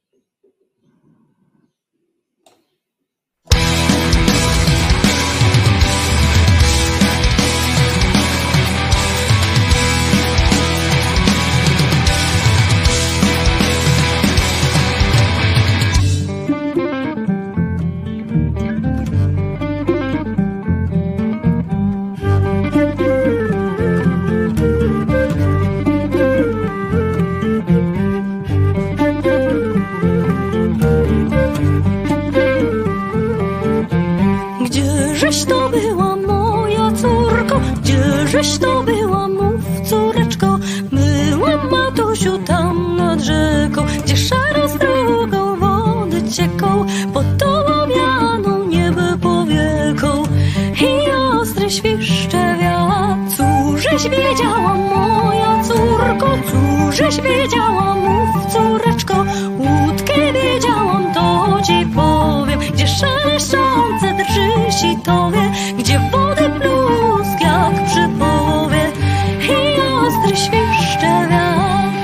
Gdzieżeś to była moja córko, gdzieżeś to była, mów córeczko. Byłam, matusiu, tam nad rzeką, gdzie szaro strugą wody cieką, pod tobą janą niebo powieką i ostry świszcze wiatr. Cóżeś wiedziała, moja córko, cóżeś wiedziała, mów córeczko. Łódkę wiedziałam, to ci powiem, gdzie szeleszczące drży sitowie, gdzie wody plusk jak przy połowie i ostry świszcze wiatr.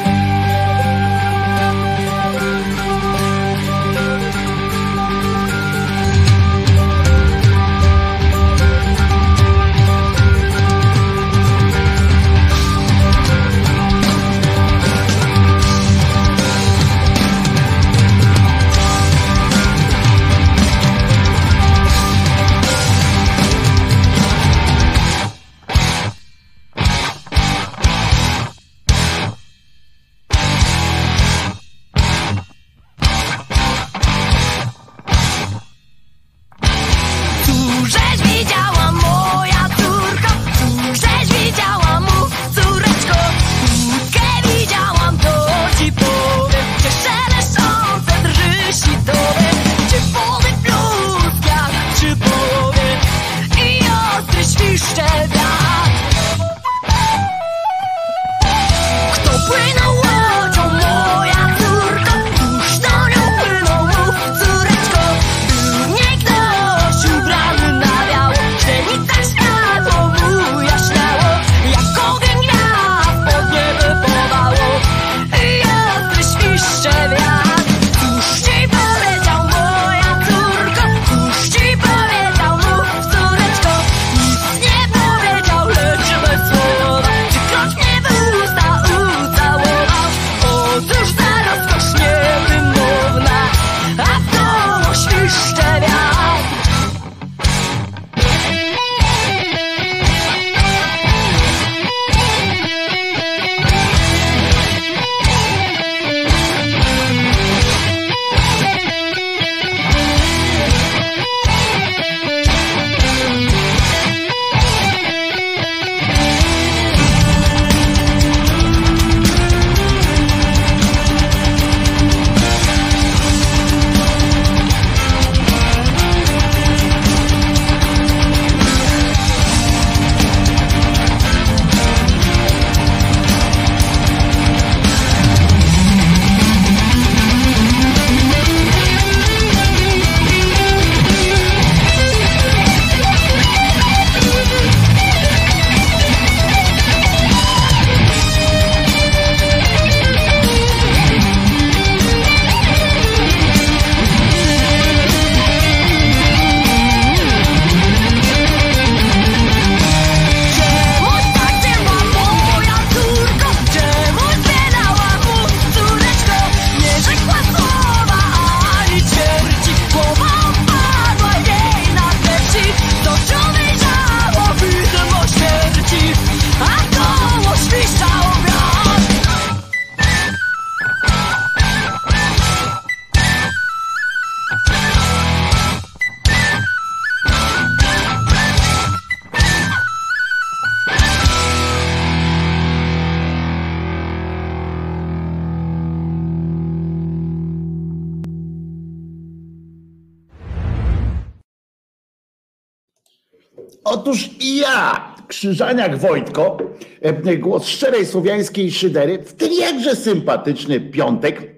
Otóż i ja, Krzyżaniak Wojtko, głos szczerej słowiańskiej szydery, w ten jakże sympatyczny piątek,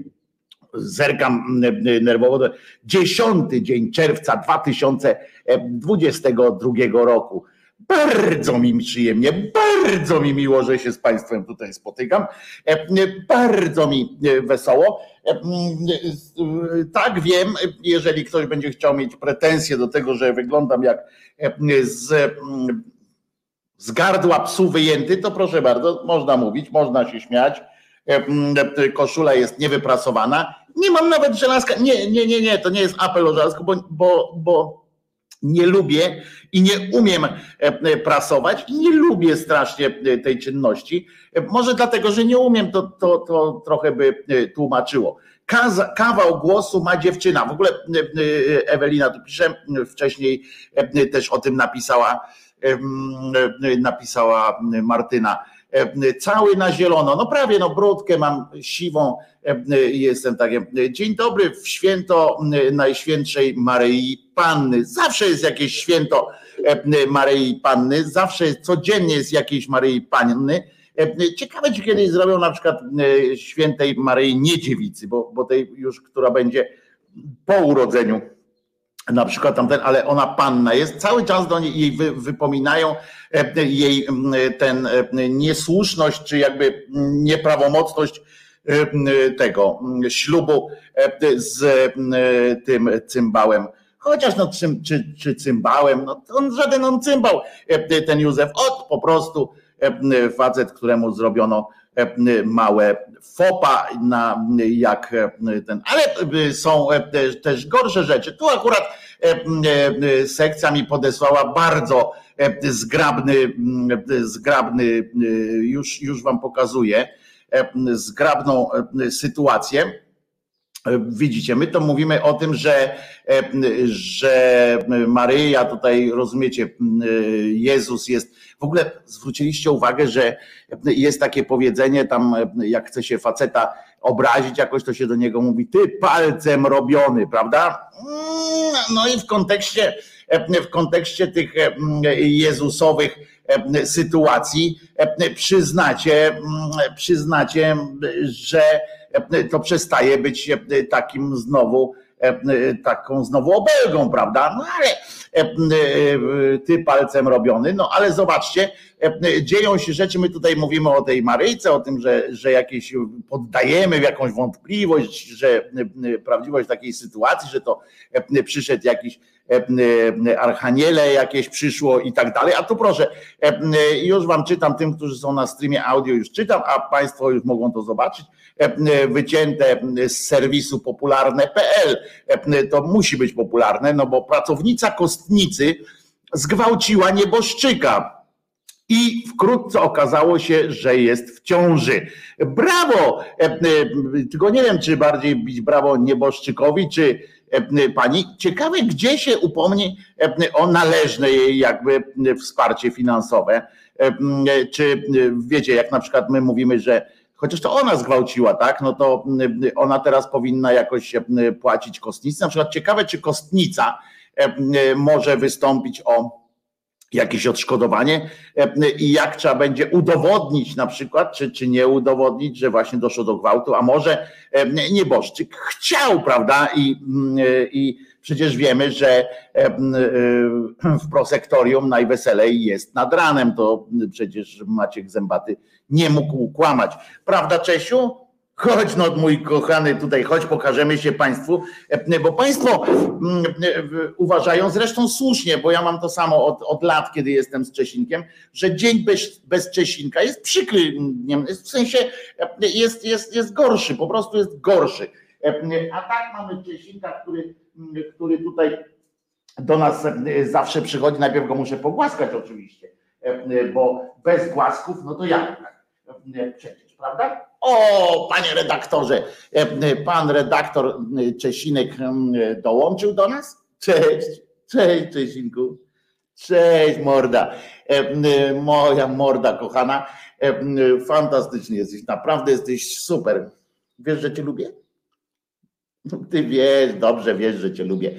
zerkam nerwowo, 10 dzień czerwca 2022 roku. Bardzo mi przyjemnie, bardzo mi miło, że się z Państwem tutaj spotykam. Bardzo mi wesoło. Tak wiem, jeżeli ktoś będzie chciał mieć pretensje do tego, że wyglądam jak z gardła psu wyjęty, to proszę bardzo, można mówić, można się śmiać. Koszula jest niewyprasowana. Nie mam nawet żelazka. Nie, to nie jest apel o żelazko, bo nie lubię i nie umiem prasować i nie lubię strasznie tej czynności. Może dlatego, że nie umiem, to trochę by tłumaczyło. Kawał głosu ma dziewczyna. W ogóle Ewelina tu pisze, wcześniej też o tym napisała Martyna. Cały na zielono, no prawie, no brudkę mam siwą, jestem takie. Dzień dobry w święto Najświętszej Maryi Panny. Zawsze jest jakieś święto Maryi Panny, zawsze codziennie jest jakieś Maryi Panny. Ciekawe, czy kiedyś zrobią na przykład świętej Maryi Niedziewicy, bo tej już, która będzie po urodzeniu. Na przykład tamten, ale ona panna jest, cały czas do niej jej wypominają jej ten niesłuszność, czy jakby nieprawomocność tego ślubu z tym cymbałem. Chociaż no czy cymbałem, no on żaden on cymbał, ten Józef, po prostu facet, któremu zrobiono małe fopa jak ten, ale są też gorsze rzeczy. Tu akurat sekcja mi podesłała bardzo zgrabny, już wam pokazuję, zgrabną sytuację. Widzicie, my to mówimy o tym, że Maryja tutaj, rozumiecie, Jezus jest, w ogóle zwróciliście uwagę, że jest takie powiedzenie tam, jak chce się faceta obrazić jakoś, to się do niego mówi, ty palcem robiony, prawda? No i w kontekście tych jezusowych sytuacji przyznacie, że to przestaje być taką znowu obelgą, prawda? No ale ty palcem robiony, no ale zobaczcie, dzieją się rzeczy, my tutaj mówimy o tej Maryjce, o tym, że jakieś poddajemy w jakąś wątpliwość, że prawdziwość takiej sytuacji, że to przyszedł jakiś archaniele jakieś przyszło i tak dalej, a tu proszę, już wam czytam, tym, którzy są na streamie audio już czytam, a państwo już mogą to zobaczyć, wycięte z serwisu popularne.pl, to musi być popularne, no bo pracownica kostnicy zgwałciła nieboszczyka i wkrótce okazało się, że jest w ciąży. Brawo! Tylko nie wiem, czy bardziej bić brawo nieboszczykowi, czy pani. Ciekawe, gdzie się upomni o należne jej jakby wsparcie finansowe. Czy wiecie, jak na przykład my mówimy, że chociaż to ona zgwałciła, tak? No to ona teraz powinna jakoś płacić kostnicy. Na przykład ciekawe, czy kostnica może wystąpić o jakieś odszkodowanie i jak trzeba będzie udowodnić na przykład, czy nie udowodnić, że właśnie doszło do gwałtu, a może nieboszczyk chciał, prawda? I przecież wiemy, że w prosektorium najweselej jest nad ranem, to przecież Maciek Zębaty nie mógł kłamać. Prawda, Czesiu? Chodź, no mój kochany, tutaj chodź, pokażemy się państwu, bo państwo uważają, zresztą słusznie, bo ja mam to samo od lat, kiedy jestem z Czesinkiem, że dzień bez Czesinka jest przykry, w sensie jest gorszy, po prostu jest gorszy. A tak mamy Czesinka, który tutaj do nas zawsze przychodzi, najpierw go muszę pogłaskać oczywiście, bo bez głasków, no to jak tak? Przecież, prawda? O, panie redaktorze, pan redaktor Czesinek dołączył do nas? Cześć Czesinku, cześć morda, moja morda kochana, fantastycznie jesteś, naprawdę jesteś super. Wiesz, że cię lubię? Ty wiesz, dobrze wiesz, że cię lubię.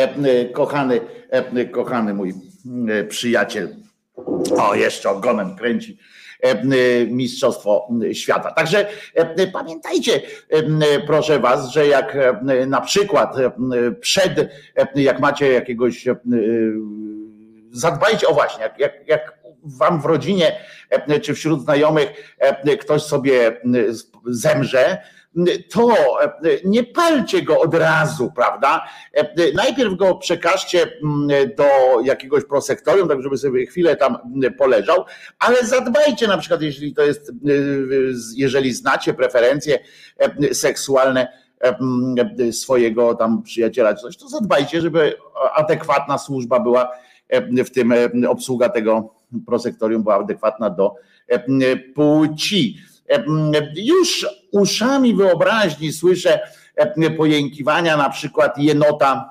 Kochany mój przyjaciel, o jeszcze ogonem kręci. Mistrzostwo świata. Także pamiętajcie, proszę was, że jak na przykład jak macie jakiegoś zadbajcie, o właśnie, jak wam w rodzinie czy wśród znajomych ktoś sobie zemrze, to nie palcie go od razu, prawda? Najpierw go przekażcie do jakiegoś prosektorium, tak żeby sobie chwilę tam poleżał, ale zadbajcie na przykład, jeżeli znacie preferencje seksualne swojego tam przyjaciela czy coś, to zadbajcie, żeby adekwatna służba była w tym, obsługa tego prosektorium była adekwatna do płci. Już uszami wyobraźni słyszę pojękiwania, na przykład jenota,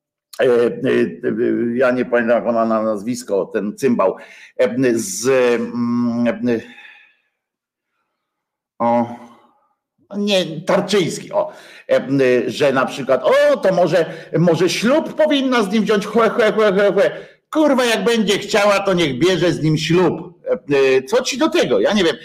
ja nie pamiętam jak ona na nazwisko, ten cymbał z Tarczyński, że na przykład to może ślub powinna z nim wziąć, kurwa, jak będzie chciała, to niech bierze z nim ślub. Co ci do tego? Ja nie wiem,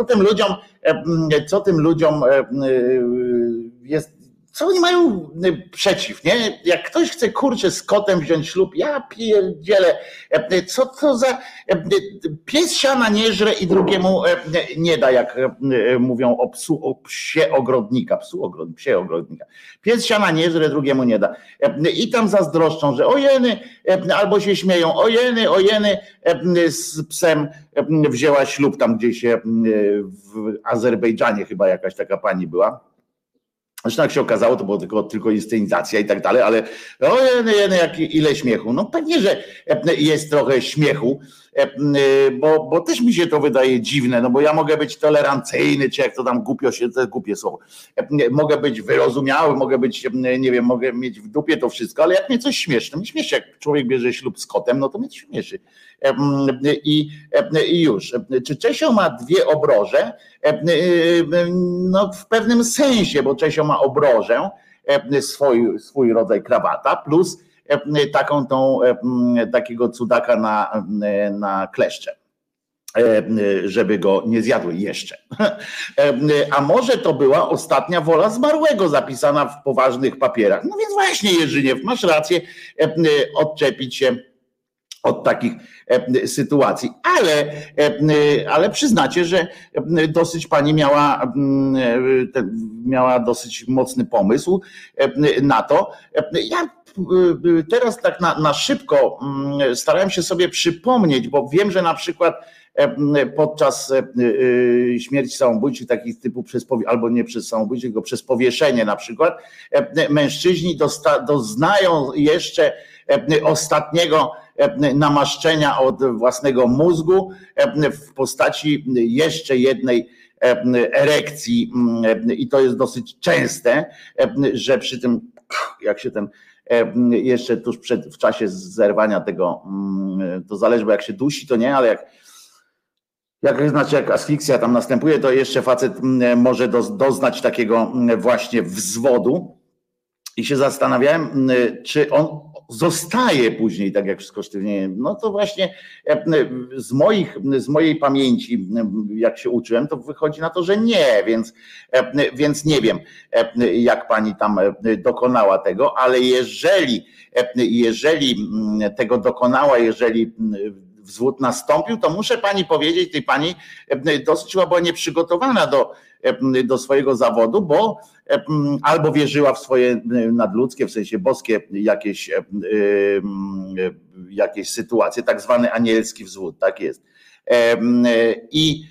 co tym ludziom jest, co oni mają przeciw, nie? Jak ktoś chce, kurczę, z kotem wziąć ślub, ja pierdzielę, co to za pies siana nie żre i drugiemu nie da, jak mówią o psie ogrodnika, psie ogrodnika. Pies siana nie żre, drugiemu nie da. I tam zazdroszczą, że ojeny, albo się śmieją, ojeny, z psem wzięła ślub tam gdzieś w Azerbejdżanie chyba jakaś taka pani była. Zresztą jak się okazało, to było tylko inscenizacja i tak dalej, ale ile śmiechu. No pewnie, że jest trochę śmiechu, bo też mi się to wydaje dziwne, no bo ja mogę być tolerancyjny, czy jak to tam głupio się, to jest głupie słowo, mogę być wyrozumiały, mogę być, nie wiem, mogę mieć w dupie to wszystko, ale jak mnie coś śmieszy, to mnie śmieszy, jak człowiek bierze ślub z kotem, no to mnie śmieszy. I już. Czy Czesio ma dwie obroże? No w pewnym sensie, bo Czesio ma obrożę, swój rodzaj krawata, plus takiego cudaka na kleszcze, żeby go nie zjadły jeszcze. A może to była ostatnia wola zmarłego zapisana w poważnych papierach. No więc właśnie, Jerzyniew, masz rację, odczepić się od takich sytuacji, ale przyznacie, że dosyć pani miała dosyć mocny pomysł na to. Ja teraz tak na szybko starałem się sobie przypomnieć, bo wiem, że na przykład podczas śmierci samobójczych, takich typu albo nie przez samobójcze, tylko przez powieszenie na przykład, mężczyźni doznają jeszcze ostatniego namaszczenia od własnego mózgu w postaci jeszcze jednej erekcji, i to jest dosyć częste, że przy tym, jak się ten jeszcze tuż w czasie zerwania tego, to zależy, bo jak się dusi, to nie, ale jak asfiksja tam następuje, to jeszcze facet może doznać takiego właśnie wzwodu. I się zastanawiałem, czy on zostaje później, tak jak wszystko sztywnieje. No to właśnie z mojej pamięci, jak się uczyłem, to wychodzi na to, że nie, więc nie wiem, jak pani tam dokonała tego, ale jeżeli tego dokonała, jeżeli wzwód nastąpił, to muszę pani powiedzieć, tej pani dosyć chyba była nieprzygotowana do swojego zawodu, bo albo wierzyła w swoje nadludzkie, w sensie boskie jakieś sytuacje, tak zwany anielski wzwód, tak jest. I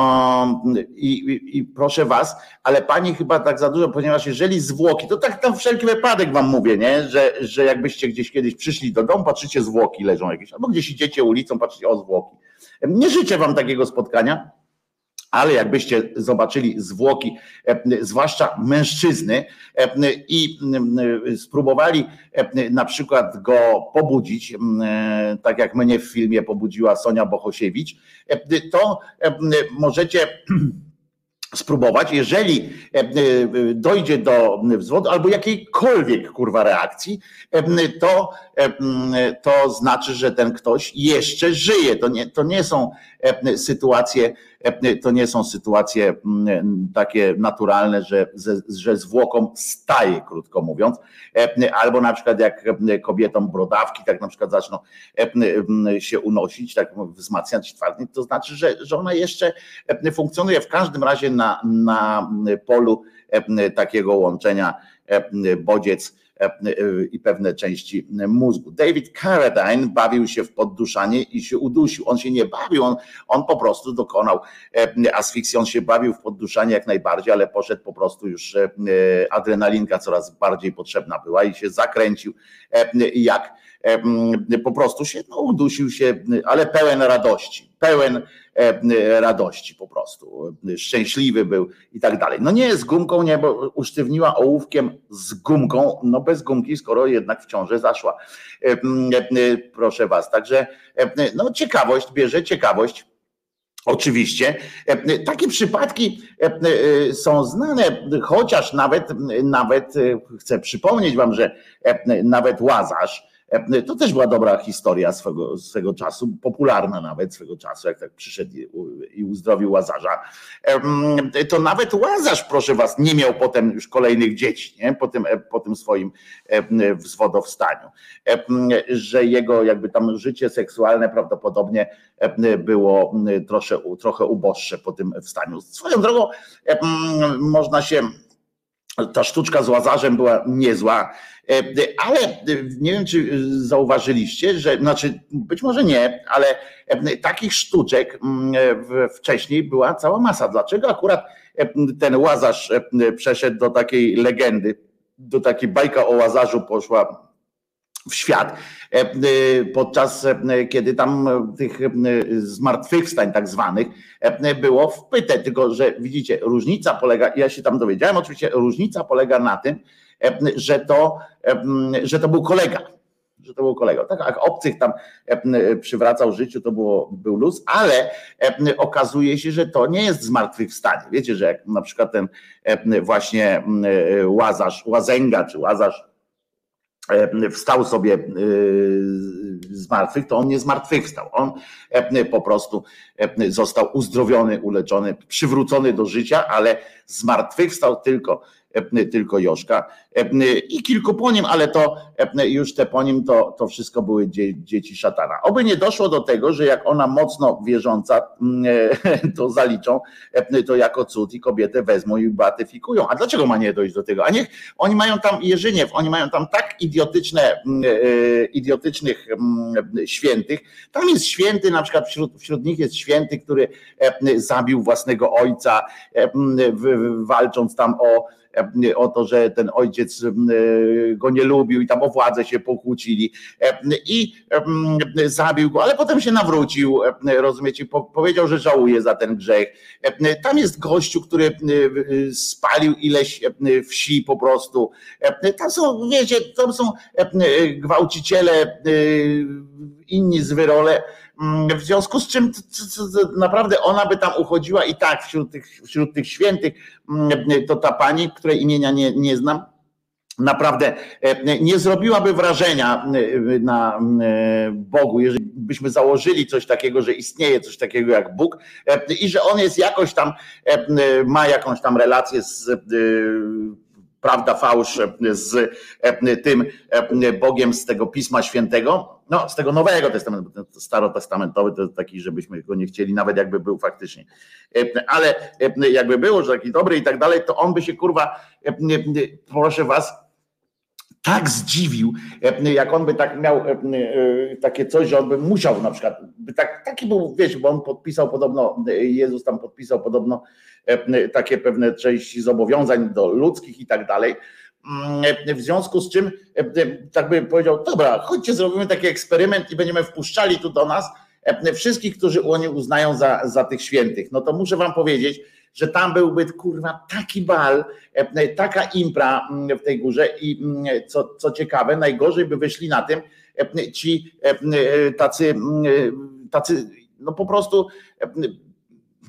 proszę was, ale pani chyba tak za dużo, ponieważ jeżeli zwłoki, to tak na wszelki wypadek wam mówię, nie? Że jakbyście gdzieś kiedyś przyszli do domu, patrzycie, zwłoki leżą jakieś, albo gdzieś idziecie ulicą, patrzycie, o, zwłoki. Nie życzę wam takiego spotkania, ale jakbyście zobaczyli zwłoki, zwłaszcza mężczyzny, i spróbowali na przykład go pobudzić, tak jak mnie w filmie pobudziła Sonia Bohosiewicz, to możecie spróbować, jeżeli dojdzie do wzwodu albo jakiejkolwiek reakcji, to znaczy, że ten ktoś jeszcze żyje. To nie są sytuacje to nie są sytuacje takie naturalne, że zwłoką staje, krótko mówiąc, albo na przykład jak kobietom brodawki tak na przykład zaczną się unosić, tak wzmacniać twardnieć, to znaczy, że ona jeszcze funkcjonuje w każdym razie na polu takiego łączenia bodziec i pewne części mózgu. David Carradine bawił się w podduszanie i się udusił. On się nie bawił, on po prostu dokonał asfiksji, on się bawił w podduszanie jak najbardziej, ale poszedł po prostu już adrenalinka coraz bardziej potrzebna była i się zakręcił jak po prostu się udusił się, ale pełen radości po prostu, szczęśliwy był i tak dalej. No nie z gumką, nie, bo usztywniła ołówkiem z gumką, no bez gumki, skoro jednak w ciążę zaszła. Proszę was, także no ciekawość bierze ciekawość. Oczywiście takie przypadki są znane, chociaż nawet chcę przypomnieć wam, że nawet Łazarz, to też była dobra historia swego czasu, popularna nawet swego czasu, jak tak przyszedł i uzdrowił Łazarza. To nawet Łazarz, proszę was, nie miał potem już kolejnych dzieci, nie? Po tym swoim wzwodowstaniu. Że jego jakby tam życie seksualne prawdopodobnie było trochę uboższe po tym wstaniu. Swoją drogą można się... Ta sztuczka z Łazarzem była niezła, ale nie wiem, czy zauważyliście, że, znaczy być może nie, ale takich sztuczek wcześniej była cała masa. Dlaczego akurat ten Łazarz przeszedł do takiej legendy, do takiej bajka o Łazarzu poszła w świat, podczas kiedy tam tych zmartwychwstań tak zwanych było wpyte, tylko że widzicie, różnica polega, ja się tam dowiedziałem, oczywiście różnica polega na tym, że to był kolega. Tak jak obcych tam przywracał życiu, to był luz, ale okazuje się, że to nie jest zmartwychwstanie. Wiecie, że jak na przykład ten właśnie Łazęga czy Łazarz wstał sobie z martwych, to on nie zmartwychwstał. On po prostu został uzdrowiony, uleczony, przywrócony do życia, ale zmartwychwstał tylko Joszka i kilku po nim, ale to już te po nim to wszystko były dzieci szatana. Oby nie doszło do tego, że jak ona mocno wierząca, to zaliczą to jako cud i kobietę wezmą i beatyfikują. A dlaczego ma nie dojść do tego? A niech oni mają tam Jerzyniew, oni mają tam tak idiotycznych świętych. Tam jest święty, na przykład wśród nich jest święty, który zabił własnego ojca, walcząc tam o to, że ten ojciec go nie lubił i tam o władzę się pokłócili i zabił go, ale potem się nawrócił, rozumiecie, powiedział, że żałuje za ten grzech. Tam jest gościu, który spalił ileś wsi po prostu. Tam są, wiecie, tam są gwałciciele, inni zwyrole. W związku z czym naprawdę ona by tam uchodziła i tak wśród tych świętych, to ta pani, której imienia nie znam, naprawdę nie zrobiłaby wrażenia na Bogu, jeżeli byśmy założyli coś takiego, że istnieje coś takiego jak Bóg i że on jest jakoś tam, ma jakąś tam relację z prawda, fałsz z tym Bogiem z tego Pisma Świętego, no z tego Nowego Testamentu, starotestamentowy to jest taki, żebyśmy go nie chcieli, nawet jakby był faktycznie, ale jakby było, że taki dobry i tak dalej, to on by się kurwa, proszę was, tak zdziwił, jak on by tak miał takie coś, że on by musiał na przykład, taki był, wiesz, bo on podpisał podobno, Jezus tam podpisał podobno takie pewne części zobowiązań do ludzkich i tak dalej. W związku z czym tak by powiedział, dobra, chodźcie, zrobimy taki eksperyment i będziemy wpuszczali tu do nas wszystkich, którzy oni uznają za tych świętych. No to muszę wam powiedzieć, że tam byłby kurwa taki bal, taka impra w tej górze i co ciekawe, najgorzej by wyszli na tym ci tacy no po prostu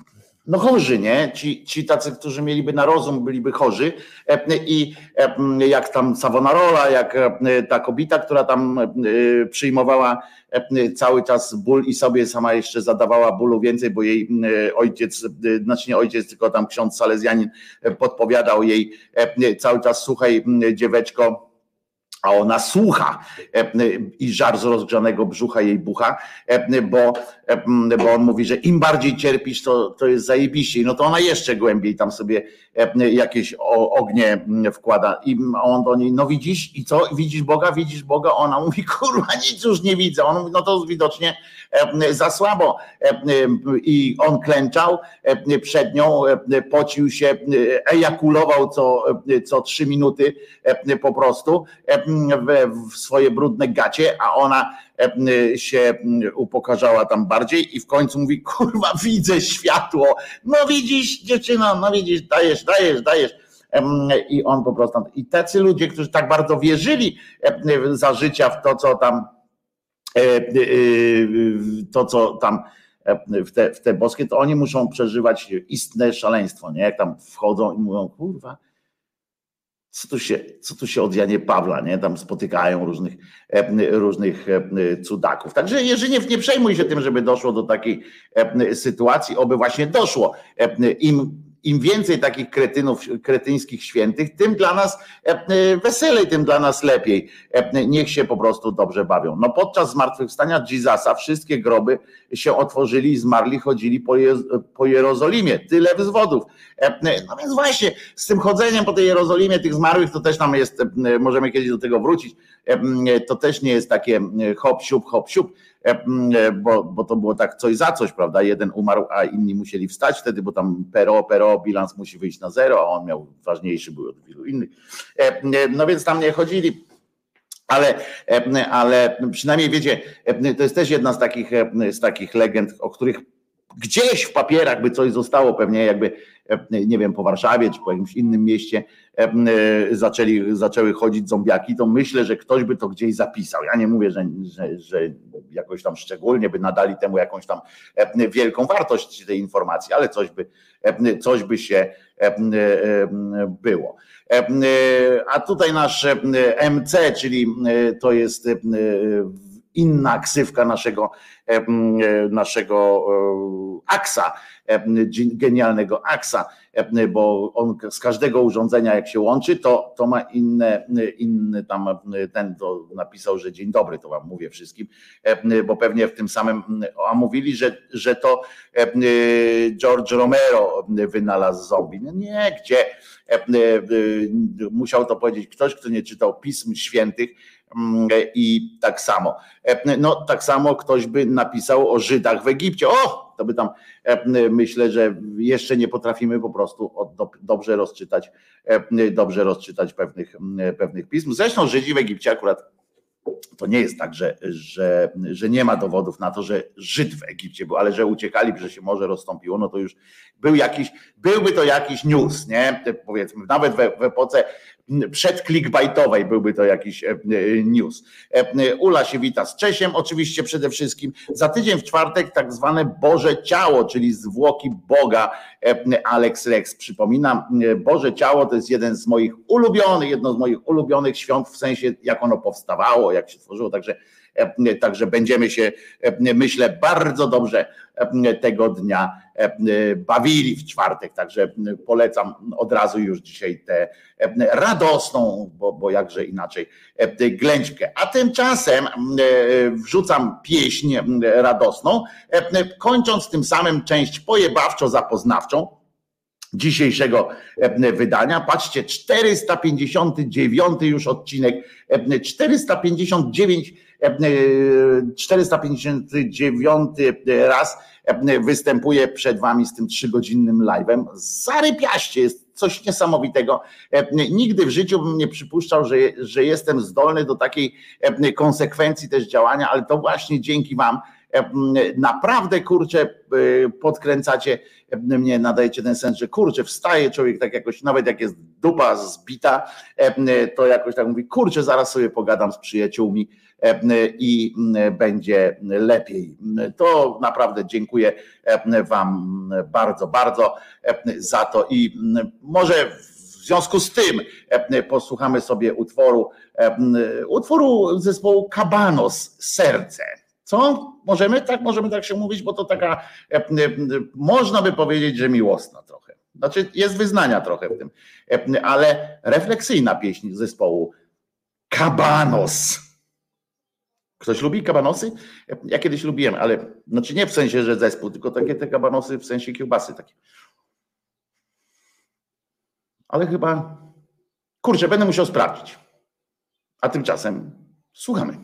no chorzy, nie? Ci tacy, którzy mieliby na rozum, byliby chorzy i jak tam Savonarola, jak ta kobieta, która tam przyjmowała cały czas ból i sobie sama jeszcze zadawała bólu więcej, bo jej ojciec, znaczy nie ojciec, tylko tam ksiądz salezjanin podpowiadał jej cały czas: słuchaj, dzieweczko, a ona słucha i żar z rozgrzanego brzucha jej bucha, bo on mówi, że im bardziej cierpisz, to jest zajebiście. No to ona jeszcze głębiej tam sobie jakieś ognie wkłada i on do niej: no widzisz i co? Widzisz Boga? Widzisz Boga? Ona mówi: kurwa, nic już nie widzę. On mówi: no to widocznie za słabo. I on klęczał przed nią, pocił się, ejakulował co 3 minuty po prostu w swoje brudne gacie, a ona się upokarzała tam bardziej i w końcu mówi: kurwa, widzę światło. No widzisz, dziewczyno, no widzisz, dajesz. I on po prostu, i tacy ludzie, którzy tak bardzo wierzyli za życia w to, co tam w te boskie, to oni muszą przeżywać istne szaleństwo, nie? Jak tam wchodzą i mówią: kurwa, co tu się od Janie Pawła, nie? Tam spotykają różnych cudaków. Także Jerzy, nie przejmuj się tym, żeby doszło do takiej sytuacji, oby właśnie doszło. Im więcej takich kretyńskich świętych, tym dla nas weselej, tym dla nas lepiej. Niech się po prostu dobrze bawią. No podczas zmartwychwstania Jezusa wszystkie groby się otworzyli i zmarli chodzili po Jerozolimie. Tyle wzwodów. No więc właśnie z tym chodzeniem po tej Jerozolimie tych zmarłych to też tam jest, możemy kiedyś do tego wrócić, to też nie jest takie hop siup, bo to było tak coś za coś, prawda? Jeden umarł, a inni musieli wstać wtedy, bo tam pero, bilans musi wyjść na zero, a on miał ważniejszy był od wielu innych. No więc tam nie chodzili. Ale przynajmniej wiecie, to jest też jedna z takich legend, o których gdzieś w papierach by coś zostało, pewnie jakby, nie wiem, po Warszawie czy po jakimś innym mieście zaczęły chodzić zombiaki, to myślę, że ktoś by to gdzieś zapisał. Ja nie mówię, że jakoś tam szczególnie by nadali temu jakąś tam wielką wartość tej informacji, ale coś by się było. A tutaj nasz MC, czyli to jest inna ksywka naszego Aksa, genialnego Aksa, bo on z każdego urządzenia jak się łączy, to ma inny tam, ten to napisał, że dzień dobry, to wam mówię wszystkim, bo pewnie w tym samym, a mówili, że to George Romero wynalazł zombie. No nie, gdzie? Musiał to powiedzieć ktoś, kto nie czytał Pism Świętych. I tak samo ktoś by napisał o Żydach w Egipcie. To by tam, myślę, że jeszcze nie potrafimy po prostu dobrze rozczytać pewnych pism. Zresztą Żydzi w Egipcie akurat to nie jest tak, że nie ma dowodów na to, że Żyd w Egipcie był, ale że uciekali, że się morze rozstąpiło, no to już byłby to jakiś news, nie? Powiedzmy, nawet w epoce przedclickbaitowej byłby to jakiś news. Ula się wita z Czesiem, oczywiście przede wszystkim. Za tydzień w czwartek tak zwane Boże Ciało, czyli zwłoki Boga. Alex Rex, przypominam, Boże Ciało to jest jedno z moich ulubionych świąt, w sensie jak ono powstawało, jak się tworzyło, także będziemy się, myślę, bardzo dobrze tego dnia bawili w czwartek, także polecam od razu już dzisiaj tę radosną, bo jakże inaczej, ględźkę. A tymczasem wrzucam pieśń radosną, kończąc tym samym część pojebawczo-zapoznawczą dzisiejszego wydania. Patrzcie, 459 już odcinek, 459 raz występuję przed wami z tym 3-godzinnym live'em. Zarypiaście, jest coś niesamowitego. Nigdy w życiu bym nie przypuszczał, że jestem zdolny do takiej konsekwencji też działania, ale to właśnie dzięki wam naprawdę, kurczę, podkręcacie mnie, nadajecie ten sens, że kurczę, wstaje człowiek tak jakoś, nawet jak jest dupa zbita, to jakoś tak mówi, kurczę, zaraz sobie pogadam z przyjaciółmi i będzie lepiej. To naprawdę dziękuję wam bardzo, bardzo za to i może w związku z tym posłuchamy sobie utworu zespołu Cabanos, Serce. Co? Możemy tak się mówić, bo to taka, można by powiedzieć, że miłosna trochę. Znaczy jest wyznania trochę w tym, ale refleksyjna pieśń zespołu Cabanos. Ktoś lubi kabanosy? Ja kiedyś lubiłem, ale znaczy nie w sensie, że zespół, tylko takie te kabanosy w sensie kiełbasy takie. Ale chyba, kurczę, będę musiał sprawdzić. A tymczasem słuchamy.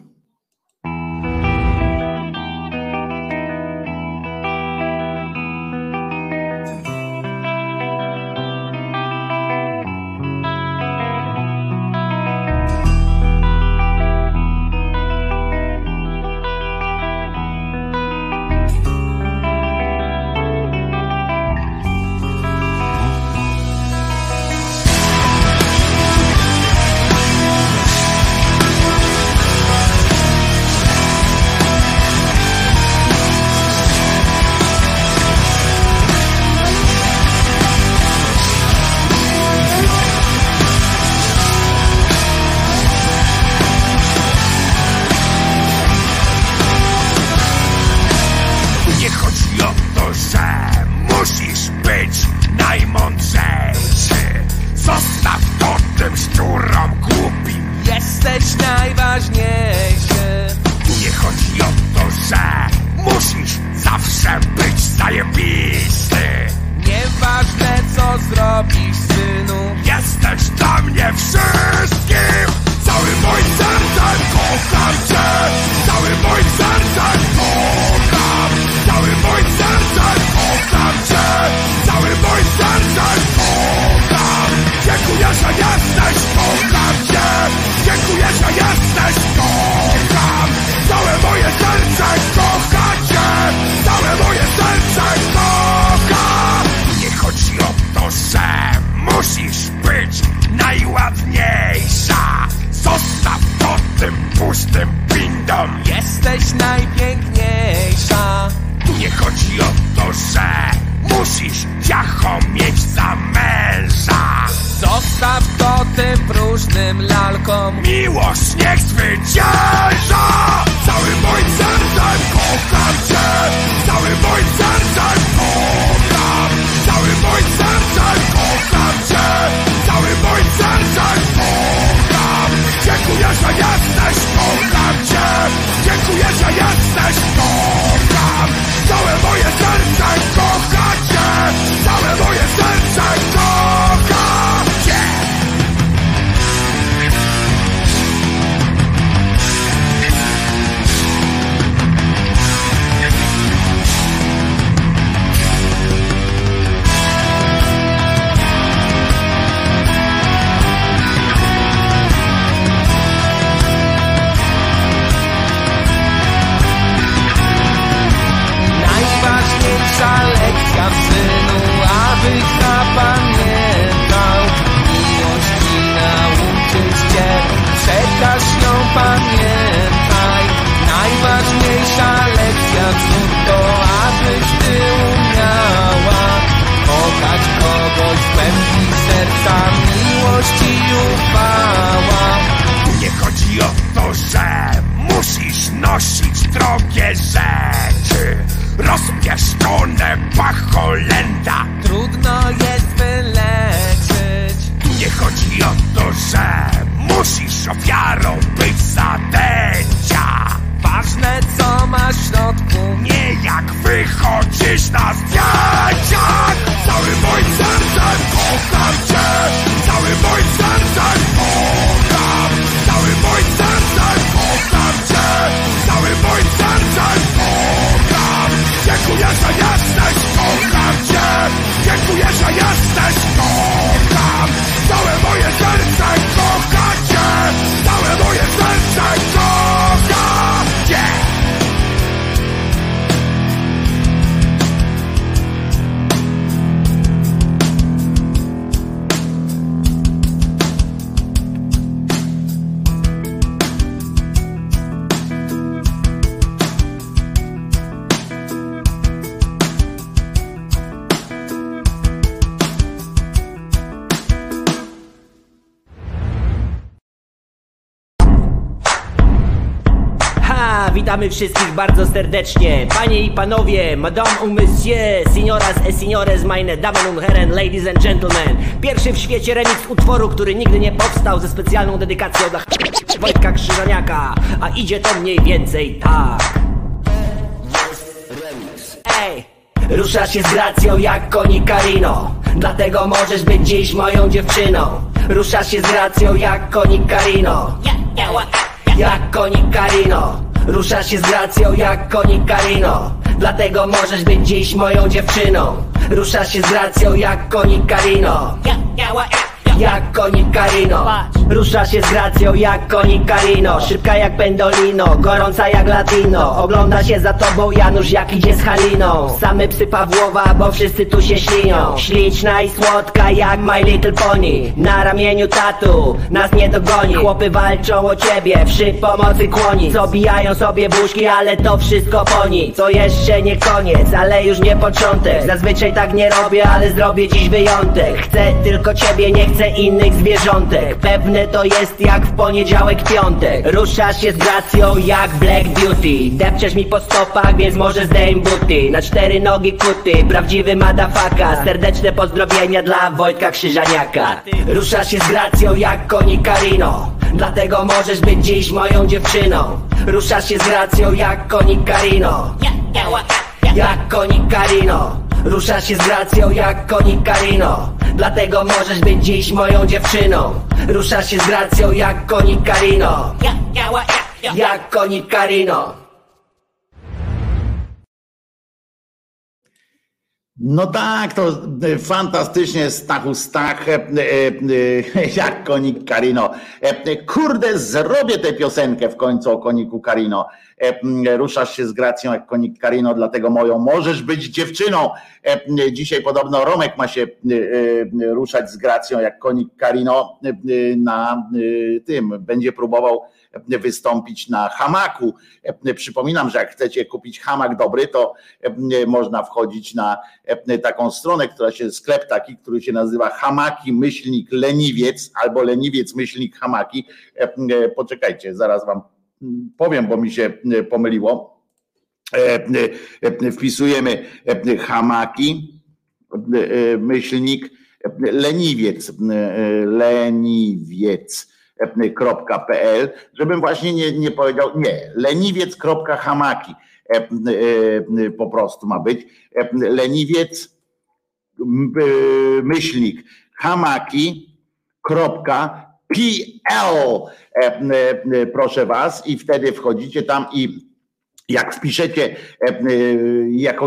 witamy wszystkich bardzo serdecznie. Panie i panowie, madame ou monsieur, signoras et signores, meine Damen und Herren, ladies and gentlemen. Pierwszy w świecie remix utworu, który nigdy nie powstał, ze specjalną dedykacją dla Wojtka Krzyżaniaka. A idzie to mniej więcej tak. Ej! Rusza się z gracją jak konik Carino, dlatego możesz być dziś moją dziewczyną. Rusza się z gracją jak konik Carino, jak konik Carino. Rusza się z gracją jak konik Carino, dlatego możesz być dziś moją dziewczyną. Rusza się z gracją jak konik Carino, jak konik Carino. Rusza się z gracją jak konik Carino, szybka jak pendolino, gorąca jak latino. Ogląda się za tobą Janusz jak idzie z Haliną. Same psy Pawłowa, bo wszyscy tu się ślinią. Śliczna i słodka jak My Little Pony, na ramieniu tatu, nas nie dogoni. Chłopy walczą o ciebie, przy pomocy kłoni. Zobijają sobie buźki, ale to wszystko po nic. To jeszcze nie koniec, ale już nie początek. Zazwyczaj tak nie robię, ale zrobię dziś wyjątek. Chcę tylko ciebie, nie chcę innych zwierzątek. Pewne to jest jak w poniedziałek, piątek. Ruszasz się z gracją jak Black Beauty, depczesz mi po stopach, więc może zdejm buty. Na 4 nogi kuty, prawdziwy madafaka. Serdeczne pozdrowienia dla Wojtka Krzyżaniaka. Ruszasz się z gracją jak konik Carino, dlatego możesz być dziś moją dziewczyną. Ruszasz się z gracją jak konik Carino, jak konik Carino. Ruszasz się z gracją jak konik Carino, dlatego możesz być dziś moją dziewczyną. Ruszasz się z gracją jak konik Carino, jak konik Carino. No tak, to fantastycznie Stachu Stach, jak konik Carino. Kurde, zrobię tę piosenkę w końcu o koniku Carino. Ruszasz się z gracją jak konik Carino, dlatego moją możesz być dziewczyną. Dzisiaj podobno Romek ma się ruszać z gracją jak konik Carino na tym. Będzie próbował wystąpić na hamaku. Przypominam, że jak chcecie kupić hamak dobry, to można wchodzić na taką stronę, sklep taki, który się nazywa hamaki-leniwiec albo leniwiec-hamaki. Poczekajcie, zaraz wam powiem, bo mi się pomyliło. Wpisujemy hamaki leniwiec.pl, żebym właśnie nie powiedział, leniwiec.hamaki po prostu ma być. Leniwiec hamaki.pl, proszę was, i wtedy wchodzicie tam i jak wpiszecie jako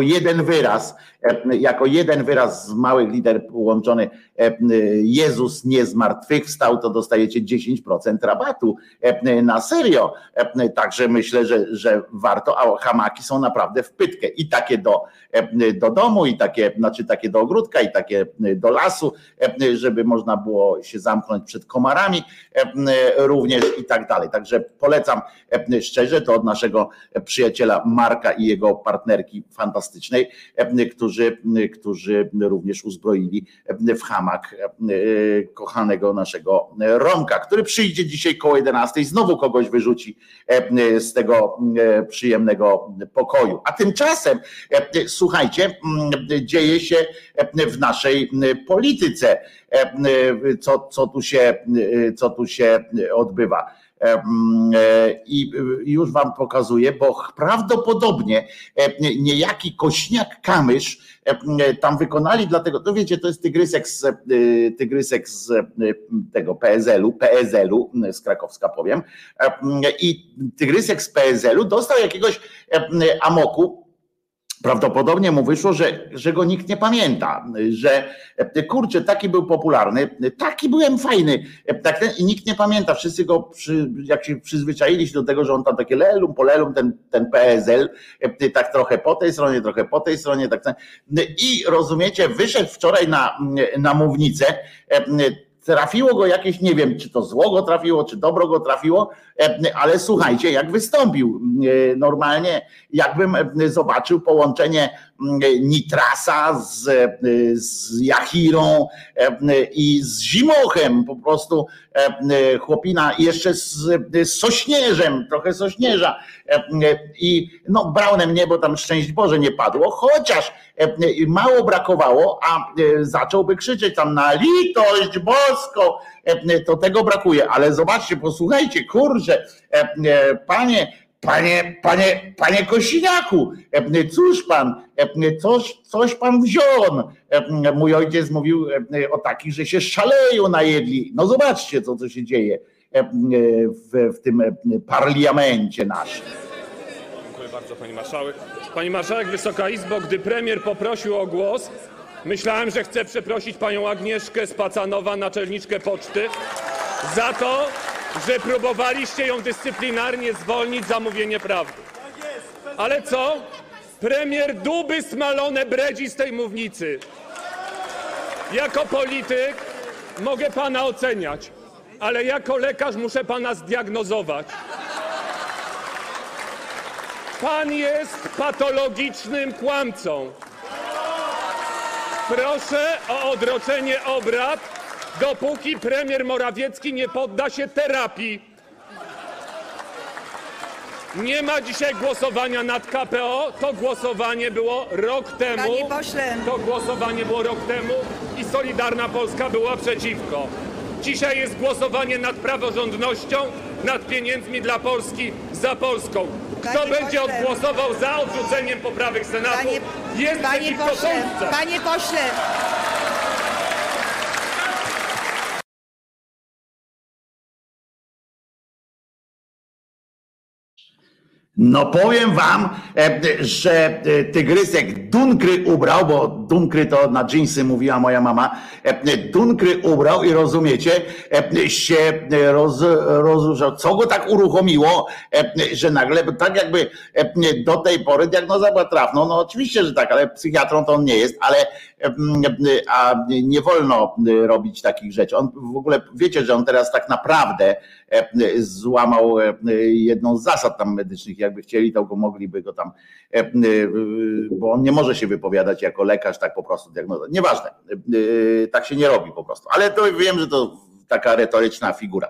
jeden wyraz z małych liter połączony Jezus nie zmartwychwstał, to dostajecie 10% rabatu. Na serio. Także myślę, że warto, a hamaki są naprawdę w pytkę. I takie do domu, i takie do ogródka, i takie do lasu, żeby można było się zamknąć przed komarami również i tak dalej. Także polecam szczerze to od naszego przyjaciela Marka i jego partnerki fantastycznej, którzy również uzbroili w hamak kochanego naszego Romka, który przyjdzie dzisiaj koło 11, znowu kogoś wyrzuci z tego przyjemnego pokoju. A tymczasem, słuchajcie, dzieje się w naszej polityce, co tu się odbywa. I już wam pokazuję, bo prawdopodobnie niejaki Kośniak-Kamysz tam wykonali, dlatego, to wiecie, to jest tygrysek z tego PSL-u, z Krakowska powiem, i tygrysek z PSL-u dostał jakiegoś amoku. Prawdopodobnie mu wyszło, że go nikt nie pamięta, że kurczę, taki był popularny, taki byłem fajny, i nikt nie pamięta. Wszyscy go, jak się przyzwyczaili się do tego, że on tam takie lelum, polelum, ten PSL, tak trochę po tej stronie, trochę po tej stronie, tak. I rozumiecie, wyszedł wczoraj na mównicę. Trafiło go jakieś, nie wiem, czy to zło go trafiło, czy dobro go trafiło, ale słuchajcie, jak wystąpił normalnie, jakbym zobaczył połączenie Nitrasa z Jachirą i z Zimochem, po prostu chłopina jeszcze z Sośnierzem, trochę Sośnierza i no Braunem nie, bo tam szczęść Boże nie padło, chociaż mało brakowało, a zacząłby krzyczeć tam na litość boską, to tego brakuje, ale zobaczcie, posłuchajcie, kurczę, Panie Kosiniaku, cóż pan, coś pan wziął. Mój ojciec mówił o takich, że się szaleją najedli. No zobaczcie, co się dzieje w tym parlamencie naszym. Dziękuję bardzo, pani marszałek. Pani marszałek, Wysoka Izbo, gdy premier poprosił o głos, myślałem, że chce przeprosić panią Agnieszkę z Pacanowa, naczelniczkę poczty, za to, że próbowaliście ją dyscyplinarnie zwolnić za mówienie prawdy. Ale co? Premier duby smalone bredzi z tej mównicy. Jako polityk mogę pana oceniać, ale jako lekarz muszę pana zdiagnozować. Pan jest patologicznym kłamcą. Proszę o odroczenie obrad, dopóki premier Morawiecki nie podda się terapii. Nie ma dzisiaj głosowania nad KPO. To głosowanie było rok temu. Panie pośle. To głosowanie było rok temu i Solidarna Polska była przeciwko. Dzisiaj jest głosowanie nad praworządnością, nad pieniędzmi dla Polski, za Polską. Kto będzie głosował za odrzuceniem poprawek Senatu, jest przeciwko Polsce. Panie pośle. No powiem wam, że tygrysek dunkry ubrał, bo dunkry to na dżinsy mówiła moja mama, dunkry ubrał i rozumiecie, się rozruszał. Co go tak uruchomiło, że nagle, tak jakby do tej pory diagnoza była trafną, no oczywiście, że tak, ale psychiatrą to on nie jest, ale a nie wolno robić takich rzeczy. On w ogóle, wiecie, że on teraz tak naprawdę złamał jedną z zasad tam medycznych, jakby chcieli, to go mogliby go tam, bo on nie może się wypowiadać jako lekarz, tak po prostu diagnoza. Nieważne, tak się nie robi po prostu, ale to wiem, że to taka retoryczna figura.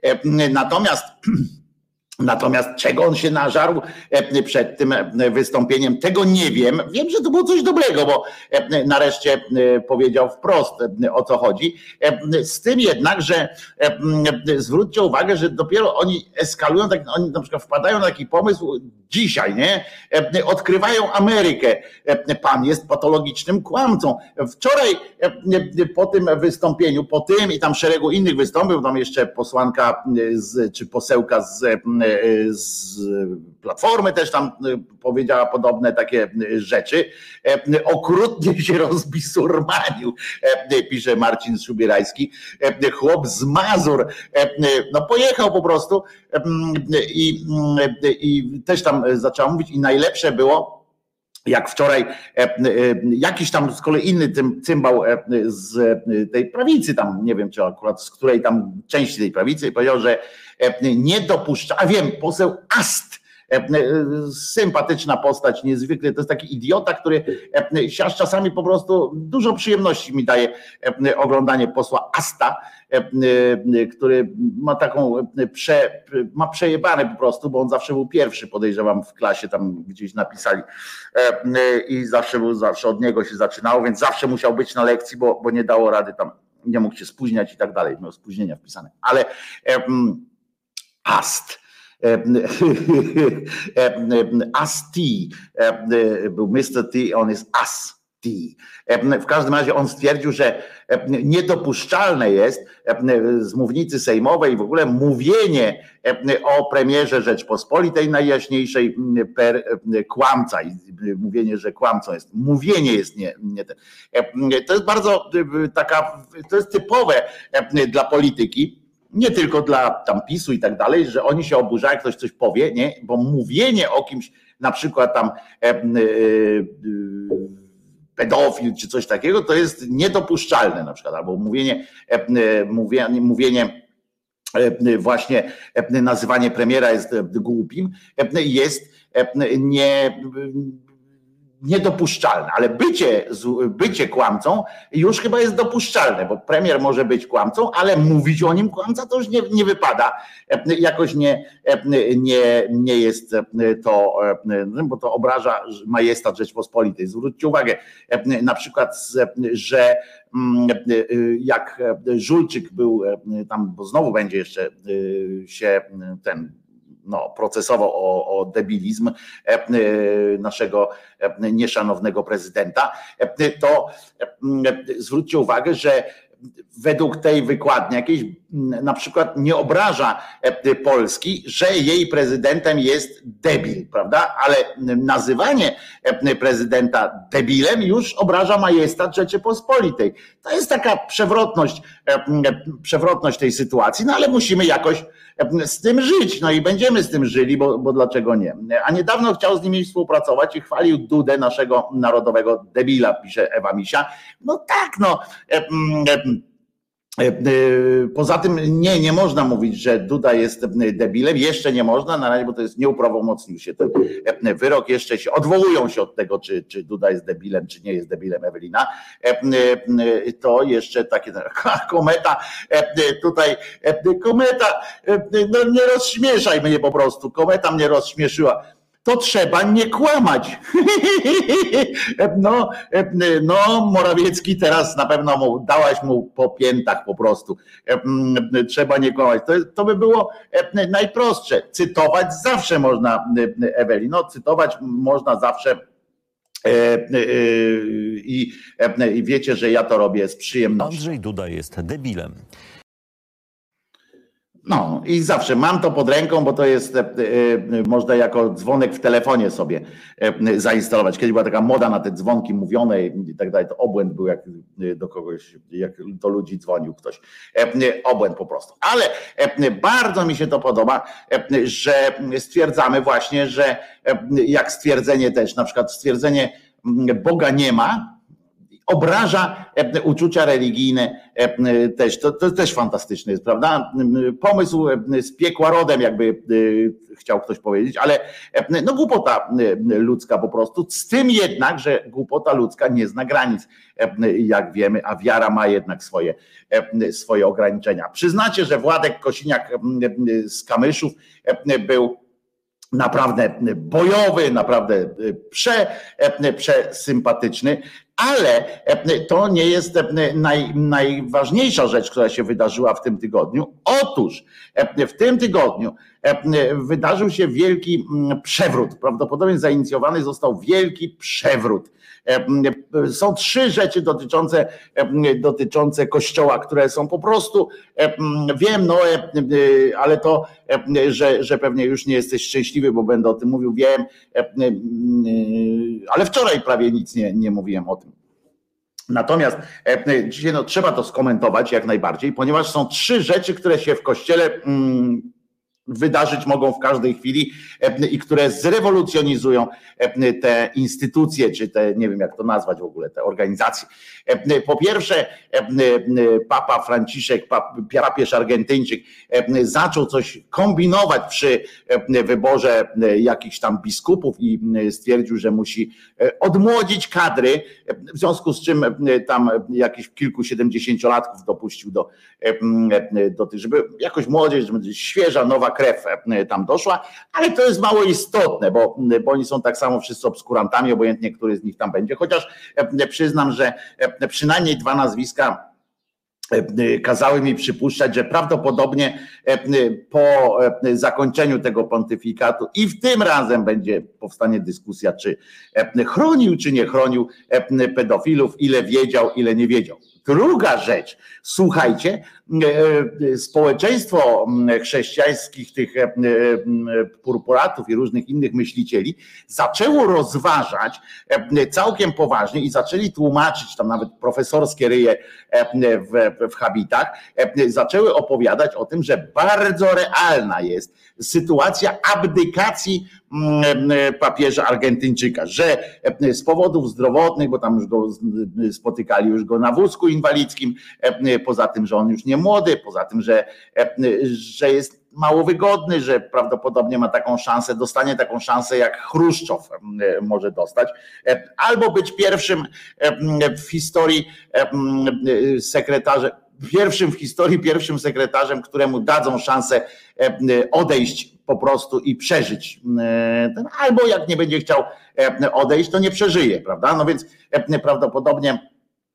Natomiast czego on się nażarł przed tym wystąpieniem, tego nie wiem. Wiem, że to było coś dobrego, bo nareszcie powiedział wprost, o co chodzi. Z tym jednak, że zwróćcie uwagę, że dopiero oni eskalują, tak, oni na przykład wpadają na taki pomysł dzisiaj, nie? Odkrywają Amerykę. Pan jest patologicznym kłamcą. Wczoraj po tym wystąpieniu, po tym i tam szeregu innych wystąpień, tam jeszcze posłanka czy posełka z Platformy też tam powiedziała podobne takie rzeczy. Okrutnie się rozbisurmanił, pisze Marcin Szubierajski. Chłop z Mazur, no pojechał po prostu i też tam zaczął mówić i najlepsze było, jak wczoraj jakiś tam z kolei inny cymbał z tej prawicy tam, nie wiem czy akurat z której tam części tej prawicy, powiedział, że nie dopuszcza, a wiem, poseł Ast, sympatyczna postać, niezwykle, to jest taki idiota, który czasami po prostu dużo przyjemności mi daje oglądanie posła Asta, który ma taką ma przejebane po prostu, bo on zawsze był pierwszy, podejrzewam, w klasie, tam gdzieś napisali i zawsze od niego się zaczynało, więc zawsze musiał być na lekcji, bo nie dało rady tam, nie mógł się spóźniać i tak dalej, miał spóźnienia wpisane, ale Ast, Ast był Mr. T, on jest Ast. W każdym razie on stwierdził, że niedopuszczalne jest z mównicy sejmowej w ogóle mówienie o premierze Rzeczpospolitej Najjaśniejszej per kłamca i mówienie, że kłamcą jest. Mówienie jest nie. To jest bardzo to jest typowe dla polityki. Nie tylko dla tam PiS-u i tak dalej, że oni się oburzają, jak ktoś coś powie, nie? Bo mówienie o kimś, na przykład tam pedofil czy coś takiego, to jest niedopuszczalne na przykład, albo mówienie właśnie nazywanie premiera jest głupim, jest niedopuszczalne, ale bycie kłamcą już chyba jest dopuszczalne, bo premier może być kłamcą, ale mówić o nim kłamca to już nie wypada. Jakoś nie jest to, bo to obraża majestat Rzeczpospolitej. Zwróćcie uwagę na przykład, że jak Żulczyk był tam, bo znowu będzie jeszcze się procesował o debilizm naszego nieszanownego prezydenta, to zwróćcie uwagę, że według tej wykładni jakiejś na przykład nie obraża Polski, że jej prezydentem jest debil, prawda? Ale nazywanie prezydenta debilem już obraża majestat Rzeczypospolitej. To jest taka przewrotność tej sytuacji, no ale musimy jakoś z tym żyć, no i będziemy z tym żyli, bo dlaczego nie? A niedawno chciał z nimi współpracować i chwalił Dudę, naszego narodowego debila, pisze Ewa Misia. No tak, no. Poza tym nie można mówić, że Duda jest debilem, jeszcze nie można na razie, bo to jest nie uprawomocnił się ten wyrok, jeszcze się odwołują się od tego, czy Duda jest debilem, czy nie jest debilem, Ewelina. To jeszcze takie kometa, tutaj kometa, no nie rozśmieszaj mnie po prostu, kometa mnie rozśmieszyła. To trzeba nie kłamać. No, Morawiecki teraz na pewno dałaś mu po piętach po prostu. Trzeba nie kłamać. To by było najprostsze. Cytować zawsze można, Eweli. No, cytować można zawsze. I wiecie, że ja to robię z przyjemnością. Andrzej Duda jest debilem. No i zawsze mam to pod ręką, bo to jest, można jako dzwonek w telefonie sobie zainstalować. Kiedyś była taka moda na te dzwonki mówione i tak dalej, to obłęd był, jak do kogoś, jak do ludzi dzwonił ktoś. Obłęd po prostu. Ale bardzo mi się to podoba, że stwierdzamy właśnie, że jak stwierdzenie też, na przykład stwierdzenie Boga nie ma, obraża uczucia religijne też. To też fantastyczne jest, prawda? Pomysł z piekła rodem, jakby chciał ktoś powiedzieć, ale no głupota ludzka po prostu. Z tym jednak, że głupota ludzka nie zna granic, jak wiemy, a wiara ma jednak swoje ograniczenia. Przyznacie, że Władek Kosiniak z Kamyszów był naprawdę bojowy, naprawdę przesympatyczny, ale to nie jest najważniejsza rzecz, która się wydarzyła w tym tygodniu. Otóż w tym tygodniu wydarzył się wielki przewrót. Prawdopodobnie zainicjowany został wielki przewrót. Są trzy rzeczy dotyczące Kościoła, które są po prostu, wiem, no, ale to, że pewnie już nie jesteś szczęśliwy, bo będę o tym mówił, wiem, ale wczoraj prawie nic nie mówiłem o tym. Natomiast dzisiaj trzeba to skomentować jak najbardziej, ponieważ są trzy rzeczy, które się w Kościele wydarzyć mogą w każdej chwili i które zrewolucjonizują te instytucje, czy te, nie wiem jak to nazwać w ogóle, te organizacje. Po pierwsze, Papa Franciszek, papież Argentyńczyk zaczął coś kombinować przy wyborze jakichś tam biskupów i stwierdził, że musi odmłodzić kadry, w związku z czym tam jakichś kilku 70-latków dopuścił do tych, żeby jakoś młodzież, żeby świeża, nowa krew tam doszła, ale to jest mało istotne, bo oni są tak samo wszyscy obskurantami, obojętnie który z nich tam będzie, chociaż przyznam, że przynajmniej dwa nazwiska kazały mi przypuszczać, że prawdopodobnie po zakończeniu tego pontyfikatu i w tym razem powstanie dyskusja, czy chronił, czy nie chronił pedofilów, ile wiedział, ile nie wiedział. Druga rzecz, słuchajcie, społeczeństwo chrześcijańskich tych purpuratów i różnych innych myślicieli zaczęło rozważać całkiem poważnie i zaczęli tłumaczyć, tam nawet profesorskie ryje w habitach, zaczęły opowiadać o tym, że bardzo realna jest sytuacja abdykacji papieża Argentyńczyka, że z powodów zdrowotnych, bo tam już go spotykali już go na wózku inwalidzkim, poza tym, że on już nie młody, poza tym, że jest mało wygodny, że prawdopodobnie ma taką szansę, dostanie taką szansę jak Chruszczow może dostać, albo być pierwszym w historii sekretarzem, pierwszym sekretarzem, któremu dadzą szansę odejść po prostu i przeżyć. Albo jak nie będzie chciał odejść, to nie przeżyje, prawda? No więc prawdopodobnie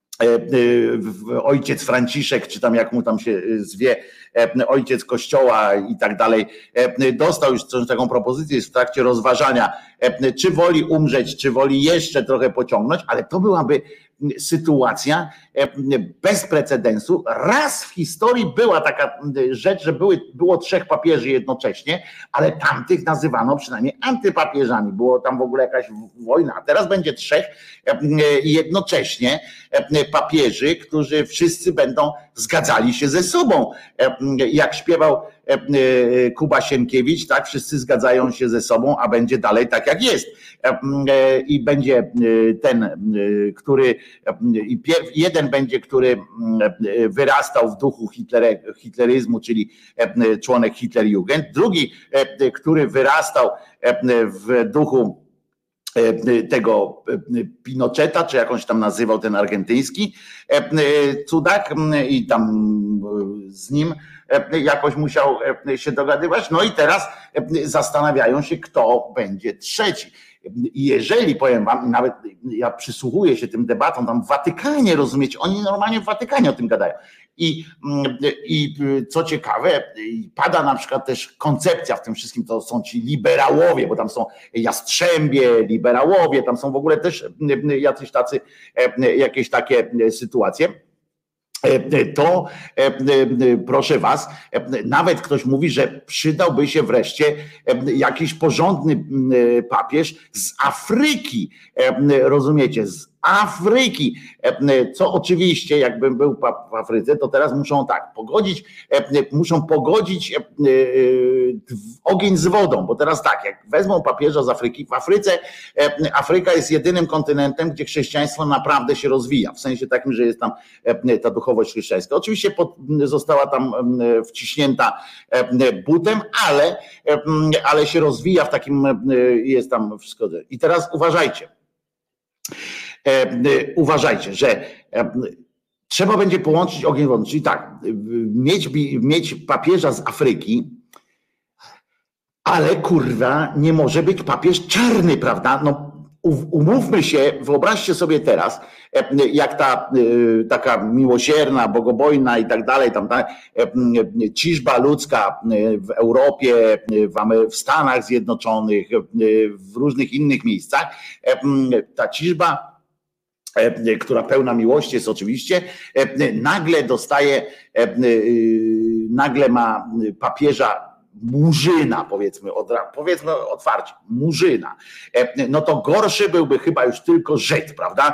ojciec Franciszek, czy tam jak mu tam się zwie, ojciec Kościoła i tak dalej, dostał już taką propozycję, jest w trakcie rozważania, czy woli umrzeć, czy woli jeszcze trochę pociągnąć, ale to byłaby sytuacja bez precedensu. Raz w historii była taka rzecz, że było 3 papieży jednocześnie, ale tamtych nazywano przynajmniej antypapieżami. Było tam w ogóle jakaś wojna, a teraz będzie 3 jednocześnie papieży, którzy wszyscy będą zgadzali się ze sobą. Jak śpiewał Kuba Sienkiewicz, tak, wszyscy zgadzają się ze sobą, a będzie dalej tak jak jest. I będzie ten, który jeden będzie, który wyrastał w duchu hitleryzmu, czyli członek Hitlerjugend, drugi, który wyrastał w duchu tego Pinocheta, czy jakąś tam nazywał ten argentyński cudak i tam z nim jakoś musiał się dogadywać. No i teraz zastanawiają się, kto będzie trzeci. Jeżeli, powiem wam, nawet ja przysłuchuję się tym debatom tam w Watykanie, rozumiecie, oni normalnie w Watykanie o tym gadają. I co ciekawe, pada na przykład też koncepcja w tym wszystkim, to są ci liberałowie, bo tam są jastrzębie, liberałowie, tam są w ogóle też jacyś tacy, jakieś takie sytuacje. To proszę was, nawet ktoś mówi, że przydałby się wreszcie jakiś porządny papież z Afryki, rozumiecie, z Afryki, co oczywiście jakbym był w Afryce, to teraz muszą pogodzić ogień z wodą, bo teraz tak, jak wezmą papieża z Afryki, w Afryce, Afryka jest jedynym kontynentem, gdzie chrześcijaństwo naprawdę się rozwija, w sensie takim, że jest tam ta duchowość chrześcijańska. Oczywiście została tam wciśnięta butem, ale się rozwija w takim, jest tam wszystko. I teraz uważajcie, że trzeba będzie połączyć ogień wodny, czyli tak, mieć papieża z Afryki, ale kurwa nie może być papież czarny, prawda? No umówmy się, wyobraźcie sobie teraz, jak ta taka miłosierna, bogobojna i tak dalej, tam ta ciżba ludzka w Europie, w Stanach Zjednoczonych, w różnych innych miejscach, ta ciżba, która pełna miłości jest oczywiście, nagle ma papieża Murzyna, powiedzmy otwarcie, Murzyna, no to gorszy byłby chyba już tylko Żyd, prawda?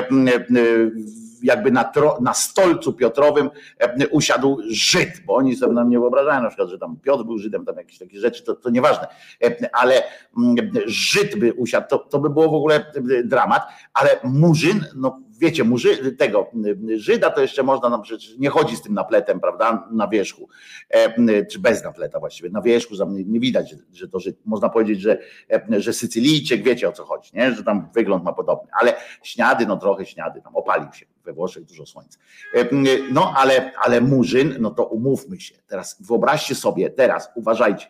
Jakby na stolcu Piotrowym usiadł Żyd, bo oni sobie nam nie wyobrażają na przykład, że tam Piotr był Żydem, tam jakieś takie rzeczy, to nieważne, ale Żyd by usiadł, to by było w ogóle dramat, ale Murzyn, no wiecie, Żyda to jeszcze można, no przecież nie chodzi z tym napletem, prawda, na wierzchu, czy bez napleta właściwie, na wierzchu nie widać, że to Żyd, można powiedzieć, że Sycylijczyk, wiecie o co chodzi, nie? Że tam wygląd ma podobny, ale śniady, no trochę śniady, tam opalił się, we Włoszech dużo słońca, no ale Murzyn, no to umówmy się, teraz wyobraźcie sobie, teraz uważajcie,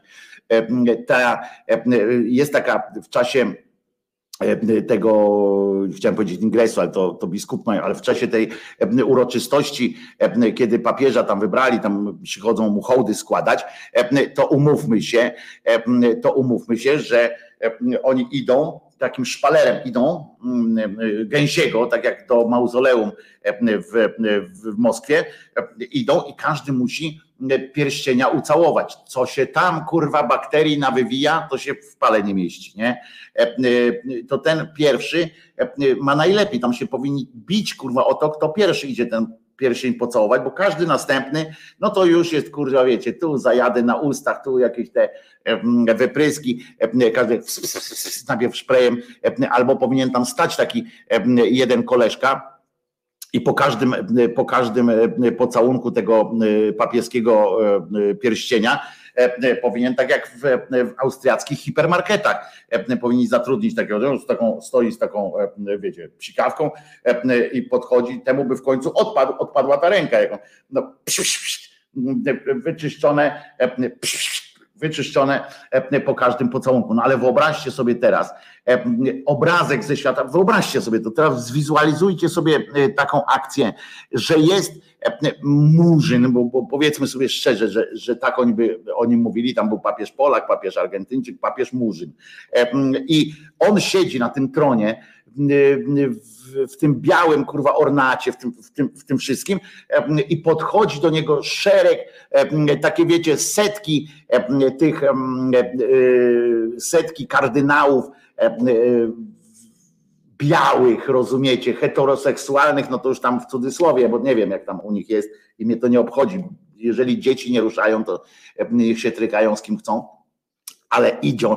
jest taka w czasie tego, chciałem powiedzieć ingresu, ale to biskup mają, ale w czasie tej uroczystości, kiedy papieża tam wybrali, tam przychodzą mu hołdy składać, to umówmy się, że oni idą, takim szpalerem idą, gęsiego, tak jak do mauzoleum w Moskwie, idą i każdy musi pierścienia ucałować. Co się tam, kurwa, bakterii nawywija, to się w pale nie mieści, nie? To ten pierwszy ma najlepiej, tam się powinni bić, kurwa, o to, kto pierwszy idzie ten pierścień pocałować, bo każdy następny, no to już jest, kurwa, wiecie, tu zajady na ustach, tu jakieś te wypryski, każdy najpierw szprejem, albo powinien tam stać taki jeden koleżka i po każdym pocałunku tego papieskiego pierścienia powinien, tak jak w austriackich hipermarketach, powinni zatrudnić takiego, stoi z taką, wiecie, psikawką i podchodzi, temu by w końcu odpadła ta ręka, no, wyczyszczone po każdym pocałunku. No ale wyobraźcie sobie teraz obrazek ze świata, wyobraźcie sobie to, teraz zwizualizujcie sobie taką akcję, że jest Murzyn, bo powiedzmy sobie szczerze, że tak oni by o nim mówili, tam był papież Polak, papież Argentyńczyk, papież Murzyn. I on siedzi na tym tronie, w tym białym kurwa ornacie, w tym wszystkim i podchodzi do niego szereg, takie wiecie, setki kardynałów białych, rozumiecie, heteroseksualnych, no to już tam w cudzysłowie, bo nie wiem jak tam u nich jest i mnie to nie obchodzi. Jeżeli dzieci nie ruszają, to niech się trykają z kim chcą. Ale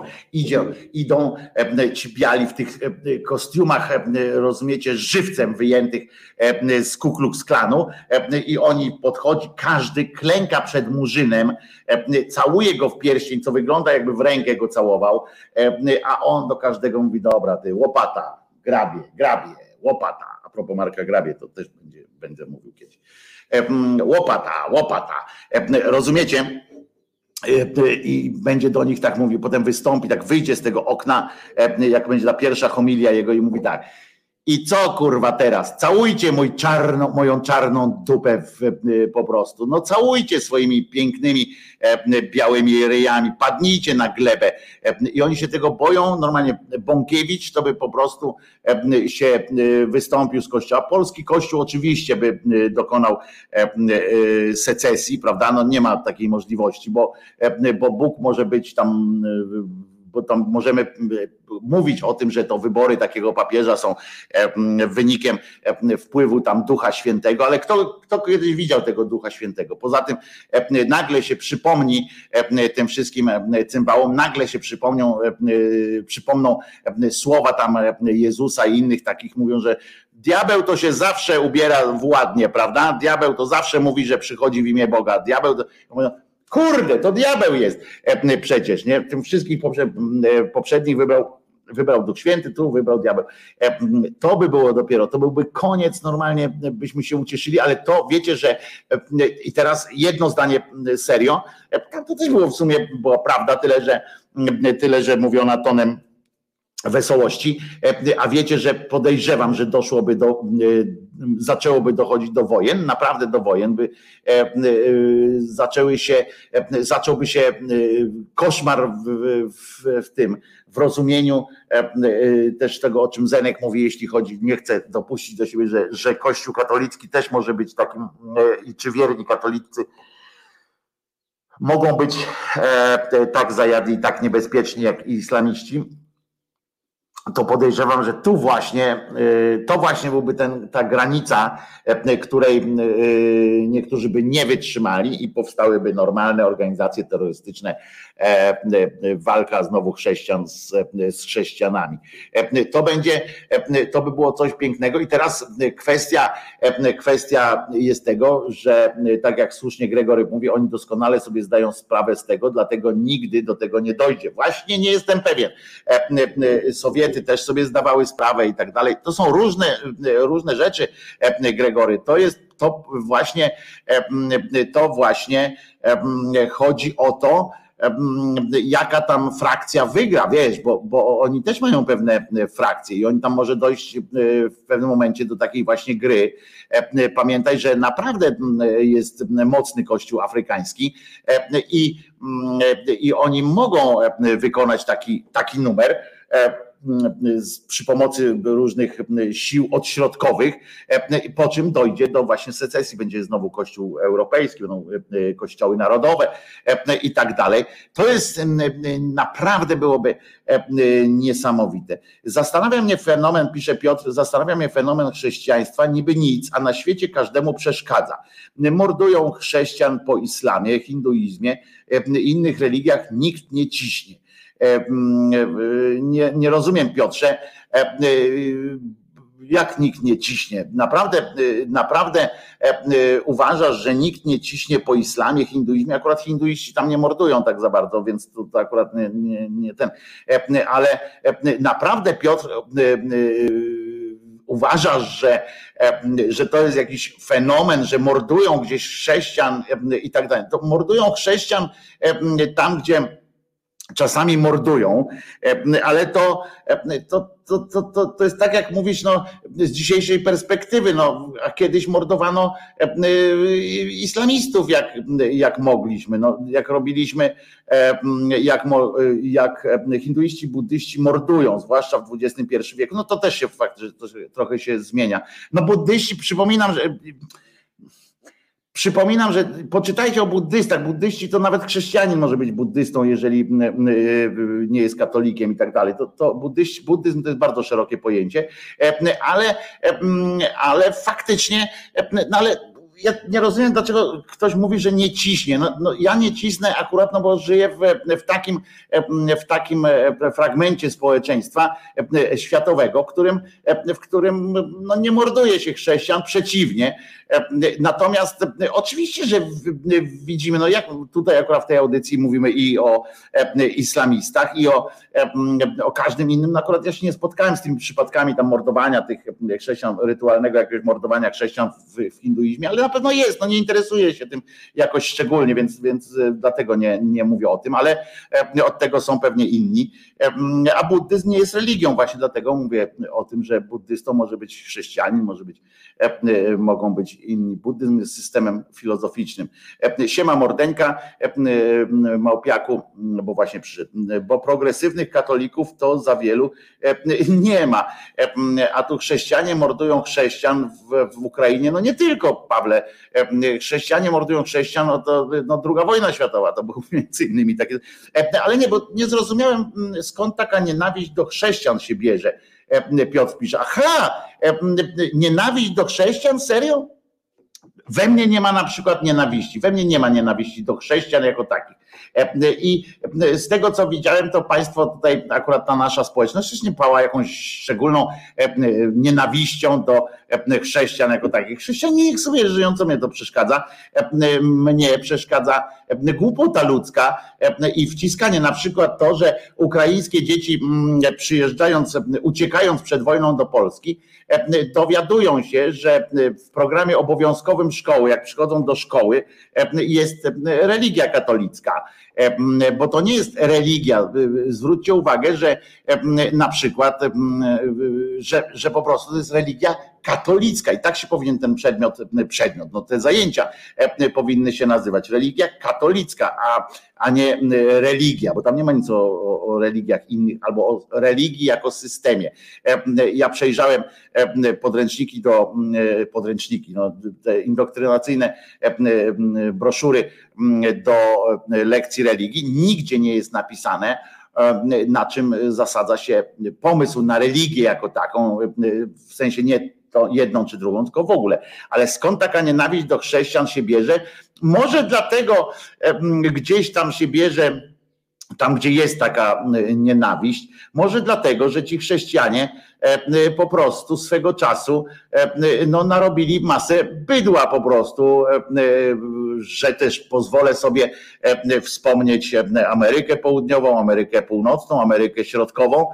idą ci biali w tych kostiumach, rozumiecie, żywcem wyjętych z Ku Klux Klanu i oni podchodzi, każdy klęka przed Murzynem, całuje go w pierścień, co wygląda jakby w rękę go całował, a on do każdego mówi, dobra, ty łopata, grabie, łopata. A propos Marka Grabie, to też będę mówił kiedyś. Łopata, rozumiecie? I będzie do nich tak mówił, potem wystąpi, tak wyjdzie z tego okna, jak będzie ta pierwsza homilia jego i mówi tak: i co kurwa teraz? Całujcie moją czarną dupę po prostu. No całujcie swoimi pięknymi białymi ryjami, padnijcie na glebę. I oni się tego boją. Normalnie Bąkiewicz to by po prostu się wystąpił z kościoła. Polski kościół oczywiście by dokonał secesji, prawda? No nie ma takiej możliwości, bo Bóg może być tam, bo tam możemy mówić o tym, że to wybory takiego papieża są wynikiem wpływu tam Ducha Świętego, ale kto kiedyś widział tego Ducha Świętego? Poza tym nagle się przypomni tym wszystkim cymbałom, nagle się przypomną słowa tam Jezusa i innych takich, mówią, że diabeł to się zawsze ubiera w ładnie, prawda? Diabeł to zawsze mówi, że przychodzi w imię Boga. Diabeł to... Kurde, to diabeł jest przecież, nie? W tym wszystkich poprzednich wybrał Duch Święty, tu wybrał diabeł. To by było dopiero, to byłby koniec, normalnie byśmy się ucieszyli, ale to wiecie, że i teraz jedno zdanie serio, to też było w sumie, była prawda, tyle, że mówiona tonem wesołości, a wiecie, że podejrzewam, że zaczęłoby dochodzić do wojen, naprawdę do wojen, zacząłby się koszmar w rozumieniu też tego, o czym Zenek mówi, jeśli chodzi, nie chcę dopuścić do siebie, że Kościół katolicki też może być takim, czy wierni katolicy mogą być tak zajadli, tak niebezpieczni jak islamiści. To podejrzewam, że to właśnie byłby ta granica, której niektórzy by nie wytrzymali i powstałyby normalne organizacje terrorystyczne, walka znowu chrześcijan z chrześcijanami. To by było coś pięknego i teraz kwestia jest tego, że tak jak słusznie Gregory mówi, oni doskonale sobie zdają sprawę z tego, dlatego nigdy do tego nie dojdzie. Właśnie nie jestem pewien. Sowiety też sobie zdawały sprawę i tak dalej. To są różne rzeczy, Gregory. To właśnie chodzi o to, jaka tam frakcja wygra, wiesz, bo oni też mają pewne frakcje i oni tam może dojść w pewnym momencie do takiej właśnie gry. Pamiętaj, że naprawdę jest mocny kościół afrykański i oni mogą wykonać taki numer przy pomocy różnych sił odśrodkowych, po czym dojdzie do właśnie secesji, będzie znowu Kościół Europejski, będą kościoły narodowe i tak dalej. To jest naprawdę byłoby niesamowite. Pisze Piotr, zastanawia mnie fenomen chrześcijaństwa, niby nic, a na świecie każdemu przeszkadza. Mordują chrześcijan po islamie, hinduizmie, innych religiach nikt nie ciśnie. Nie rozumiem, Piotrze, jak nikt nie ciśnie? Naprawdę uważasz, że nikt nie ciśnie po islamie, hinduizmie? Akurat hinduiści tam nie mordują tak za bardzo, więc to akurat nie ten. Ale naprawdę, Piotr, uważasz, że to jest jakiś fenomen, że mordują gdzieś chrześcijan i tak dalej? To mordują chrześcijan tam, gdzie czasami mordują, ale to jest tak, jak mówisz, no, z dzisiejszej perspektywy, no, a kiedyś mordowano islamistów, jak mogliśmy, no, jak robiliśmy, jak hinduiści, buddyści mordują, zwłaszcza w XXI wieku, no to też się fakt, że to trochę się zmienia. No buddyści, Przypominam, że poczytajcie o buddystach. Buddyści to nawet chrześcijanin może być buddystą, jeżeli nie jest katolikiem i tak dalej. To buddyzm to jest bardzo szerokie pojęcie, ale faktycznie, no ale ja nie rozumiem, dlaczego ktoś mówi, że nie ciśnie. No ja nie cisnę akurat, no bo żyję w takim fragmencie społeczeństwa światowego, w którym no nie morduje się chrześcijan, przeciwnie. Natomiast oczywiście, że widzimy, no jak tutaj akurat w tej audycji mówimy i o islamistach, i o każdym innym. No akurat ja się nie spotkałem z tymi przypadkami tam mordowania tych chrześcijan, rytualnego jakiegoś mordowania chrześcijan w hinduizmie, ale na pewno jest, no nie interesuję się tym jakoś szczególnie, więc dlatego nie mówię o tym, ale od tego są pewnie inni. A buddyzm nie jest religią, właśnie dlatego mówię o tym, że buddystą może być chrześcijanin, mogą być inni. Buddyzm jest systemem filozoficznym. Siema Mordeńka, Małpiaku, bo właśnie przyszedł, bo progresywnych katolików to za wielu nie ma, a tu chrześcijanie mordują chrześcijan w Ukrainie, no nie tylko, Pawle, chrześcijanie mordują chrześcijan, no druga wojna światowa, to było między innymi takie, ale nie, bo nie zrozumiałem, skąd taka nienawiść do chrześcijan się bierze. Piotr pisze, nienawiść do chrześcijan? Serio? We mnie nie ma na przykład nienawiści. We mnie nie ma nienawiści do chrześcijan jako takich. I z tego, co widziałem, to państwo tutaj, akurat ta nasza społeczność też nie pała jakąś szczególną nienawiścią do chrześcijan jako takich. Chrześcijanie niech sobie żyją, co mnie to przeszkadza. Mnie przeszkadza głupota ludzka i wciskanie, na przykład to, że ukraińskie dzieci przyjeżdżając, uciekając przed wojną do Polski, dowiadują się, że w programie obowiązkowym szkoły, jak przychodzą do szkoły, jest religia katolicka, bo to nie jest religia. Zwróćcie uwagę, że na przykład, że po prostu to jest religia katolicka i tak się powinien ten przedmiot, no te zajęcia powinny się nazywać religia katolicka, a nie religia, bo tam nie ma nic o religiach innych albo o religii jako systemie. Ja przejrzałem podręczniki, no, te indoktrynacyjne broszury do lekcji religii. Nigdzie nie jest napisane, na czym zasadza się pomysł na religię jako taką, w sensie nie to jedną czy drugą, tylko w ogóle. Ale skąd taka nienawiść do chrześcijan się bierze? Może dlatego gdzieś tam się bierze, tam gdzie jest taka nienawiść, może dlatego, że ci chrześcijanie po prostu swego czasu no, narobili masę bydła po prostu, że też pozwolę sobie wspomnieć Amerykę Południową, Amerykę Północną, Amerykę Środkową,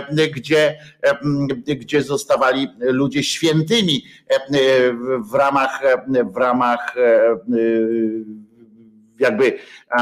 gdzie zostawali ludzie świętymi w ramach jakby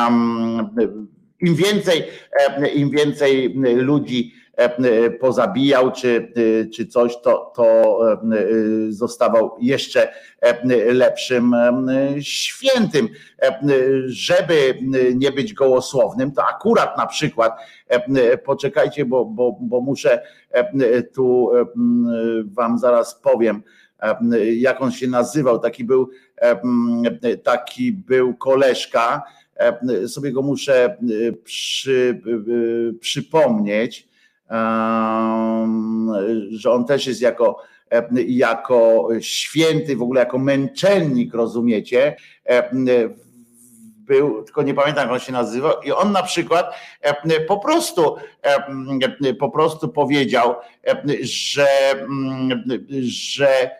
im więcej ludzi pozabijał czy coś, to zostawał jeszcze lepszym świętym. Żeby nie być gołosłownym, to akurat na przykład, poczekajcie, bo muszę tu wam zaraz powiem, jak on się nazywał, taki był koleżka, sobie go muszę przypomnieć, że on też jest jako święty, w ogóle jako męczennik, rozumiecie, był, tylko nie pamiętam jak on się nazywał, i on na przykład po prostu powiedział, że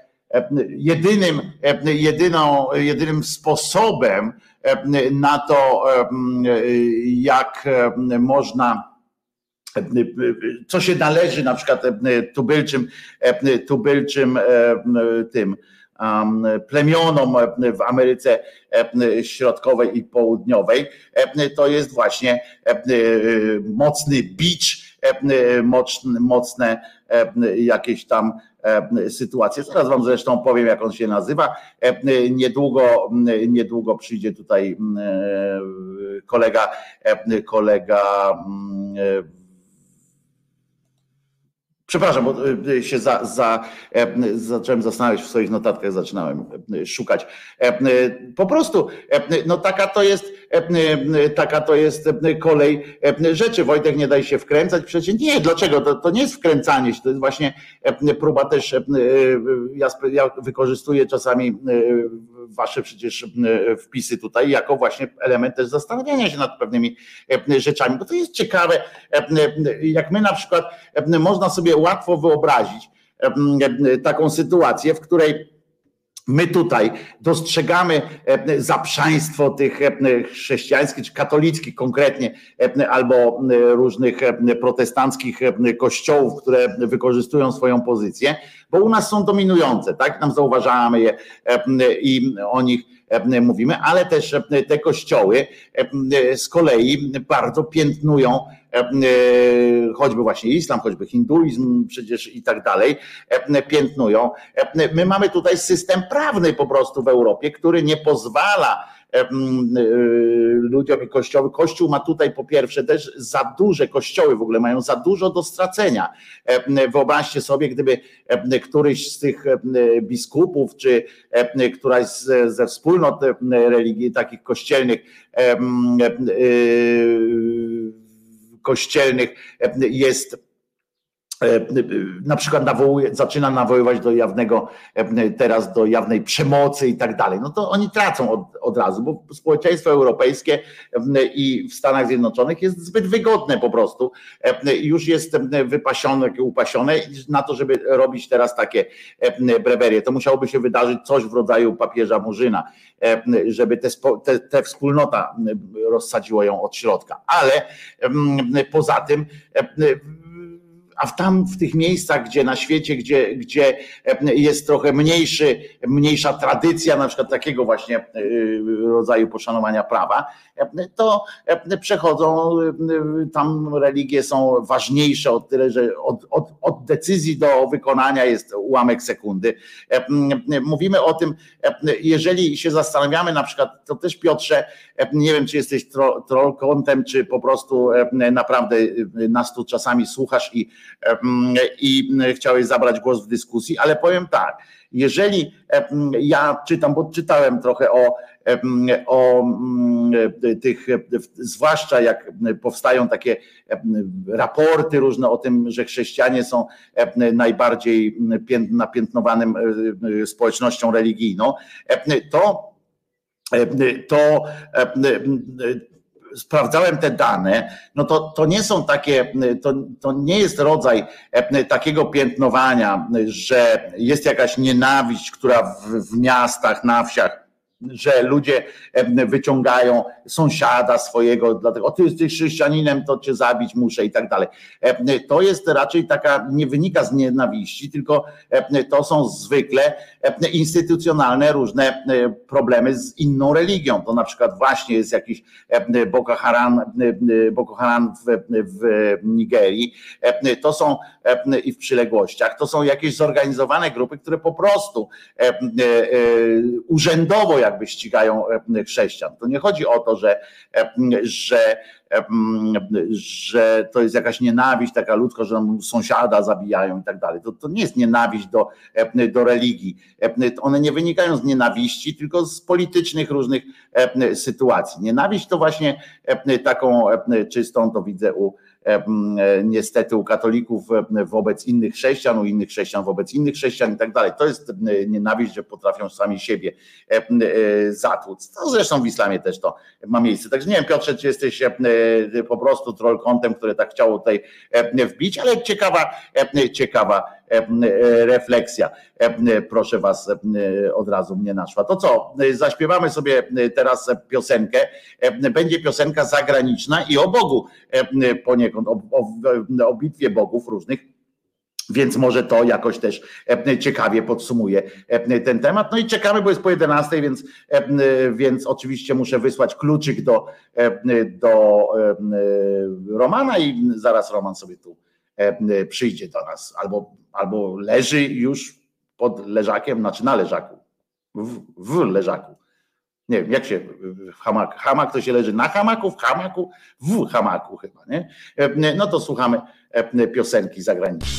jedynym sposobem na to, jak można, co się należy na przykład tubylczym tym plemionom w Ameryce Środkowej i Południowej, to jest właśnie mocny bicz, mocne jakieś tam sytuacje. Zaraz wam zresztą powiem, jak on się nazywa. Niedługo przyjdzie tutaj kolega przepraszam, bo się zacząłem zastanawiać w swoich notatkach, zaczynałem szukać. Po prostu, no taka to jest kolej rzeczy. Wojtek, nie daj się wkręcać. Przecież nie, dlaczego? To nie jest wkręcanie się, to jest właśnie próba też, ja wykorzystuję czasami wasze przecież wpisy tutaj jako właśnie element też zastanawiania się nad pewnymi rzeczami, bo to jest ciekawe, jak my na przykład można sobie łatwo wyobrazić taką sytuację, w której my tutaj dostrzegamy zaprzaństwo tych chrześcijańskich czy katolickich konkretnie, albo różnych protestanckich kościołów, które wykorzystują swoją pozycję, bo u nas są dominujące, tak? Nam zauważamy je i o nich mówimy, ale też te kościoły z kolei bardzo piętnują choćby właśnie islam, choćby hinduizm przecież i tak dalej, piętnują. My mamy tutaj system prawny po prostu w Europie, który nie pozwala ludziom i kościoły. Kościół ma tutaj po pierwsze też za duże, kościoły w ogóle mają za dużo do stracenia. Wyobraźcie sobie, gdyby któryś z tych biskupów, czy któraś ze wspólnot religii takich kościelnych jest na przykład zaczyna nawoływać do teraz do jawnej przemocy i tak dalej, no to oni tracą od razu, bo społeczeństwo europejskie i w Stanach Zjednoczonych jest zbyt wygodne po prostu, już jest upasione na to, żeby robić teraz takie brewerie. To musiałoby się wydarzyć coś w rodzaju papieża Murzyna, żeby te wspólnota rozsadziła ją od środka, ale poza tym a tam w tych miejscach, gdzie na świecie, gdzie jest trochę mniejsza tradycja, na przykład takiego właśnie rodzaju poszanowania prawa, to przechodzą, tam religie są ważniejsze od tyle, że od decyzji do wykonania jest ułamek sekundy. Mówimy o tym, jeżeli się zastanawiamy na przykład, to też Piotrze, nie wiem, czy jesteś trollkontem, czy po prostu naprawdę nas tu czasami słuchasz i chciałeś zabrać głos w dyskusji, ale powiem tak, jeżeli ja czytam, bo czytałem trochę o tych, zwłaszcza jak powstają takie raporty różne o tym, że chrześcijanie są najbardziej napiętnowanym społecznością religijną, to sprawdzałem te dane, no to nie są takie, to nie jest rodzaj takiego piętnowania, że jest jakaś nienawiść, która w miastach, na wsiach, że ludzie wyciągają sąsiada swojego, dlatego o ty jesteś chrześcijaninem, to cię zabić muszę i tak dalej. To jest raczej taka, nie wynika z nienawiści, tylko to są zwykle instytucjonalne różne problemy z inną religią. To na przykład właśnie jest jakiś Boko Haram w Nigerii, to są i w przyległościach, to są jakieś zorganizowane grupy, które po prostu urzędowo jakby ścigają chrześcijan. To nie chodzi o to, że że to jest jakaś nienawiść taka ludzka, że sąsiada zabijają i tak dalej. To nie jest nienawiść do religii. One nie wynikają z nienawiści, tylko z politycznych różnych sytuacji. Nienawiść to właśnie taką czystą, to widzę niestety u katolików wobec innych chrześcijan, u innych chrześcijan wobec innych chrześcijan i tak dalej. To jest nienawiść, że potrafią sami siebie zatłuc. To zresztą w islamie też to ma miejsce. Także nie wiem, Piotrze, czy jesteś po prostu trollkątem, które tak chciało tutaj wbić, ale ciekawa refleksja. Proszę was, od razu mnie naszła. To co, zaśpiewamy sobie teraz piosenkę. Będzie piosenka zagraniczna i o Bogu poniekąd, o bitwie bogów różnych. Więc może to jakoś też ciekawie podsumuje ten temat. No i czekamy, bo jest po 11, więc oczywiście muszę wysłać kluczyk do Romana i zaraz Roman sobie tu przyjdzie do nas. Albo leży już pod leżakiem, znaczy na leżaku, w leżaku. Nie wiem, jak się hamak to się leży na hamaku, w hamaku, w hamaku chyba, nie? No to słuchamy piosenki zagranicznej.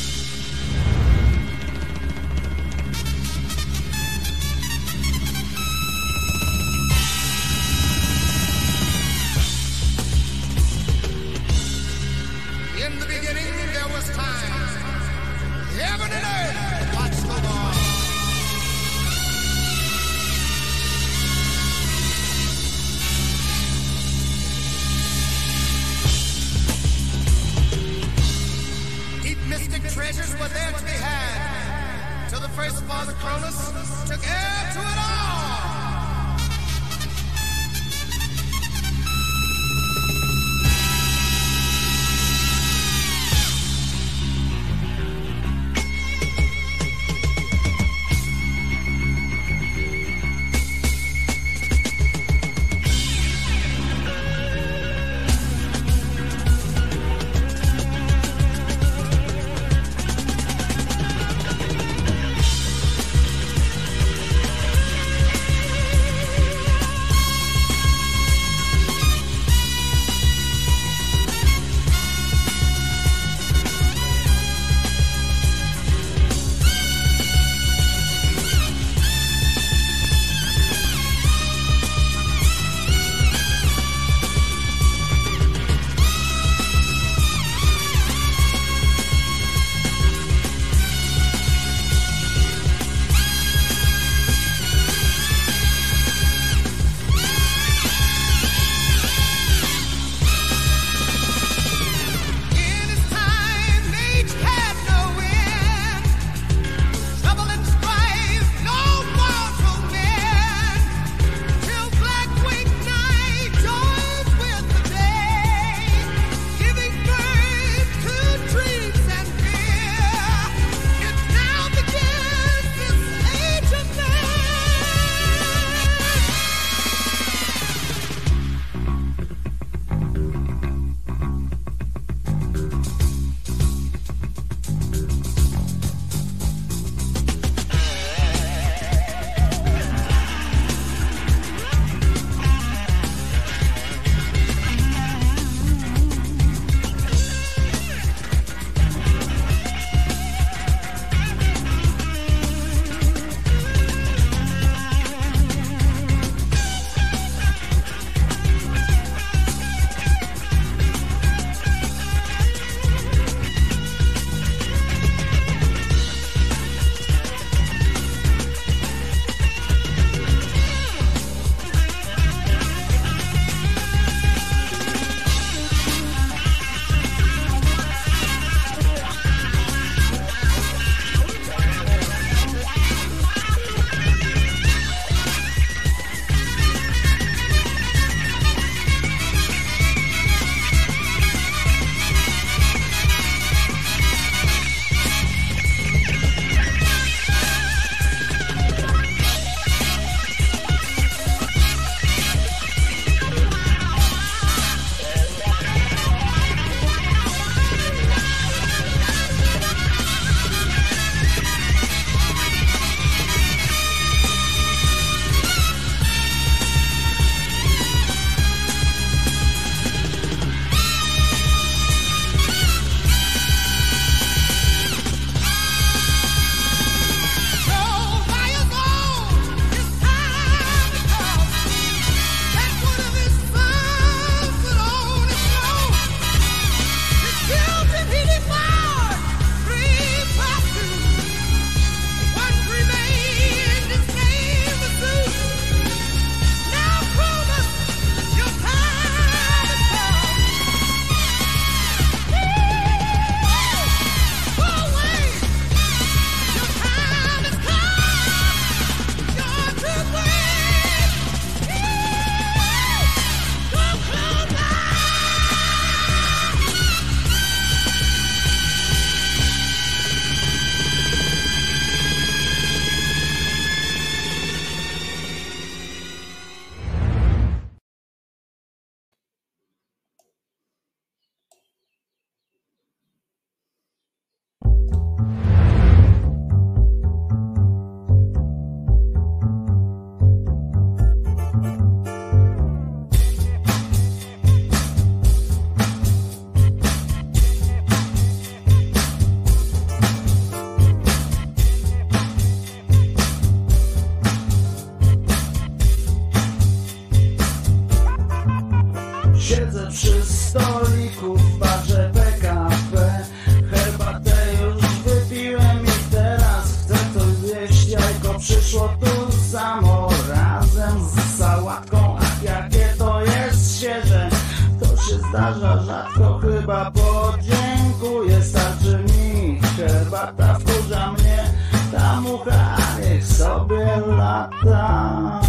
Siedzę przy stoliku w barze PKP. Herbatę już wypiłem i teraz chcę coś zjeść. Jajko przyszło tu samo razem z sałatką. Ach, jakie to jest świeże, to się zdarza rzadko. Chyba podziękuję, starczy mi herbata, wkurza mnie ta mucha, niech sobie lata.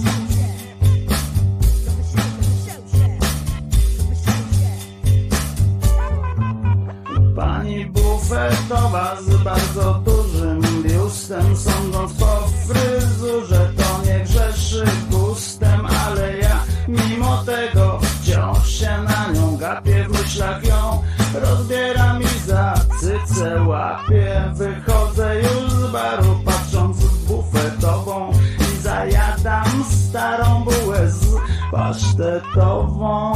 Pani bufetowa z bardzo dużym biustem, sądząc po fryzurze, to nie grzeszy gustem, ale ja mimo tego wciąż się na nią gapię, w myślach ją rozbieram i za cycę łapię. Wychodzę już z baru, patrząc w bufetową, i zajadam starą bułę z pasztetową.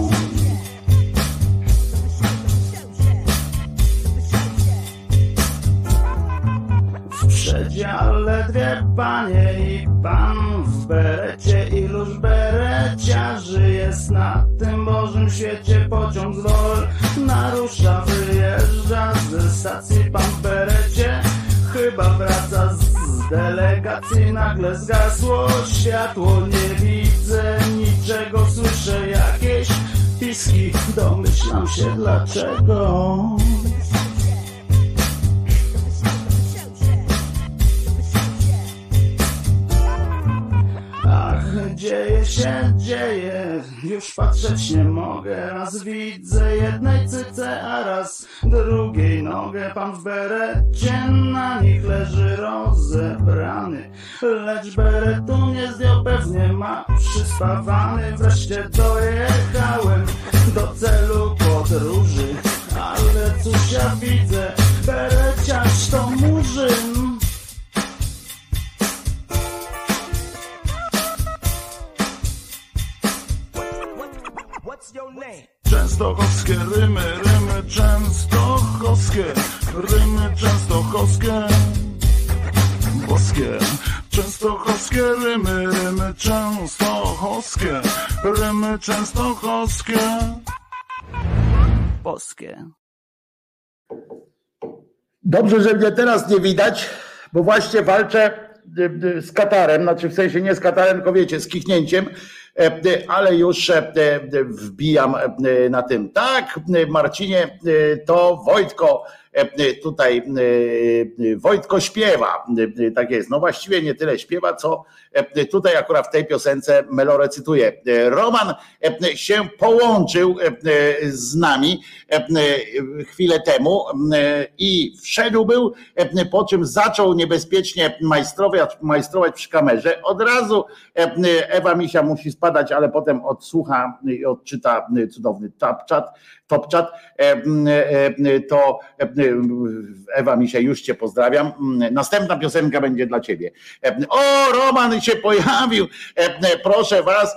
W przedziale dwie panie i pan w berecie. Iluż bereciarzy jest na tym Bożym świecie. Pociąg z Wolna rusza, wyjeżdża ze stacji pan w berecie. Chyba wraca z delegacji. Nagle zgasło światło, nie widzę niczego. Słyszę jakieś piski, domyślam się dlaczego. Dzieje się, dzieje, już patrzeć nie mogę. Raz widzę jednej cyce, a raz drugiej nogę. Pan w berecie na nich leży rozebrany, lecz beretu nie zdjął, pewnie ma przyspawany. Wreszcie dojechałem do celu podróży, ale cóż ja widzę, bereciarz to murzyn. Częstochowskie rymy, rymy częstochowskie, rymy częstochowskie, boskie. Częstochowskie rymy, rymy częstochowskie, rymy częstochowskie, boskie. Dobrze, że mnie teraz nie widać, bo właśnie walczę z katarem, znaczy w sensie nie z katarem, tylko wiecie, z kichnięciem, ale już wbijam na tym. Tak, Marcinie, to Wojtko tutaj, Wojtko śpiewa, tak jest, no właściwie nie tyle śpiewa, co tutaj akurat w tej piosence melorecytuje. Roman się połączył z nami chwilę temu i wszedł był, po czym zaczął niebezpiecznie majstrować przy kamerze. Od razu Ewa Misia musi spadać, ale potem odsłucha i odczyta cudowny top chat, to Ewa Misia, już cię pozdrawiam. Następna piosenka będzie dla ciebie. O, Roman się pojawił, proszę was,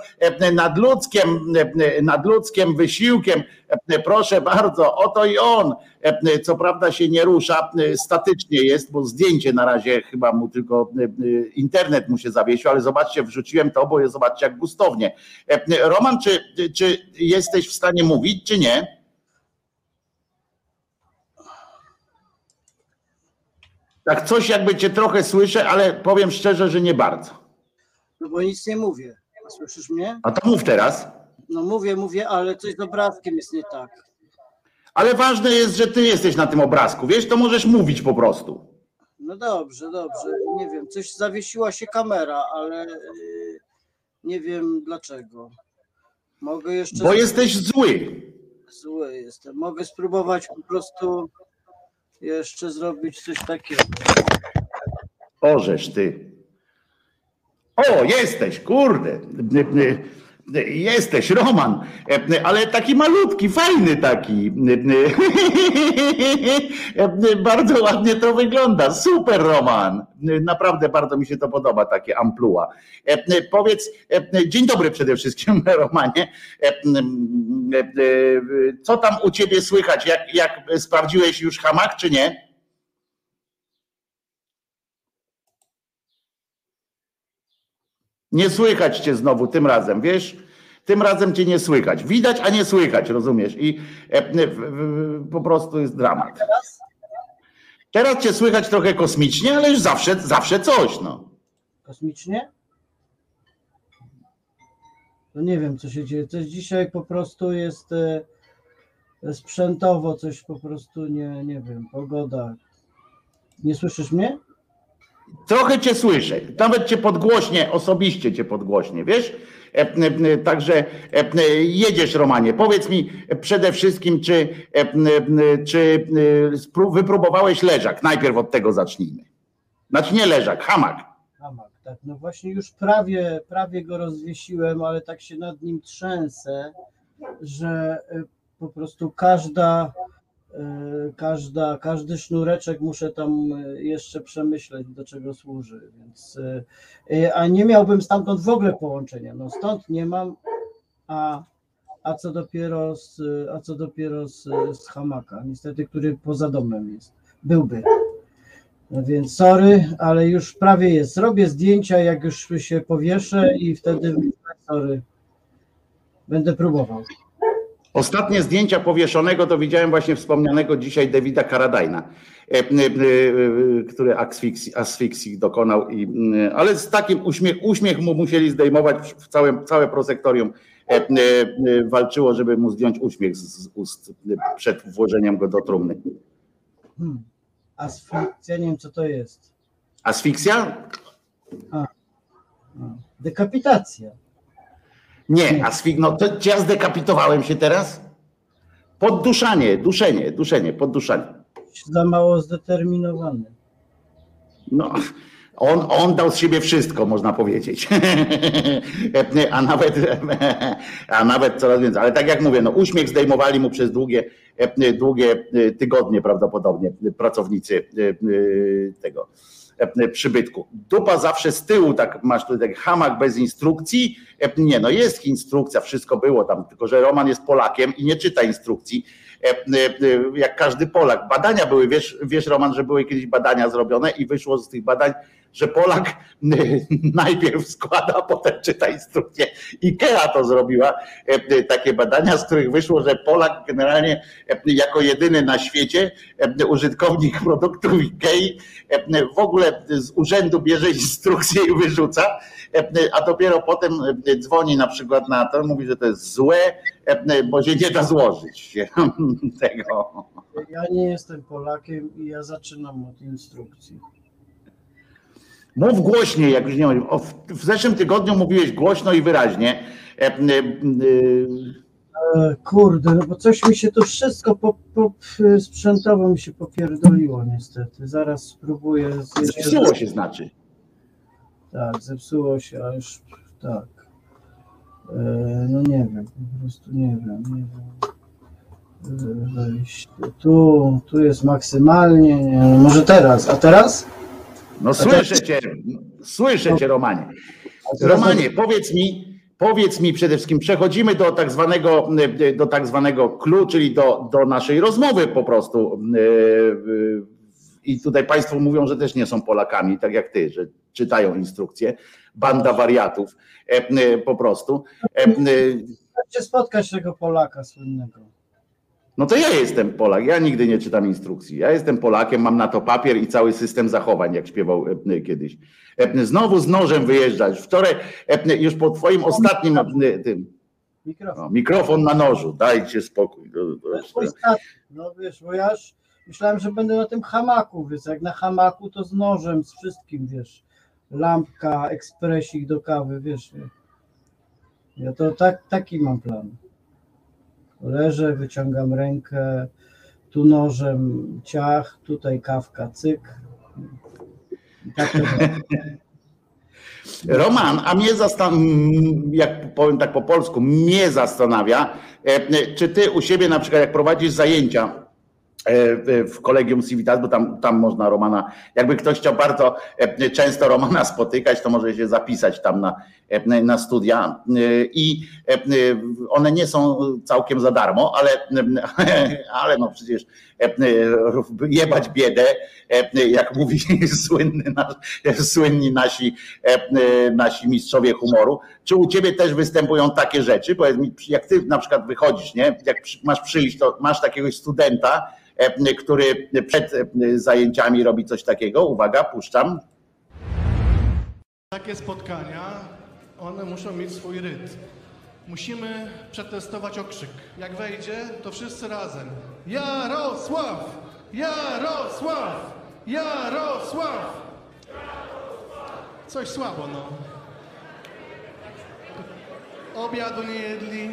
nadludzkim wysiłkiem, proszę bardzo, oto i on. Co prawda się nie rusza, statycznie jest, bo zdjęcie na razie chyba mu tylko internet mu się zawiesił, ale zobaczcie, wrzuciłem to, bo zobaczcie jak gustownie. Roman, czy jesteś w stanie mówić, czy nie? Tak coś jakby cię trochę słyszę, ale powiem szczerze, że nie bardzo. No bo nic nie mówię. Słyszysz mnie? A to mów teraz. No mówię, ale coś z obrazkiem jest nie tak. Ale ważne jest, że ty jesteś na tym obrazku, wiesz, to możesz mówić po prostu. No dobrze. Nie wiem, coś zawiesiła się kamera, ale nie wiem dlaczego. Mogę jeszcze... Bo jesteś zły. Zły jestem. Mogę spróbować po prostu jeszcze zrobić coś takiego. Ożeż ty. O, jesteś, kurde. Jesteś, Roman, ale taki malutki, fajny taki. Bardzo ładnie to wygląda. Super, Roman. Naprawdę bardzo mi się to podoba, takie amplua. Powiedz, dzień dobry przede wszystkim, Romanie. Co tam u ciebie słychać? Jak sprawdziłeś już hamak, czy nie? Nie słychać cię znowu tym razem, wiesz? tym razem cię nie słychać. Widać, a nie słychać, rozumiesz? I po prostu jest dramat. Teraz cię słychać trochę kosmicznie, ale już zawsze coś, no. Kosmicznie? No nie wiem, co się dzieje. Coś dzisiaj po prostu jest sprzętowo, coś po prostu nie wiem, pogoda. Nie słyszysz mnie? Trochę cię słyszę, nawet cię podgłośnie, osobiście cię podgłośnie, wiesz? Także jedziesz, Romanie. Powiedz mi przede wszystkim, czy wypróbowałeś leżak? Najpierw od tego zacznijmy. Znaczy nie leżak, hamak. Hamak, tak. No właśnie już prawie go rozwiesiłem, ale tak się nad nim trzęsę, że po prostu każdy sznureczek muszę tam jeszcze przemyśleć, do czego służy, więc a nie miałbym stamtąd w ogóle połączenia, no stąd nie mam, a co dopiero z hamaka, niestety, który poza domem jest, byłby. No więc sorry, ale już prawie jest. Zrobię zdjęcia, jak już się powieszę i wtedy sorry, będę próbował. Ostatnie zdjęcia powieszonego to widziałem właśnie wspomnianego dzisiaj Davida Carradina, który asfiksji dokonał, ale z takim uśmiech mu musieli zdejmować, całe prosektorium walczyło, żeby mu zdjąć uśmiech z ust przed włożeniem go do trumny. Asfiksja, nie wiem co to jest. Asfiksja? Dekapitacja. Nie, no to ja zdekapitowałem się teraz. Duszenie, podduszanie. Za mało zdeterminowany. No, on dał z siebie wszystko, można powiedzieć. A nawet coraz więcej. Ale tak jak mówię, no uśmiech zdejmowali mu przez długie tygodnie prawdopodobnie pracownicy tego przybytku. Dupa zawsze z tyłu, tak masz tutaj hamak bez instrukcji. Nie, no jest instrukcja, wszystko było tam, tylko że Roman jest Polakiem i nie czyta instrukcji, jak każdy Polak. Badania były, wiesz Roman, że były kiedyś badania zrobione i wyszło z tych badań, że Polak najpierw składa, a potem czyta instrukcję. IKEA to zrobiła, takie badania, z których wyszło, że Polak generalnie jako jedyny na świecie użytkownik produktów IKEA w ogóle z urzędu bierze instrukcję i wyrzuca, a dopiero potem dzwoni na przykład na to, mówi, że to jest złe, bo się nie da złożyć tego. Ja nie jestem Polakiem i ja zaczynam od instrukcji. Mów głośniej, jak już nie mówię. W zeszłym tygodniu mówiłeś głośno i wyraźnie. Kurde, no bo coś mi się to wszystko sprzętowo mi się popierdoliło niestety. Zaraz spróbuję. Zepsuło się znaczy. Tak, zepsuło się, a już tak. No nie wiem, po prostu nie wiem. Tu jest maksymalnie, nie, może teraz, a teraz? No słyszę cię Romanie. Romanie, powiedz mi przede wszystkim, przechodzimy do tak zwanego clue, czyli do naszej rozmowy po prostu. I tutaj państwo mówią, że też nie są Polakami, tak jak ty, że czytają instrukcje. Banda wariatów po prostu. Chcecie spotkać tego Polaka słynnego. No to ja jestem Polak, ja nigdy nie czytam instrukcji. Ja jestem Polakiem, mam na to papier i cały system zachowań, jak śpiewał kiedyś. Znowu z nożem wyjeżdżasz. Wczoraj już po twoim ostatnim mikrofon na nożu, dajcie spokój. No wiesz, bo ja już myślałem, że będę na tym hamaku, więc jak na hamaku to z nożem, z wszystkim, wiesz. Lampka, ekspresik do kawy, wiesz. Ja to taki mam plan. Leżę, wyciągam rękę, tu nożem ciach, tutaj kawka, cyk. Roman, a mnie jak powiem tak po polsku, mnie zastanawia, czy ty u siebie na przykład jak prowadzisz zajęcia w Collegium Civitas, bo tam można Romana, jakby ktoś chciał bardzo często Romana spotykać, to może się zapisać tam na studia i one nie są całkiem za darmo, ale no przecież jebać biedę, jak mówi słynni nasi mistrzowie humoru, czy u ciebie też występują takie rzeczy? Powiedz mi, jak ty na przykład wychodzisz, nie? Jak masz przyjść, to masz takiegoś studenta, który przed zajęciami robi coś takiego. Uwaga, puszczam. Takie spotkania, one muszą mieć swój rytm. Musimy przetestować okrzyk. Jak wejdzie, to wszyscy razem. Jarosław! Jarosław! Jarosław! Coś słabo, no. Obiadu nie jedli.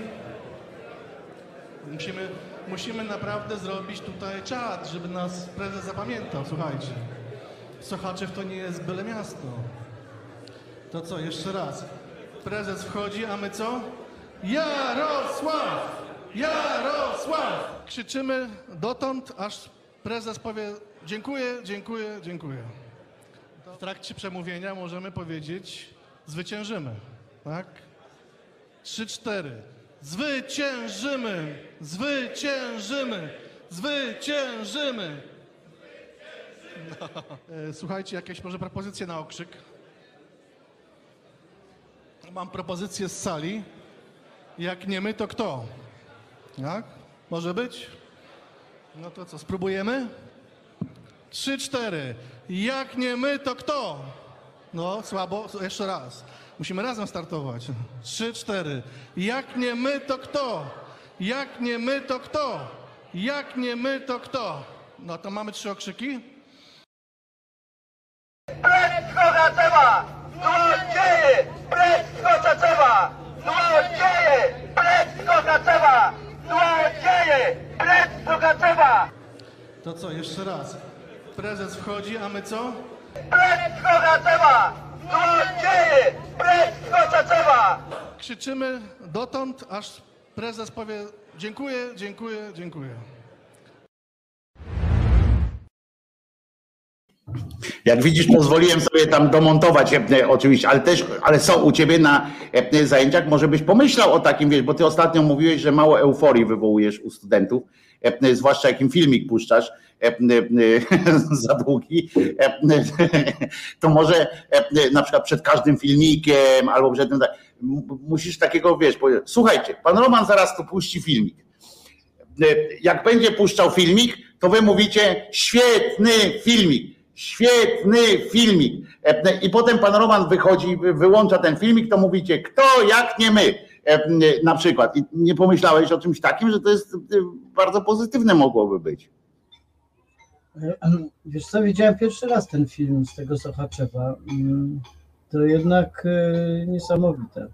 Musimy naprawdę zrobić tutaj czat, żeby nas prezes zapamiętał. Słuchajcie, Sochaczew to nie jest byle miasto. To co, jeszcze raz. Prezes wchodzi, a my co? Jarosław! Jarosław! Krzyczymy dotąd, aż prezes powie dziękuję, dziękuję, dziękuję. W trakcie przemówienia możemy powiedzieć zwyciężymy, tak? 3-4. Zwyciężymy! Zwyciężymy! Zwyciężymy! No. Słuchajcie, jakieś może propozycje na okrzyk? Mam propozycję z sali. Jak nie my, to kto? Jak? Może być? No to co, spróbujemy? 3-4. Jak nie my, to kto? No, słabo. Jeszcze raz. Musimy razem startować. 3-4. Jak nie my, to kto? Jak nie my, to kto? Jak nie my, to kto? No to mamy 3 okrzyki. Precz Sochaczewa! Złodzieje! Precz Sochaczewa! Złodzieje! Precz Sochaczewa! Złodzieje! Precz Sochaczewa! To co, jeszcze raz. Prezes wchodzi, a my co? Precz Sochaczewa! Złodzieje! Precz Sochaczewa! Krzyczymy dotąd, aż prezes powie dziękuję, dziękuję, dziękuję. Jak widzisz, pozwoliłem sobie tam domontować oczywiście, ale są u ciebie na zajęciach, może byś pomyślał o takim, wiesz, bo ty ostatnio mówiłeś, że mało euforii wywołujesz u studentów, zwłaszcza jakim filmik puszczasz za długi, to może na przykład przed każdym filmikiem albo przed tym, musisz takiego, wiesz, powiedzieć, słuchajcie, pan Roman zaraz tu puści filmik. Jak będzie puszczał filmik, to wy mówicie świetny filmik. Świetny filmik. I potem pan Roman wychodzi, wyłącza ten filmik, to mówicie, kto jak nie my, na przykład. I nie pomyślałeś o czymś takim, że to jest bardzo pozytywne mogłoby być. Wiesz co, widziałem pierwszy raz ten film z tego Sochaczewa. To jednak niesamowite.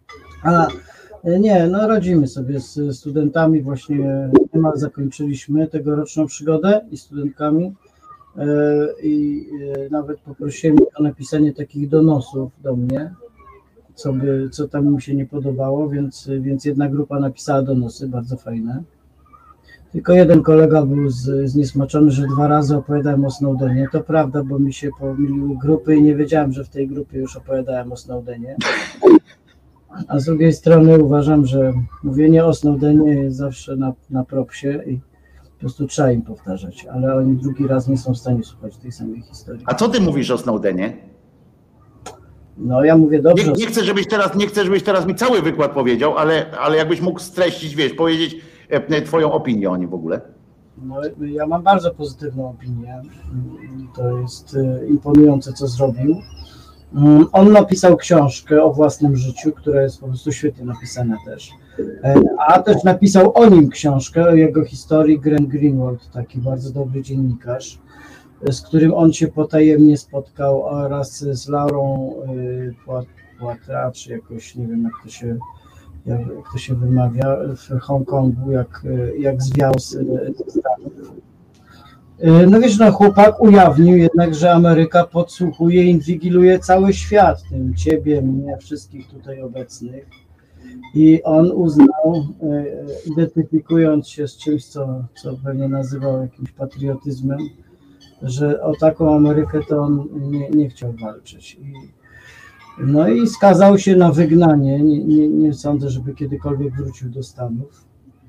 Nie, no radzimy sobie z studentami, właśnie niemal zakończyliśmy tegoroczną przygodę i studentkami. I nawet poprosiłem ich o napisanie takich donosów do mnie, co tam mi się nie podobało, więc jedna grupa napisała donosy, bardzo fajne. Tylko jeden kolega był zniesmaczony, że 2 razy opowiadałem o Snowdenie. To prawda, bo mi się pomyliły grupy i nie wiedziałem, że w tej grupie już opowiadałem o Snowdenie. A z drugiej strony uważam, że mówienie o Snowdenie jest zawsze na propsie i po prostu trzeba im powtarzać, ale oni drugi raz nie są w stanie słuchać tej samej historii. A co ty mówisz o Snowdenie? No ja mówię dobrze. Nie chcę, żebyś teraz mi cały wykład powiedział, ale jakbyś mógł streścić, wiesz, powiedzieć twoją opinię o nim w ogóle. No, ja mam bardzo pozytywną opinię. To jest imponujące, co zrobił. On napisał książkę o własnym życiu, która jest po prostu świetnie napisana też. A też napisał o nim książkę, o jego historii, Graham Greenwald, taki bardzo dobry dziennikarz, z którym on się potajemnie spotkał oraz z Laurą Poitras, czy jakoś, nie wiem jak to się wymawia, w Hongkongu, jak zwiał z Stanów. No wiesz, no chłopak ujawnił jednak, że Ameryka podsłuchuje, inwigiluje cały świat, tym ciebie, mnie, wszystkich tutaj obecnych. I on uznał, identyfikując się z czymś, co pewnie nazywał jakimś patriotyzmem, że o taką Amerykę to on nie chciał walczyć. No i skazał się na wygnanie. Nie sądzę, żeby kiedykolwiek wrócił do Stanów.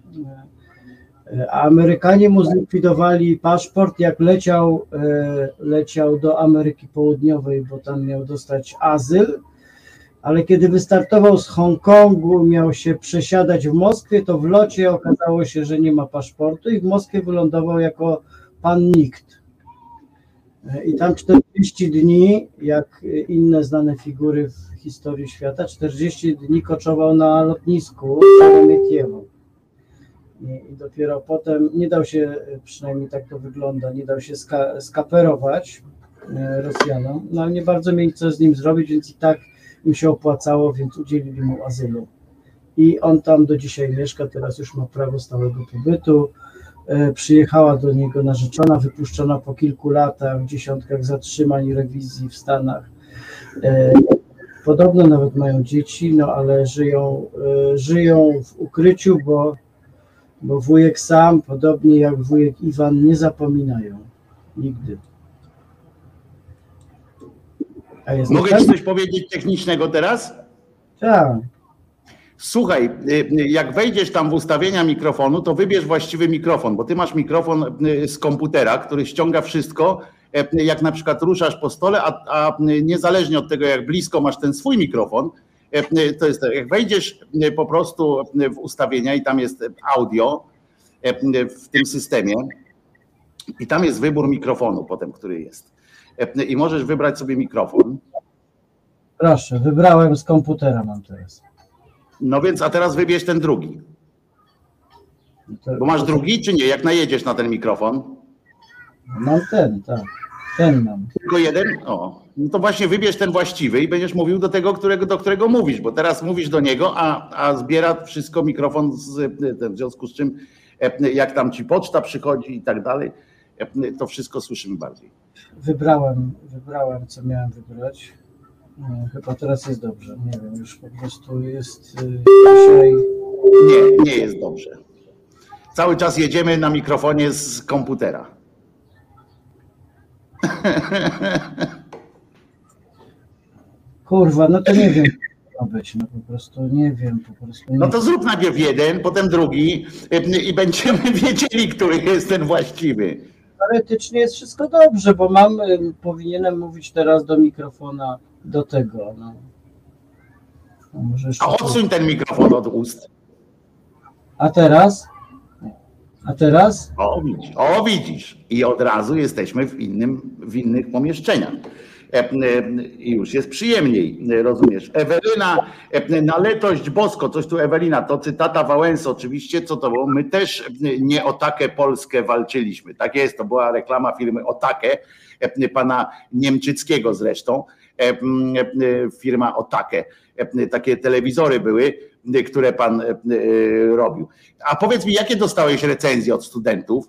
A Amerykanie mu zlikwidowali paszport, jak leciał do Ameryki Południowej, bo tam miał dostać azyl. ale kiedy wystartował z Hongkongu, miał się przesiadać w Moskwie, to w locie okazało się, że nie ma paszportu i w Moskwie wylądował jako pan nikt. I tam 40 dni, jak inne znane figury w historii świata, 40 dni koczował na lotnisku Szeremetiewo. I dopiero potem nie dał się, przynajmniej tak to wygląda, nie dał się skaperować Rosjanom, no ale nie bardzo mieli co z nim zrobić, więc i tak im się opłacało, więc udzielili mu azylu. I on tam do dzisiaj mieszka, teraz już ma prawo stałego pobytu. Przyjechała do niego narzeczona, wypuszczona po kilku latach, w dziesiątkach zatrzymań i rewizji w Stanach. Podobno nawet mają dzieci, no ale żyją w ukryciu, bo wujek sam, podobnie jak wujek Iwan, nie zapominają. Nigdy. Mogę ci coś powiedzieć technicznego teraz? Tak. Słuchaj, jak wejdziesz tam w ustawienia mikrofonu, to wybierz właściwy mikrofon, bo ty masz mikrofon z komputera, który ściąga wszystko, jak na przykład ruszasz po stole, a niezależnie od tego, jak blisko masz ten swój mikrofon, to jest tak, jak wejdziesz po prostu w ustawienia i tam jest audio w tym systemie i tam jest wybór mikrofonu potem, który jest. I możesz wybrać sobie mikrofon. Proszę, wybrałem z komputera, mam teraz. No więc, a teraz wybierz ten drugi. Bo masz drugi, czy nie? Jak najedziesz na ten mikrofon? Mam ten, tak. Ten mam. Tylko jeden? O, no to właśnie wybierz ten właściwy i będziesz mówił do tego, do którego mówisz, bo teraz mówisz do niego, a zbiera wszystko mikrofon, w związku z czym jak tam ci poczta przychodzi i tak dalej, to wszystko słyszymy bardziej. Wybrałem, co miałem wybrać. Chyba teraz jest dobrze. Nie wiem, już po prostu jest dzisiaj... Nie jest dobrze. Cały czas jedziemy na mikrofonie z komputera. Kurwa, no to nie wiem, co ma być. No po prostu nie wiem. No to zrób najpierw jeden, potem drugi i będziemy wiedzieli, który jest ten właściwy. Teoretycznie jest wszystko dobrze, bo powinienem mówić teraz do mikrofona, do tego. No. A odsuń ten mikrofon od ust. A teraz? O, widzisz. I od razu jesteśmy w innych pomieszczeniach. I już jest przyjemniej, rozumiesz. Ewelina, na letość bosko, coś tu Ewelina, to cytata Wałęsy oczywiście, co to było? My też nie o takę Polskę walczyliśmy. Tak jest, to była reklama firmy Otake, pana Niemczyckiego zresztą, firma Otake. Takie telewizory były, które pan robił. A powiedz mi, jakie dostałeś recenzje od studentów?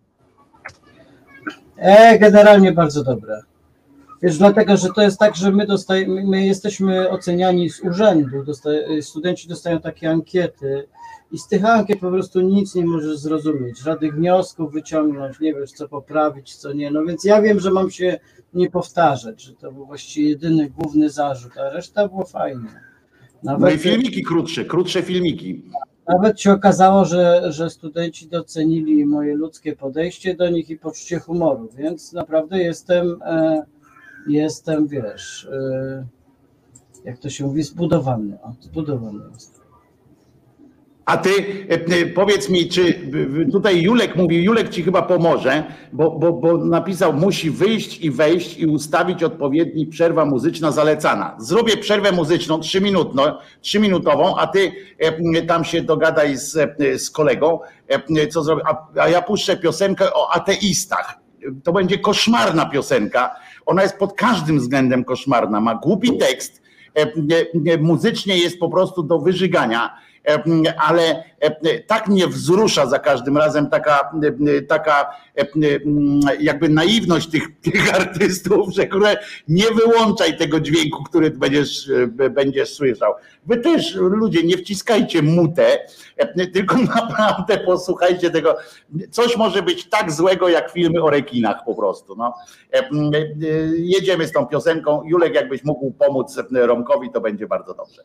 Generalnie bardzo dobre. Wiesz, dlatego, że to jest tak, że my jesteśmy oceniani z urzędu, studenci dostają takie ankiety i z tych ankiet po prostu nic nie możesz zrozumieć, żadnych wniosków wyciągnąć, nie wiesz co poprawić, co nie, no więc ja wiem, że mam się nie powtarzać, że to był właściwie jedyny główny zarzut, a reszta było fajnie. No i filmiki krótsze filmiki. Nawet się okazało, że studenci docenili moje ludzkie podejście do nich i poczucie humoru, więc naprawdę jestem, wiesz, jak to się mówi, zbudowany jest. A ty powiedz mi, czy tutaj Julek mówi, Julek ci chyba pomoże, bo napisał, musi wyjść i wejść i ustawić odpowiedni przerwa muzyczna zalecana. Zrobię przerwę muzyczną 3-minutową, a ty tam się dogadaj z kolegą, co zrobię, a ja puszczę piosenkę o ateistach. To będzie koszmarna piosenka, ona jest pod każdym względem koszmarna, ma głupi tekst, muzycznie jest po prostu do wyżygania, ale tak mnie wzrusza za każdym razem taka jakby naiwność tych artystów, że nie wyłączaj tego dźwięku, który będziesz słyszał. Wy też, ludzie, nie wciskajcie mutę, tylko naprawdę posłuchajcie tego. Coś może być tak złego jak filmy o rekinach po prostu. No. Jedziemy z tą piosenką. Julek, jakbyś mógł pomóc Romkowi, to będzie bardzo dobrze.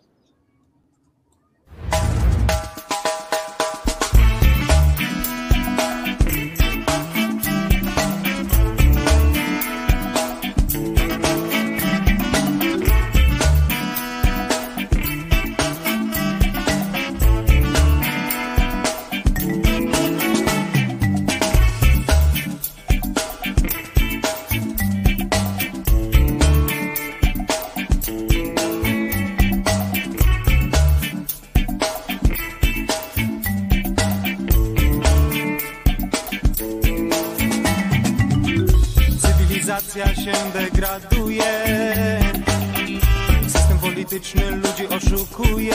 Cywilizacja się degraduje, system polityczny ludzi oszukuje,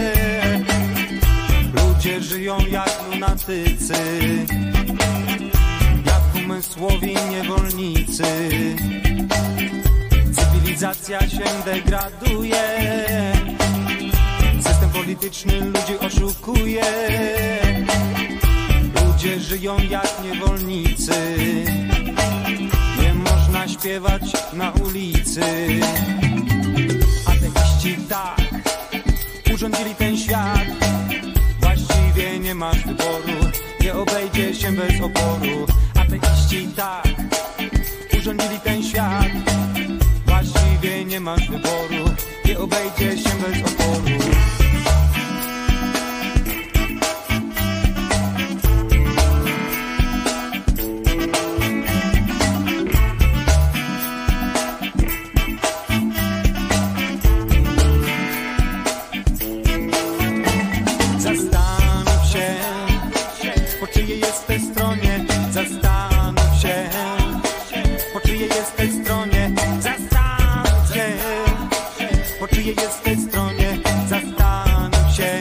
ludzie żyją jak lunatycy, jak umysłowi niewolnicy. Cywilizacja się degraduje, system polityczny ludzi oszukuje, ludzie żyją jak niewolnicy. Nie można śpiewać na ulicy. Ateiści tak urządzili ten świat, właściwie nie masz wyboru, nie obejdzie się bez oporu. Ateiści tak urządzili ten świat, właściwie nie masz wyboru, nie obejdzie się bez oporu. Zastanów się, po czyjej jesteś stronie. Zastanów się, po czyjej jesteś stronie. Zastanów się, po czyjej jesteś stronie. Zastanów się.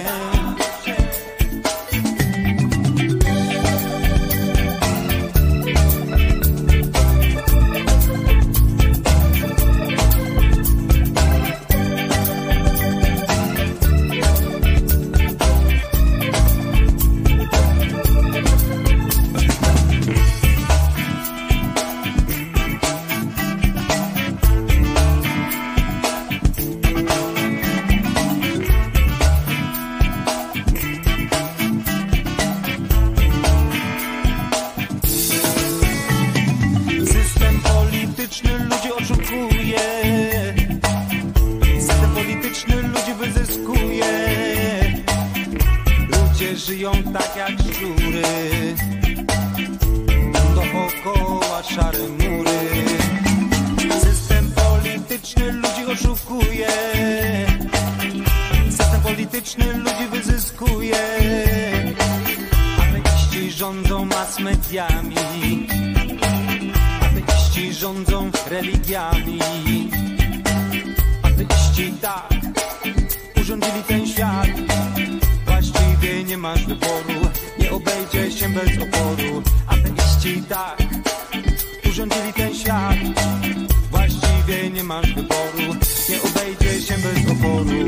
System polityczny ludzi oszukuje, system polityczny ludzi wyzyskuje, ludzie żyją tak jak szczury, dookoła szare mury. System polityczny ludzi oszukuje, system polityczny ludzi wyzyskuje, ateiści rządzą mass mediami, ateiści rządzą religiami. Ateiści tak urządzili ten świat, właściwie nie masz wyboru, nie obejdzie się bez oporu. Ateiści tak urządzili ten świat, właściwie nie masz wyboru, nie obejdzie się bez oporu.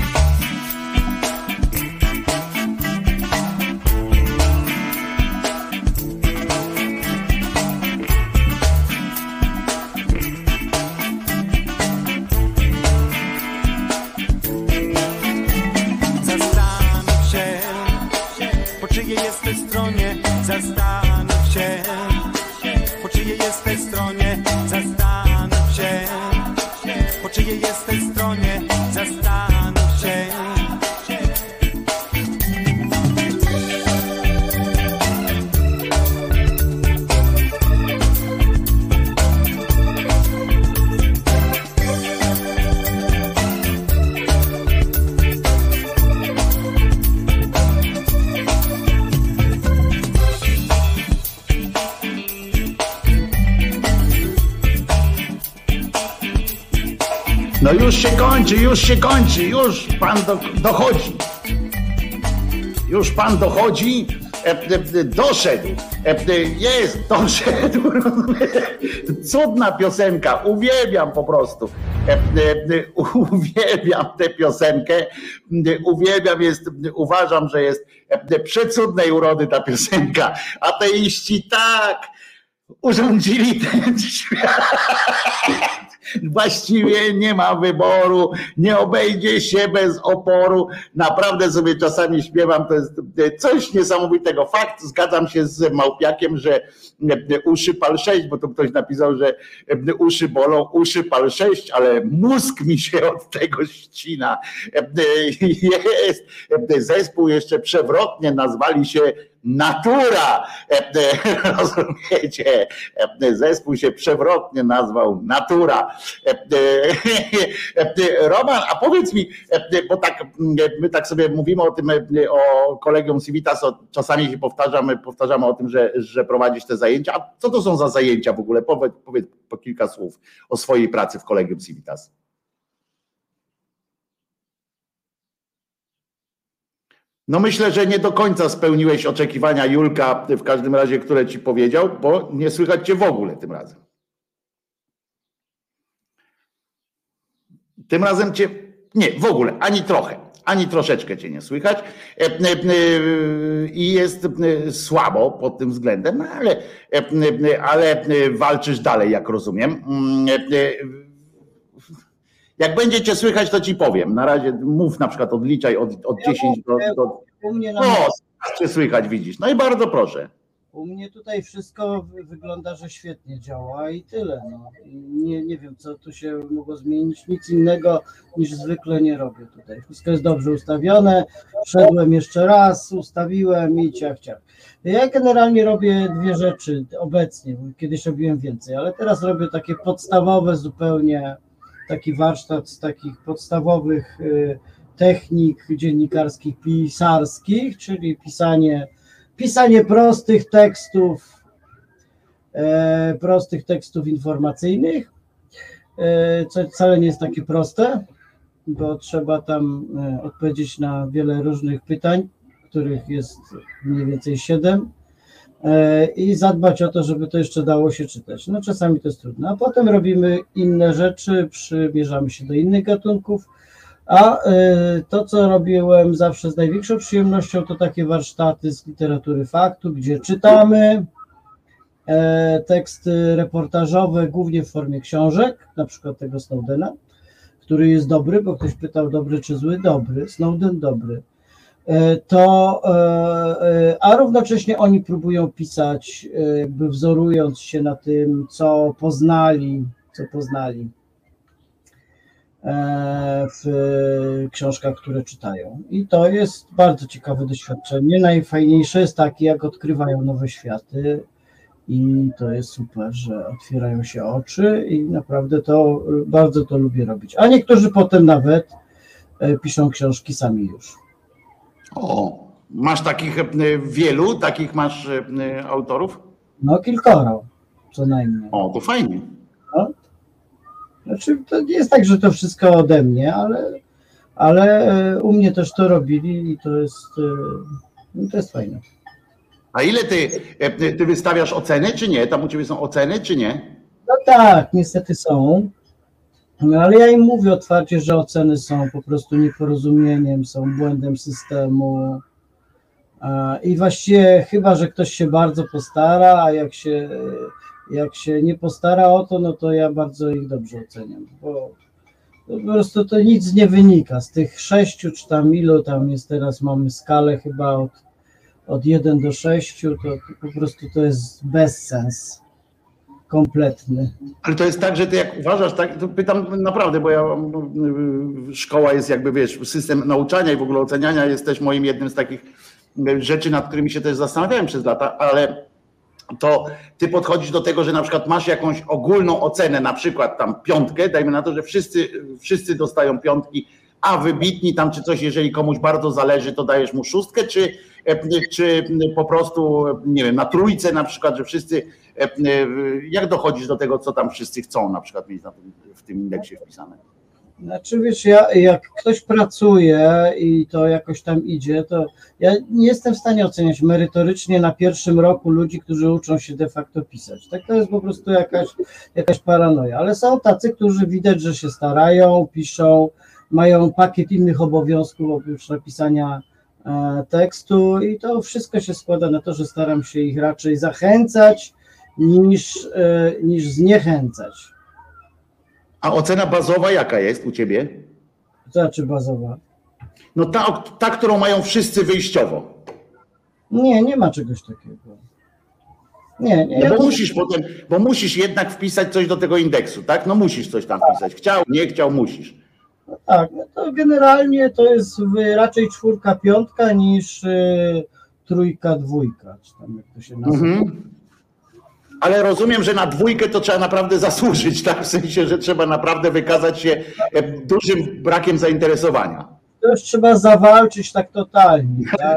Zastanów się, po czyjej jesteś stronie. Zastanów się, po czyjej jesteś stronie. Zastanów się, po czyjej jesteś stronie. Zastanów się. No już się kończy, już pan dochodzi. Już pan dochodzi, doszedł, doszedł. Cudna piosenka, uwielbiam po prostu. Uwielbiam tę piosenkę, uważam, że jest przecudnej urody ta piosenka. Ateiści tak urządzili ten świat. Właściwie nie ma wyboru, nie obejdzie się bez oporu. Naprawdę sobie czasami śpiewam, to jest coś niesamowitego. Fakt, zgadzam się z Małpiakiem, że uszy pal 6, bo to ktoś napisał, że uszy bolą, uszy pal 6, ale mózg mi się od tego ścina. Jest zespół jeszcze przewrotnie, nazwali się Natura. Rozumiecie? Zespół się przewrotnie nazwał Natura. Roman, a powiedz mi, bo tak, my tak sobie mówimy o tym, o Collegium Civitas, czasami się powtarzamy o tym, że prowadzisz te zajęcia. A co to są za zajęcia w ogóle? Powiedz po kilka słów o swojej pracy w Collegium Civitas. No myślę, że nie do końca spełniłeś oczekiwania Julka, w każdym razie, które ci powiedział, bo nie słychać cię w ogóle tym razem. Tym razem cię, nie, w ogóle, ani trochę, ani troszeczkę cię nie słychać i jest słabo pod tym względem, no ale walczysz dalej, jak rozumiem. Jak będzie cię słychać, to ci powiem. Na razie mów, na przykład odliczaj od 10 do... O, cię słychać, widzisz. No i bardzo proszę. U mnie tutaj wszystko wygląda, że świetnie działa i tyle. No. Nie wiem, co tu się mogło zmienić. Nic innego niż zwykle nie robię tutaj. Wszystko jest dobrze ustawione. Wszedłem jeszcze raz, ustawiłem i ciach. Ja generalnie robię dwie rzeczy obecnie. Kiedyś robiłem więcej, ale teraz robię takie podstawowe zupełnie, taki warsztat z takich podstawowych technik dziennikarskich, pisarskich, czyli pisanie prostych tekstów informacyjnych, co wcale nie jest takie proste, bo trzeba tam odpowiedzieć na wiele różnych pytań, których jest mniej więcej 7 i zadbać o to, żeby to jeszcze dało się czytać. No czasami to jest trudne, a potem robimy inne rzeczy, przymierzamy się do innych gatunków, a to, co robiłem zawsze z największą przyjemnością, to takie warsztaty z literatury faktu, gdzie czytamy teksty reportażowe, głównie w formie książek, na przykład tego Snowdena, który jest dobry, bo ktoś pytał, dobry czy zły? Dobry, Snowden dobry. A równocześnie oni próbują pisać, jakby wzorując się na tym, co poznali w książkach, które czytają. I to jest bardzo ciekawe doświadczenie. Najfajniejsze jest takie, jak odkrywają nowe światy i to jest super, że otwierają się oczy i naprawdę to bardzo to lubię robić. A niektórzy potem nawet piszą książki sami już. O, masz takich wielu, takich masz autorów? No kilkoro, co najmniej. O, to fajnie. No. Znaczy, to nie jest tak, że to wszystko ode mnie, ale u mnie też to robili i to jest fajne. A ile ty wystawiasz oceny, czy nie? Tam u ciebie są oceny, czy nie? No tak, niestety są. No, ale ja im mówię otwarcie, że oceny są po prostu nieporozumieniem, są błędem systemu. I właściwie chyba, że ktoś się bardzo postara, a jak się nie postara o to, no to ja bardzo ich dobrze oceniam, bo po prostu to nic nie wynika. Z tych 6, czy tam ilu tam jest teraz, mamy skalę chyba od 1 do 6, to po prostu to jest bezsens kompletny. Ale to jest tak, że ty jak uważasz, tak, to pytam naprawdę, bo szkoła jest jakby, wiesz, system nauczania i w ogóle oceniania jest też moim jednym z takich rzeczy, nad którymi się też zastanawiałem przez lata, ale to ty podchodzisz do tego, że na przykład masz jakąś ogólną ocenę, na przykład tam 5, dajmy na to, że wszyscy dostają 5, a wybitni tam czy coś, jeżeli komuś bardzo zależy, to dajesz mu 6, czy po prostu, nie wiem, na 3 na przykład, że wszyscy, jak dochodzisz do tego, co tam wszyscy chcą na przykład mieć w tym indeksie wpisane? Znaczy wiesz, jak ktoś pracuje i to jakoś tam idzie, to ja nie jestem w stanie oceniać merytorycznie na pierwszym roku ludzi, którzy uczą się de facto pisać. Tak, to jest po prostu jakaś paranoja, ale są tacy, którzy widać, że się starają, piszą, mają pakiet innych obowiązków oprócz napisania tekstu i to wszystko się składa na to, że staram się ich raczej zachęcać niż zniechęcać. A ocena bazowa jaka jest u ciebie? To znaczy bazowa? No ta, którą mają wszyscy wyjściowo. Nie ma czegoś takiego. Nie. No bo musisz jednak wpisać coś do tego indeksu, tak? No musisz coś tam wpisać. Chciał, nie chciał, musisz. No tak, no to generalnie to jest raczej 4, 5 niż trójka, dwójka, czy tam jak to się nazywa. Ale rozumiem, że na dwójkę to trzeba naprawdę zasłużyć, tak? W sensie, że trzeba naprawdę wykazać się dużym brakiem zainteresowania. To już trzeba zawalczyć tak totalnie. Tak?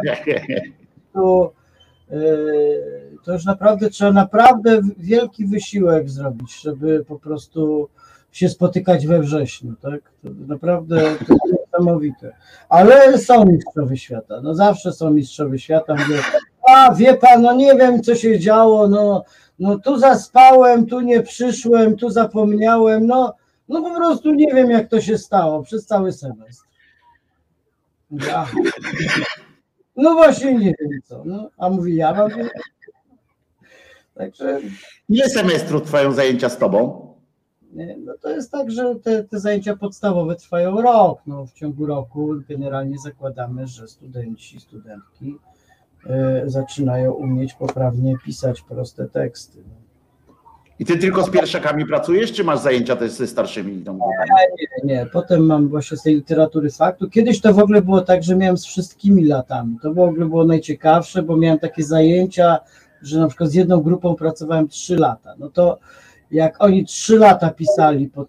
To już naprawdę trzeba wielki wysiłek zrobić, żeby po prostu się spotykać we wrześniu. Tak? To naprawdę to jest niesamowite. Ale są mistrzowie świata. No zawsze są mistrzowie świata. Mówię, wie pan, no nie wiem co się działo, no tu zaspałem, tu nie przyszłem, tu zapomniałem, no po prostu nie wiem jak to się stało przez cały semestr. Ja. No właśnie nie wiem co, a mówi ja mam wiedzieć. Także... Ile semestrów trwają zajęcia z tobą? No to jest tak, że te zajęcia podstawowe trwają rok. No, w ciągu roku generalnie zakładamy, że studenci, studentki zaczynają umieć poprawnie pisać proste teksty. I ty tylko z pierwszakami pracujesz, czy masz zajęcia też ze starszymi? Nie. Potem mam właśnie z tej literatury faktu. Kiedyś to w ogóle było tak, że miałem z wszystkimi latami. To w ogóle było najciekawsze, bo miałem takie zajęcia, że na przykład z jedną grupą pracowałem 3 lata. No to jak oni 3 lata pisali pod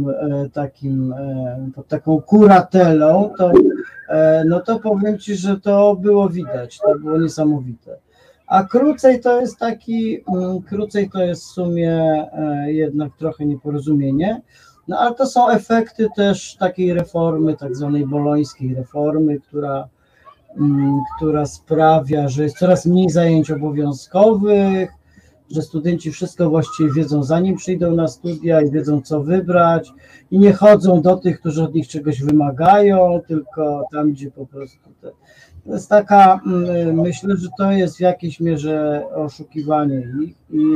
taką kuratelą, to powiem ci, że to było widać, to było niesamowite. A krócej to jest w sumie jednak trochę nieporozumienie, no ale to są efekty też takiej reformy, tak zwanej bolońskiej reformy, która sprawia, że jest coraz mniej zajęć obowiązkowych, że studenci wszystko właściwie wiedzą, zanim przyjdą na studia i wiedzą, co wybrać i nie chodzą do tych, którzy od nich czegoś wymagają, tylko tam, gdzie po prostu... To jest taka, myślę, że to jest w jakiejś mierze oszukiwanie ich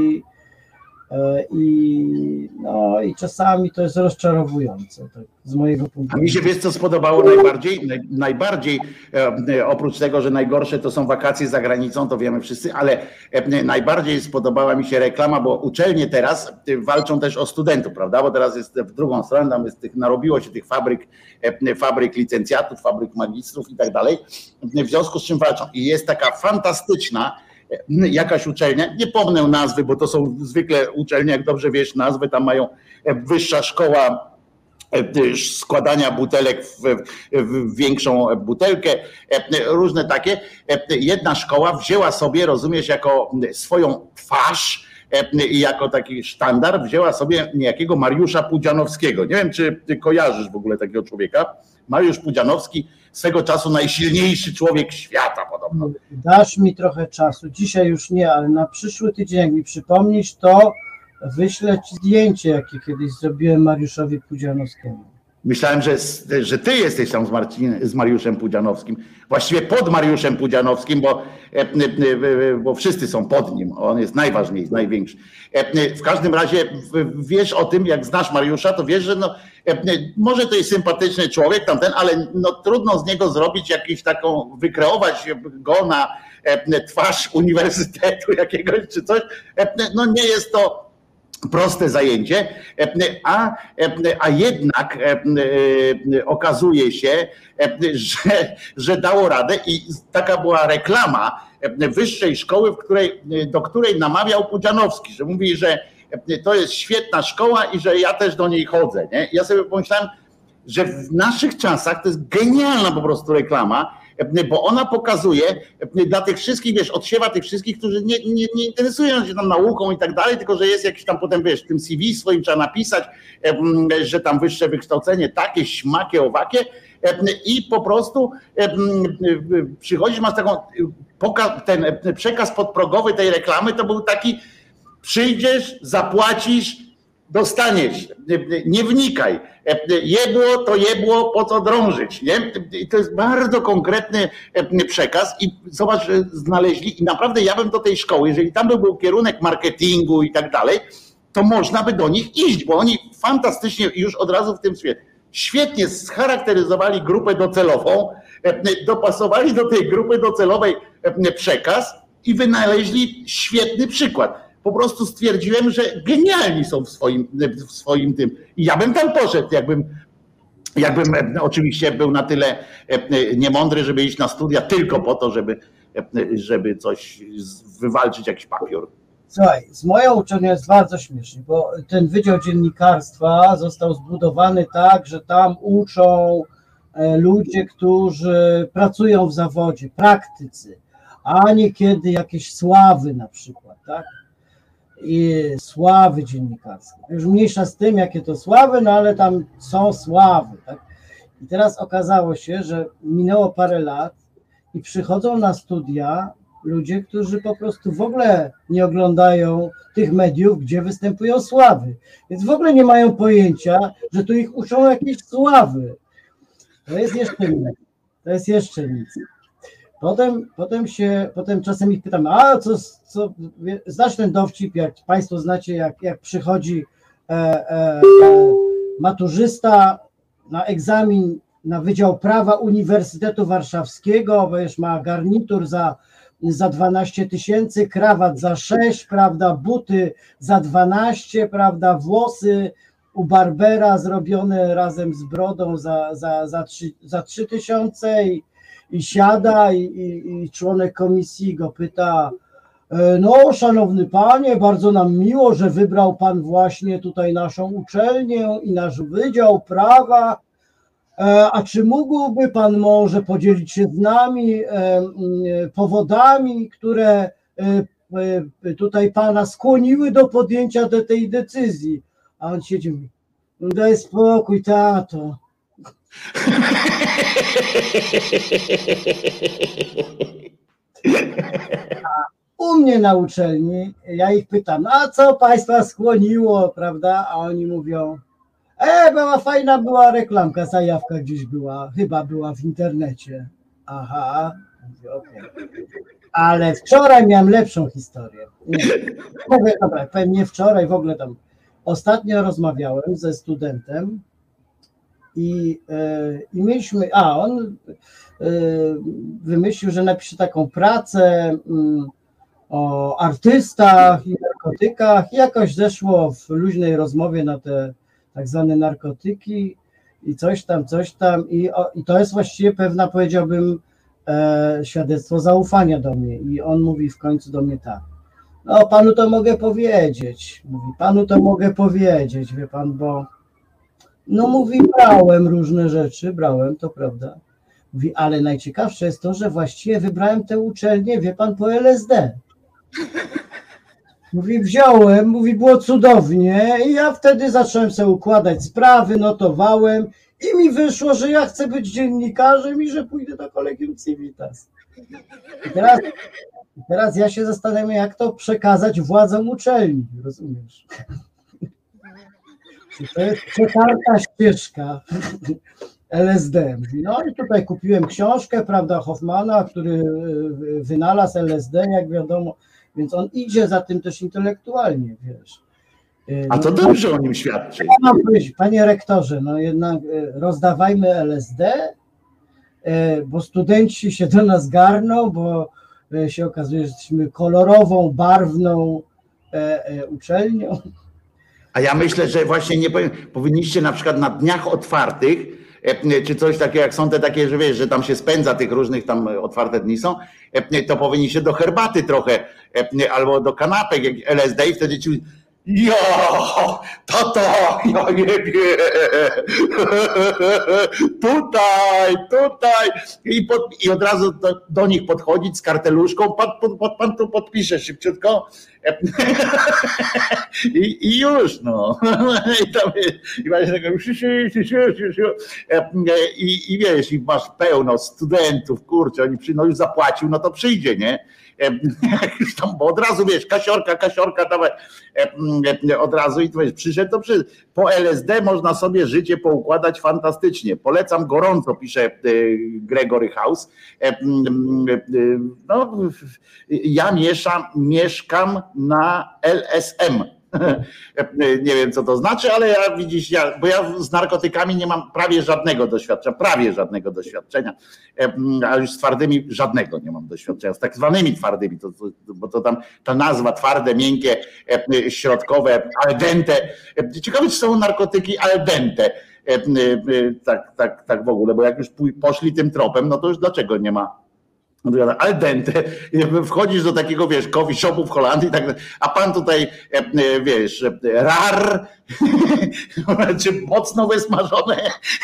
i czasami to jest rozczarowujące, tak, z mojego punktu widzenia. A mi się wiesz, co spodobało najbardziej, oprócz tego, że najgorsze to są wakacje za granicą, to wiemy wszyscy, ale najbardziej spodobała mi się reklama, bo uczelnie teraz walczą też o studentów, prawda, bo teraz jest w drugą stronę, tam narobiło się tych fabryk licencjatów, fabryk magistrów i tak dalej, w związku z czym walczą. I jest taka fantastyczna jakaś uczelnia, nie pomnę nazwy, bo to są zwykle uczelnie, jak dobrze wiesz, nazwy tam mają wyższa szkoła składania butelek w większą butelkę, różne takie. Jedna szkoła wzięła sobie, rozumiesz, jako swoją twarz i jako taki sztandar wzięła sobie niejakiego Mariusza Pudzianowskiego. Nie wiem, czy ty kojarzysz w ogóle takiego człowieka. Mariusz Pudzianowski, swego czasu najsilniejszy człowiek świata podobno. Dasz mi trochę czasu, dzisiaj już nie, ale na przyszły tydzień, jak mi przypomnisz, to wyślę ci zdjęcie, jakie kiedyś zrobiłem Mariuszowi Pudzianowskiemu. Myślałem, że ty jesteś tam z Mariuszem Pudzianowskim. Właściwie pod Mariuszem Pudzianowskim, bo wszyscy są pod nim. On jest najważniejszy, największy. W każdym razie wiesz o tym, jak znasz Mariusza, to wiesz, że może to jest sympatyczny człowiek tamten, ale trudno z niego zrobić jakąś taką, wykreować go na twarz uniwersytetu jakiegoś czy coś. Nie jest to proste zajęcie, a jednak okazuje się, że dało radę i taka była reklama wyższej szkoły, do której namawiał Pudzianowski, że mówi, że to jest świetna szkoła i że ja też do niej chodzę. Nie? Ja sobie pomyślałem, że w naszych czasach to jest genialna po prostu reklama, bo ona pokazuje dla tych wszystkich, wiesz, odsiewa tych wszystkich, którzy nie interesują się tam nauką i tak dalej, tylko że jest jakiś tam potem, wiesz, w tym CV swoim trzeba napisać, że tam wyższe wykształcenie, takie, śmakie, owakie i po prostu przychodzisz, masz taką, ten przekaz podprogowy tej reklamy to był taki, przyjdziesz, zapłacisz, dostaniesz, nie wnikaj. Jebło to jebło, po co drążyć, nie? I to jest bardzo konkretny przekaz i zobacz, że znaleźli i naprawdę ja bym do tej szkoły, jeżeli tam by był kierunek marketingu i tak dalej, to można by do nich iść, bo oni fantastycznie już od razu w tym świetnie scharakteryzowali grupę docelową, dopasowali do tej grupy docelowej przekaz i wynaleźli świetny przykład. Po prostu stwierdziłem, że genialni są w swoim tym. I ja bym tam poszedł, jakbym oczywiście był na tyle niemądry, żeby iść na studia tylko po to, żeby coś wywalczyć, jakiś papier. Słuchaj, z moją uczelnią jest bardzo śmiesznie, bo ten Wydział Dziennikarstwa został zbudowany tak, że tam uczą ludzie, którzy pracują w zawodzie, praktycy, a niekiedy jakieś sławy na przykład, tak? I sławy dziennikarskie. Już mniejsza z tym, jakie to sławy, no ale tam są sławy, tak? I teraz okazało się, że minęło parę lat i przychodzą na studia ludzie, którzy po prostu w ogóle nie oglądają tych mediów, gdzie występują sławy. Więc w ogóle nie mają pojęcia, że tu ich uczą jakieś sławy. To jest jeszcze nic. To jest jeszcze nic. Potem czasem ich pytam, a co znasz ten dowcip, jak Państwo znacie, jak przychodzi maturzysta na egzamin na Wydział Prawa Uniwersytetu Warszawskiego, bo już ma garnitur za 12 000, krawat za 6, prawda, buty za 12, prawda, włosy u barbera zrobione razem z brodą za 3000 i siada i członek komisji go pyta, no szanowny panie, bardzo nam miło, że wybrał pan właśnie tutaj naszą uczelnię i nasz Wydział Prawa, a czy mógłby pan może podzielić się z nami powodami, które tutaj pana skłoniły do podjęcia tej decyzji? A on siedzi i mówi, daj spokój, tato. U mnie na uczelni, ja ich pytam, a co państwa skłoniło, prawda? A oni mówią, była reklamka, zajawka gdzieś była, chyba była w internecie. Aha, mówię, okej. Ale wczoraj miałem lepszą historię. Mówię, dobra, pewnie wczoraj w ogóle tam. Ostatnio rozmawiałem ze studentem i mieliśmy, on wymyślił, że napisze taką pracę o artystach i narkotykach i jakoś zeszło w luźnej rozmowie na te tak zwane narkotyki i coś tam i to jest właściwie pewna, powiedziałbym, świadectwo zaufania do mnie i on mówi w końcu do mnie tak, no panu to mogę powiedzieć, wie pan, bo no mówi, brałem różne rzeczy, to prawda, mówi, ale najciekawsze jest to, że właściwie wybrałem tę uczelnię, wie pan, po LSD. Mówi, wziąłem, mówi, było cudownie i ja wtedy zacząłem sobie układać sprawy, notowałem i mi wyszło, że ja chcę być dziennikarzem i że pójdę do Collegium Civitas. I teraz ja się zastanawiam, jak to przekazać władzom uczelni, rozumiesz? To jest przetarta ścieżka LSD. No i tutaj kupiłem książkę, prawda, Hoffmana, który wynalazł LSD, jak wiadomo, więc on idzie za tym też intelektualnie, wiesz. A to dobrze o nim świadczy. Ja mam powiedzieć, panie rektorze, no jednak rozdawajmy LSD, bo studenci się do nas garną, bo się okazuje, że jesteśmy kolorową, barwną uczelnią. A ja myślę, że właśnie nie powinniście na przykład na dniach otwartych, czy coś takiego, jak są te takie, że wiesz, że tam się spędza tych różnych tam otwarte dni są, to powinniście do herbaty trochę, albo do kanapek, jak LSD i wtedy ci tato, ja nie wiem, tutaj i od razu do nich podchodzić z karteluszką, pan tu podpisze szybciutko i już, no. I wiesz, i masz pełno studentów, kurczę, oni już zapłacił, no to przyjdzie, nie? Bo od razu wiesz, kasiorka, dawaj, od razu i to wiesz, przyszedł, to przyszedł. Po LSD można sobie życie poukładać fantastycznie. Polecam gorąco, pisze Gregory House. No, ja mieszkam na LSM. Nie wiem, co to znaczy, ale ja widzisz, bo ja z narkotykami nie mam prawie żadnego doświadczenia, a już z twardymi żadnego nie mam doświadczenia, z tak zwanymi twardymi, bo to tam ta nazwa twarde, miękkie, środkowe, al dente. Ciekawe, czy są narkotyki al dente, tak w ogóle, bo jak już poszli tym tropem, no to już dlaczego nie ma Al dente, wchodzisz do takiego, wiesz, coffee shopu w Holandii, tak, a pan tutaj, wiesz, rar, czy mocno wysmażone,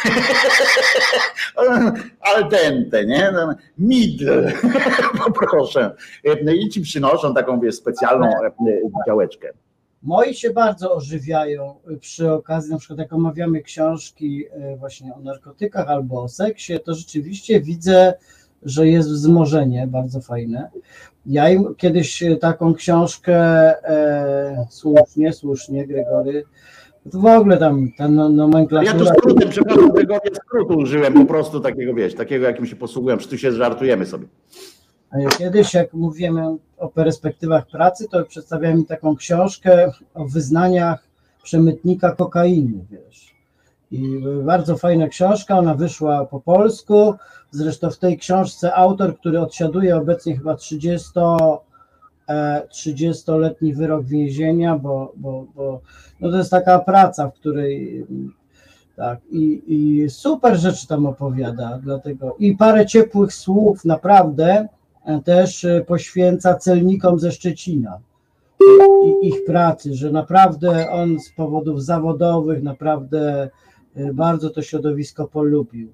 al dente, nie? Middle, poproszę. I ci przynoszą taką, wiesz, specjalną działeczkę. Moi się bardzo ożywiają przy okazji, na przykład jak omawiamy książki właśnie o narkotykach albo o seksie, to rzeczywiście widzę, że jest wzmożenie, bardzo fajne. Ja im kiedyś taką książkę, słusznie, Gregory, to w ogóle tam ta nomenklatura... Ja tu skrótem, przepraszam, Gregory, skrótu użyłem po prostu takiego, wiesz, takiego jakim się posługuję, czy tu się żartujemy sobie. Kiedyś, jak mówimy o perspektywach pracy, to przedstawiałem mi taką książkę o wyznaniach przemytnika kokainy, wiesz. I bardzo fajna książka, ona wyszła po polsku, zresztą w tej książce autor, który odsiaduje obecnie chyba 30-letni wyrok więzienia, bo no to jest taka praca, w której tak i super rzeczy tam opowiada, dlatego i parę ciepłych słów naprawdę też poświęca celnikom ze Szczecina i ich pracy, że naprawdę on z powodów zawodowych naprawdę bardzo to środowisko polubił.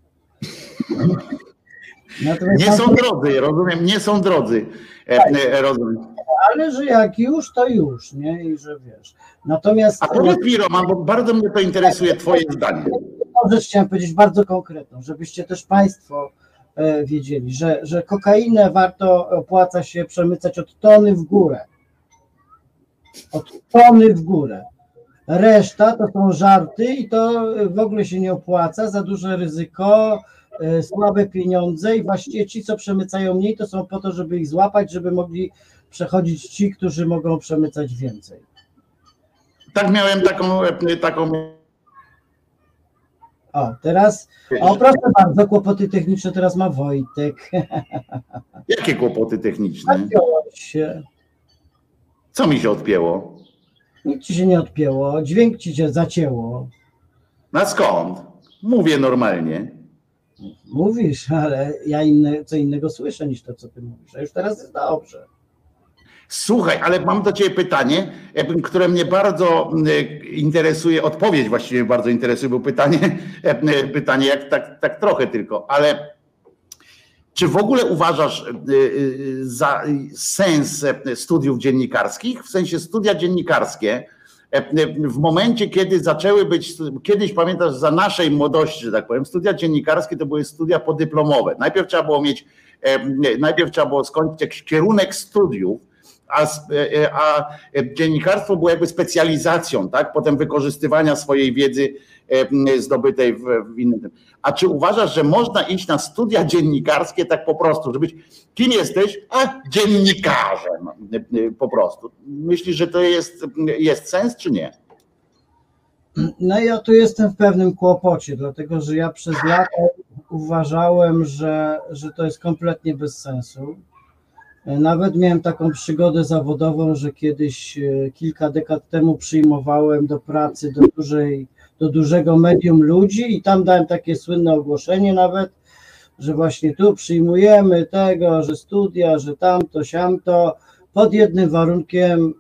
Nie są drodzy, rozumiem, nie są drodzy. Rozumiem. Ale że jak już, to już, nie? I że wiesz. Natomiast... A powiedz mi, Roman, bo bardzo mnie to interesuje twoje zdanie. Rzecz chciałem powiedzieć bardzo konkretną, żebyście też państwo wiedzieli, że kokainę opłaca się przemycać od tony w górę. Od tony w górę. Reszta to są żarty i to w ogóle się nie opłaca, za duże ryzyko, słabe pieniądze i właściwie ci, co przemycają mniej, to są po to, żeby ich złapać, żeby mogli przechodzić ci, którzy mogą przemycać więcej. Tak, miałem taką... O, teraz, proszę bardzo, kłopoty techniczne teraz ma Wojtek. Jakie kłopoty techniczne? Odpiąłeś się. Co mi się odpięło? Nic ci się nie odpięło, dźwięk ci się zacięło. A skąd? Mówię normalnie. Mówisz, ale ja co innego słyszę niż to, co ty mówisz, a już teraz jest dobrze. Słuchaj, ale mam do ciebie pytanie, które mnie bardzo interesuje, odpowiedź właściwie bardzo interesuje, bo pytanie jak tak trochę tylko, ale czy w ogóle uważasz za sens studiów dziennikarskich? W sensie studia dziennikarskie w momencie, kiedy zaczęły być, kiedyś pamiętasz za naszej młodości, że tak powiem, studia dziennikarskie to były studia podyplomowe. Najpierw trzeba było skończyć jakiś kierunek studiów, a dziennikarstwo było jakby specjalizacją, tak? Potem wykorzystywania swojej wiedzy zdobytej w innym. A czy uważasz, że można iść na studia dziennikarskie tak po prostu, żeby być, kim jesteś? A dziennikarzem po prostu. Myślisz, że to jest sens, czy nie? No ja tu jestem w pewnym kłopocie, dlatego że ja przez lata uważałem, że to jest kompletnie bez sensu. Nawet miałem taką przygodę zawodową, że kiedyś kilka dekad temu przyjmowałem do pracy do dużego medium ludzi i tam dałem takie słynne ogłoszenie nawet, że właśnie tu przyjmujemy tego, że studia, że tamto, siamto, pod jednym warunkiem,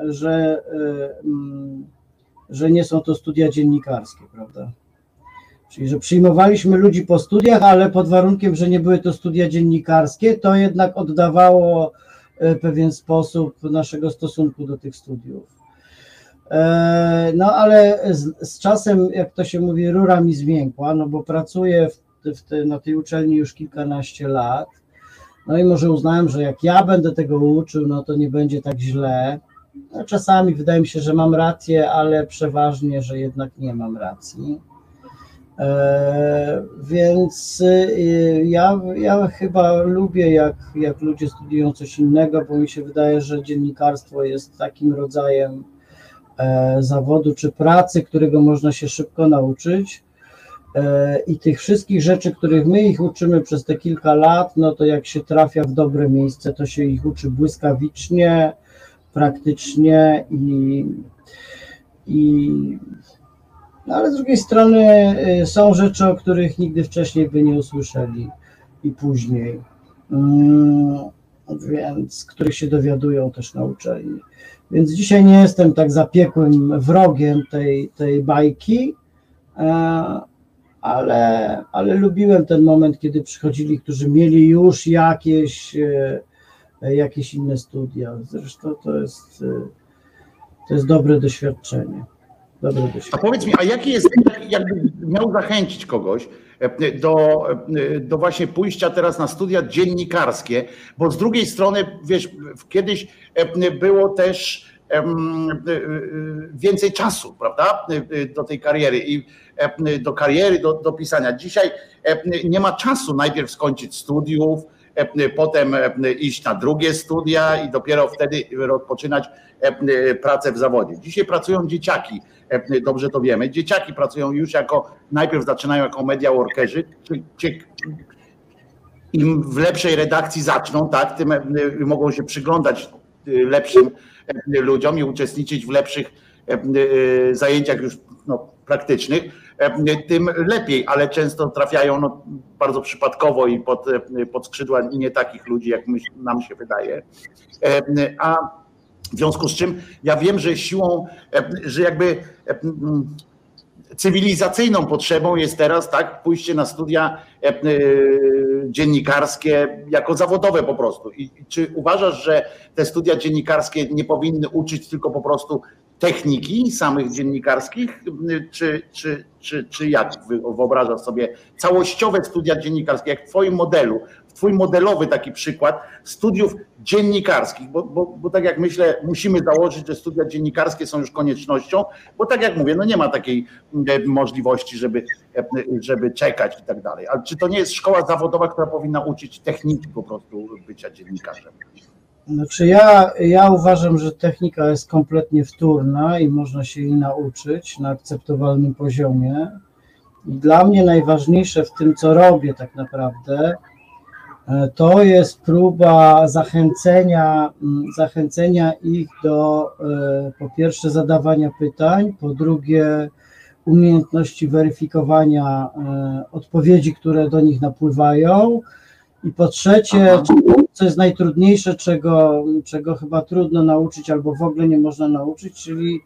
że nie są to studia dziennikarskie, prawda? Czyli, że przyjmowaliśmy ludzi po studiach, ale pod warunkiem, że nie były to studia dziennikarskie, to jednak oddawało pewien sposób naszego stosunku do tych studiów. No ale z czasem, jak to się mówi, rura mi zmiękła, no bo pracuję na tej uczelni już kilkanaście lat, no i może uznałem, że jak ja będę tego uczył, no to nie będzie tak źle. No, czasami wydaje mi się, że mam rację, ale przeważnie, że jednak nie mam racji. Więc ja chyba lubię, jak ludzie studiują coś innego, bo mi się wydaje, że dziennikarstwo jest takim rodzajem zawodu czy pracy, którego można się szybko nauczyć i tych wszystkich rzeczy, których my ich uczymy przez te kilka lat, no to jak się trafia w dobre miejsce, to się ich uczy błyskawicznie, praktycznie no ale z drugiej strony są rzeczy, o których nigdy wcześniej by nie usłyszeli i później. więc których się dowiadują też na uczelni. Więc dzisiaj nie jestem tak zapiekłym wrogiem tej bajki, ale lubiłem ten moment, kiedy przychodzili, którzy mieli już jakieś inne studia. Zresztą to jest dobre doświadczenie. A powiedz mi, a jaki jest, jakby miał zachęcić kogoś do właśnie pójścia teraz na studia dziennikarskie, bo z drugiej strony, wiesz, kiedyś było też więcej czasu, prawda, do tej kariery i do pisania. Dzisiaj nie ma czasu najpierw skończyć studiów, potem iść na drugie studia i dopiero wtedy rozpoczynać pracę w zawodzie. Dzisiaj pracują dzieciaki, dobrze to wiemy, dzieciaki pracują już najpierw zaczynają jako media workerzy, im w lepszej redakcji zaczną, tak, tym mogą się przyglądać lepszym ludziom i uczestniczyć w lepszych zajęciach już praktycznych, tym lepiej, ale często trafiają bardzo przypadkowo i pod skrzydła nie takich ludzi, jak nam się wydaje. A w związku z czym ja wiem, że jakby cywilizacyjną potrzebą jest teraz tak pójście na studia dziennikarskie jako zawodowe po prostu. I czy uważasz, że te studia dziennikarskie nie powinny uczyć tylko po prostu techniki samych dziennikarskich, czy jak wyobrażasz sobie całościowe studia dziennikarskie, jak w twoim modelu, twój modelowy taki przykład studiów dziennikarskich, bo tak jak myślę, musimy założyć, że studia dziennikarskie są już koniecznością, bo tak jak mówię, nie ma takiej możliwości, żeby czekać i tak dalej. Ale czy to nie jest szkoła zawodowa, która powinna uczyć techniki po prostu bycia dziennikarzem? Znaczy ja uważam, że technika jest kompletnie wtórna i można się jej nauczyć na akceptowalnym poziomie. I dla mnie najważniejsze w tym, co robię tak naprawdę, to jest próba zachęcenia ich do po pierwsze zadawania pytań, po drugie umiejętności weryfikowania odpowiedzi, które do nich napływają i po trzecie, co jest najtrudniejsze, czego chyba trudno nauczyć albo w ogóle nie można nauczyć, czyli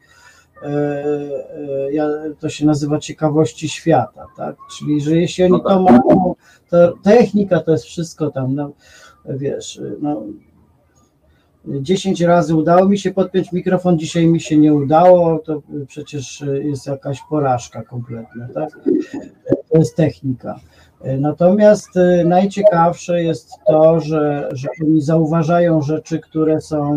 to się nazywa ciekawości świata, tak? Czyli, że jeśli oni to mają, to technika to jest wszystko tam, wiesz, 10 razy udało mi się podpiąć mikrofon, dzisiaj mi się nie udało, to przecież jest jakaś porażka kompletna, tak? To jest technika. Natomiast najciekawsze jest to, że oni zauważają rzeczy, które są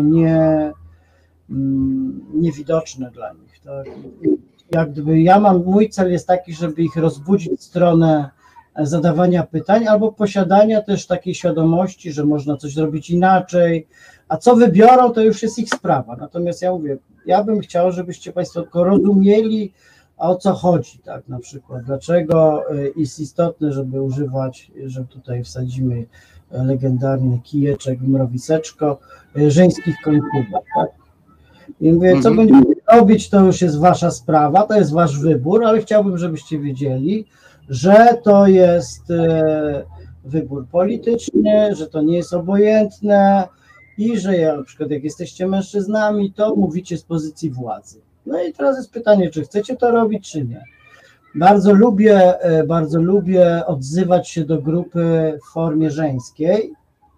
niewidoczne dla nich. Tak? Jak gdyby mój cel jest taki, żeby ich rozbudzić w stronę zadawania pytań albo posiadania też takiej świadomości, że można coś zrobić inaczej, a co wybiorą, to już jest ich sprawa. Natomiast ja mówię, ja bym chciał, żebyście Państwo tylko rozumieli, o co chodzi, tak, na przykład, dlaczego jest istotne, żeby używać, że tutaj wsadzimy legendarny kijeczek, mrowiseczko, żeńskich końcówek, tak? I mówię, co będziecie robić, to już jest wasza sprawa, to jest wasz wybór, ale chciałbym, żebyście wiedzieli, że to jest wybór polityczny, że to nie jest obojętne i że na przykład jak jesteście mężczyznami, to mówicie z pozycji władzy. No i teraz jest pytanie, czy chcecie to robić, czy nie. Bardzo lubię odzywać się do grupy w formie żeńskiej,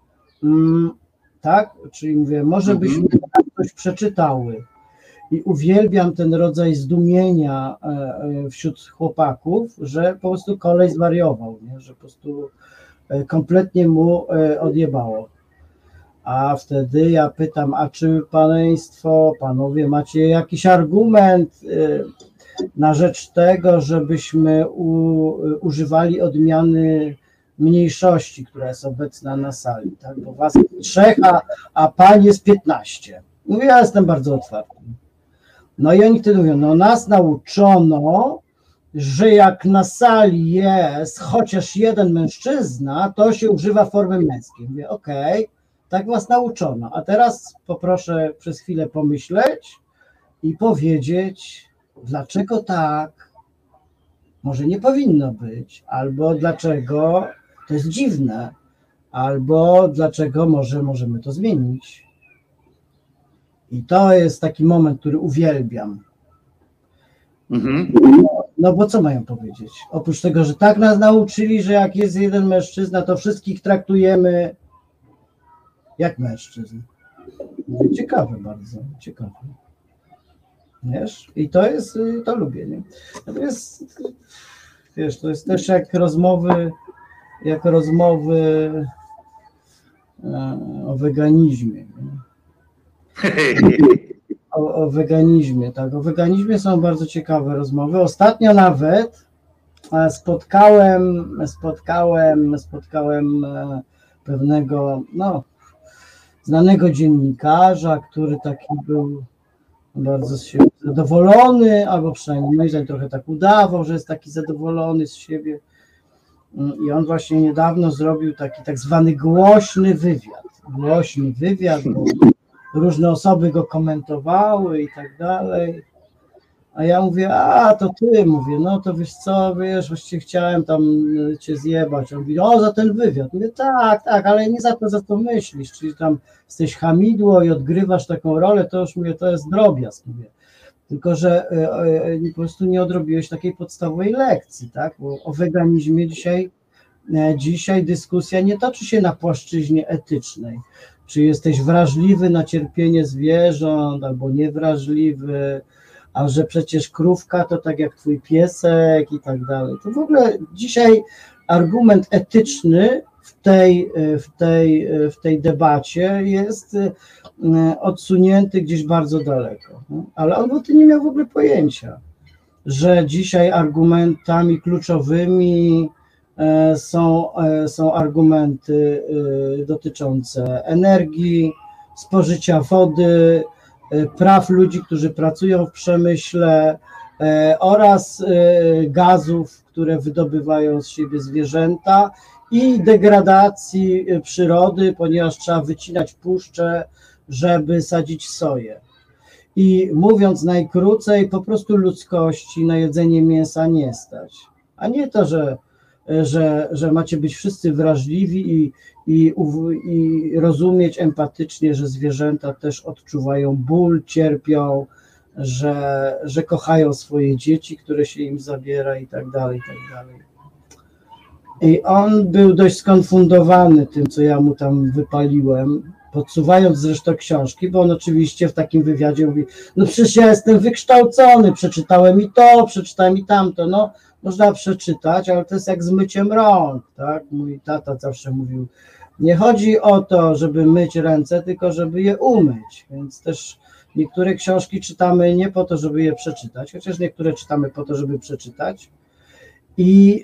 tak, czyli mówię, może byśmy coś przeczytały i uwielbiam ten rodzaj zdumienia wśród chłopaków, że po prostu kolej zwariował, nie? Że po prostu kompletnie mu odjebało. A wtedy ja pytam, a czy panowie macie jakiś argument na rzecz tego, żebyśmy używali odmiany mniejszości, która jest obecna na sali, tak? Bo was jest 3, a pań jest 15. Mówię, ja jestem bardzo otwarty. No i oni wtedy mówią, no nas nauczono, że jak na sali jest chociaż jeden mężczyzna, to się używa formy męskiej. Mówię, okej. Tak was nauczono, a teraz poproszę przez chwilę pomyśleć i powiedzieć, dlaczego tak, może nie powinno być, albo dlaczego to jest dziwne, albo dlaczego możemy to zmienić. I to jest taki moment, który uwielbiam. No bo co mają powiedzieć? Oprócz tego, że tak nas nauczyli, że jak jest jeden mężczyzna, to wszystkich traktujemy jak mężczyzn. Ciekawe bardzo, ciekawe. Wiesz? I to lubię, nie? Natomiast, wiesz, to jest też jak rozmowy o weganizmie. O veganizmie, tak. O veganizmie są bardzo ciekawe rozmowy. Ostatnio nawet spotkałem pewnego, znanego dziennikarza, który taki był bardzo z siebie zadowolony, albo przynajmniej moim zdaniem trochę tak udawał, że jest taki zadowolony z siebie. I on właśnie niedawno zrobił taki tak zwany głośny wywiad, bo różne osoby go komentowały i tak dalej. A ja mówię, to ty, mówię, no to wiesz co, wiesz, właściwie chciałem tam cię zjebać. On mówi, za ten wywiad. Mówię, tak, ale nie za to myślisz, czyli tam jesteś hamidło i odgrywasz taką rolę, to już mówię, to jest drobiazg, mówię. Tylko że po prostu nie odrobiłeś takiej podstawowej lekcji, tak? Bo o weganizmie dzisiaj dyskusja nie toczy się na płaszczyźnie etycznej. Czy jesteś wrażliwy na cierpienie zwierząt, albo niewrażliwy, a że przecież krówka to tak jak twój piesek i tak dalej. To w ogóle dzisiaj argument etyczny w tej debacie jest odsunięty gdzieś bardzo daleko. Ale on o tym nie miał w ogóle pojęcia, że dzisiaj argumentami kluczowymi są argumenty dotyczące energii, spożycia wody, praw ludzi, którzy pracują w przemyśle oraz gazów, które wydobywają z siebie zwierzęta i degradacji przyrody, ponieważ trzeba wycinać puszcze, żeby sadzić soję. I mówiąc najkrócej, po prostu ludzkości na jedzenie mięsa nie stać. A nie to, że macie być wszyscy wrażliwi i rozumieć empatycznie, że zwierzęta też odczuwają ból, cierpią, że kochają swoje dzieci, które się im zabiera i tak dalej, i tak dalej. I on był dość skonfundowany tym, co ja mu tam wypaliłem, podsuwając zresztą książki, bo on oczywiście w takim wywiadzie mówi, no przecież ja jestem wykształcony, przeczytałem i to, przeczytałem i tamto, no można przeczytać, ale to jest jak z myciem rąk, tak? Mój tata zawsze mówił, nie chodzi o to, żeby myć ręce, tylko żeby je umyć, więc też niektóre książki czytamy nie po to, żeby je przeczytać, chociaż niektóre czytamy po to, żeby przeczytać i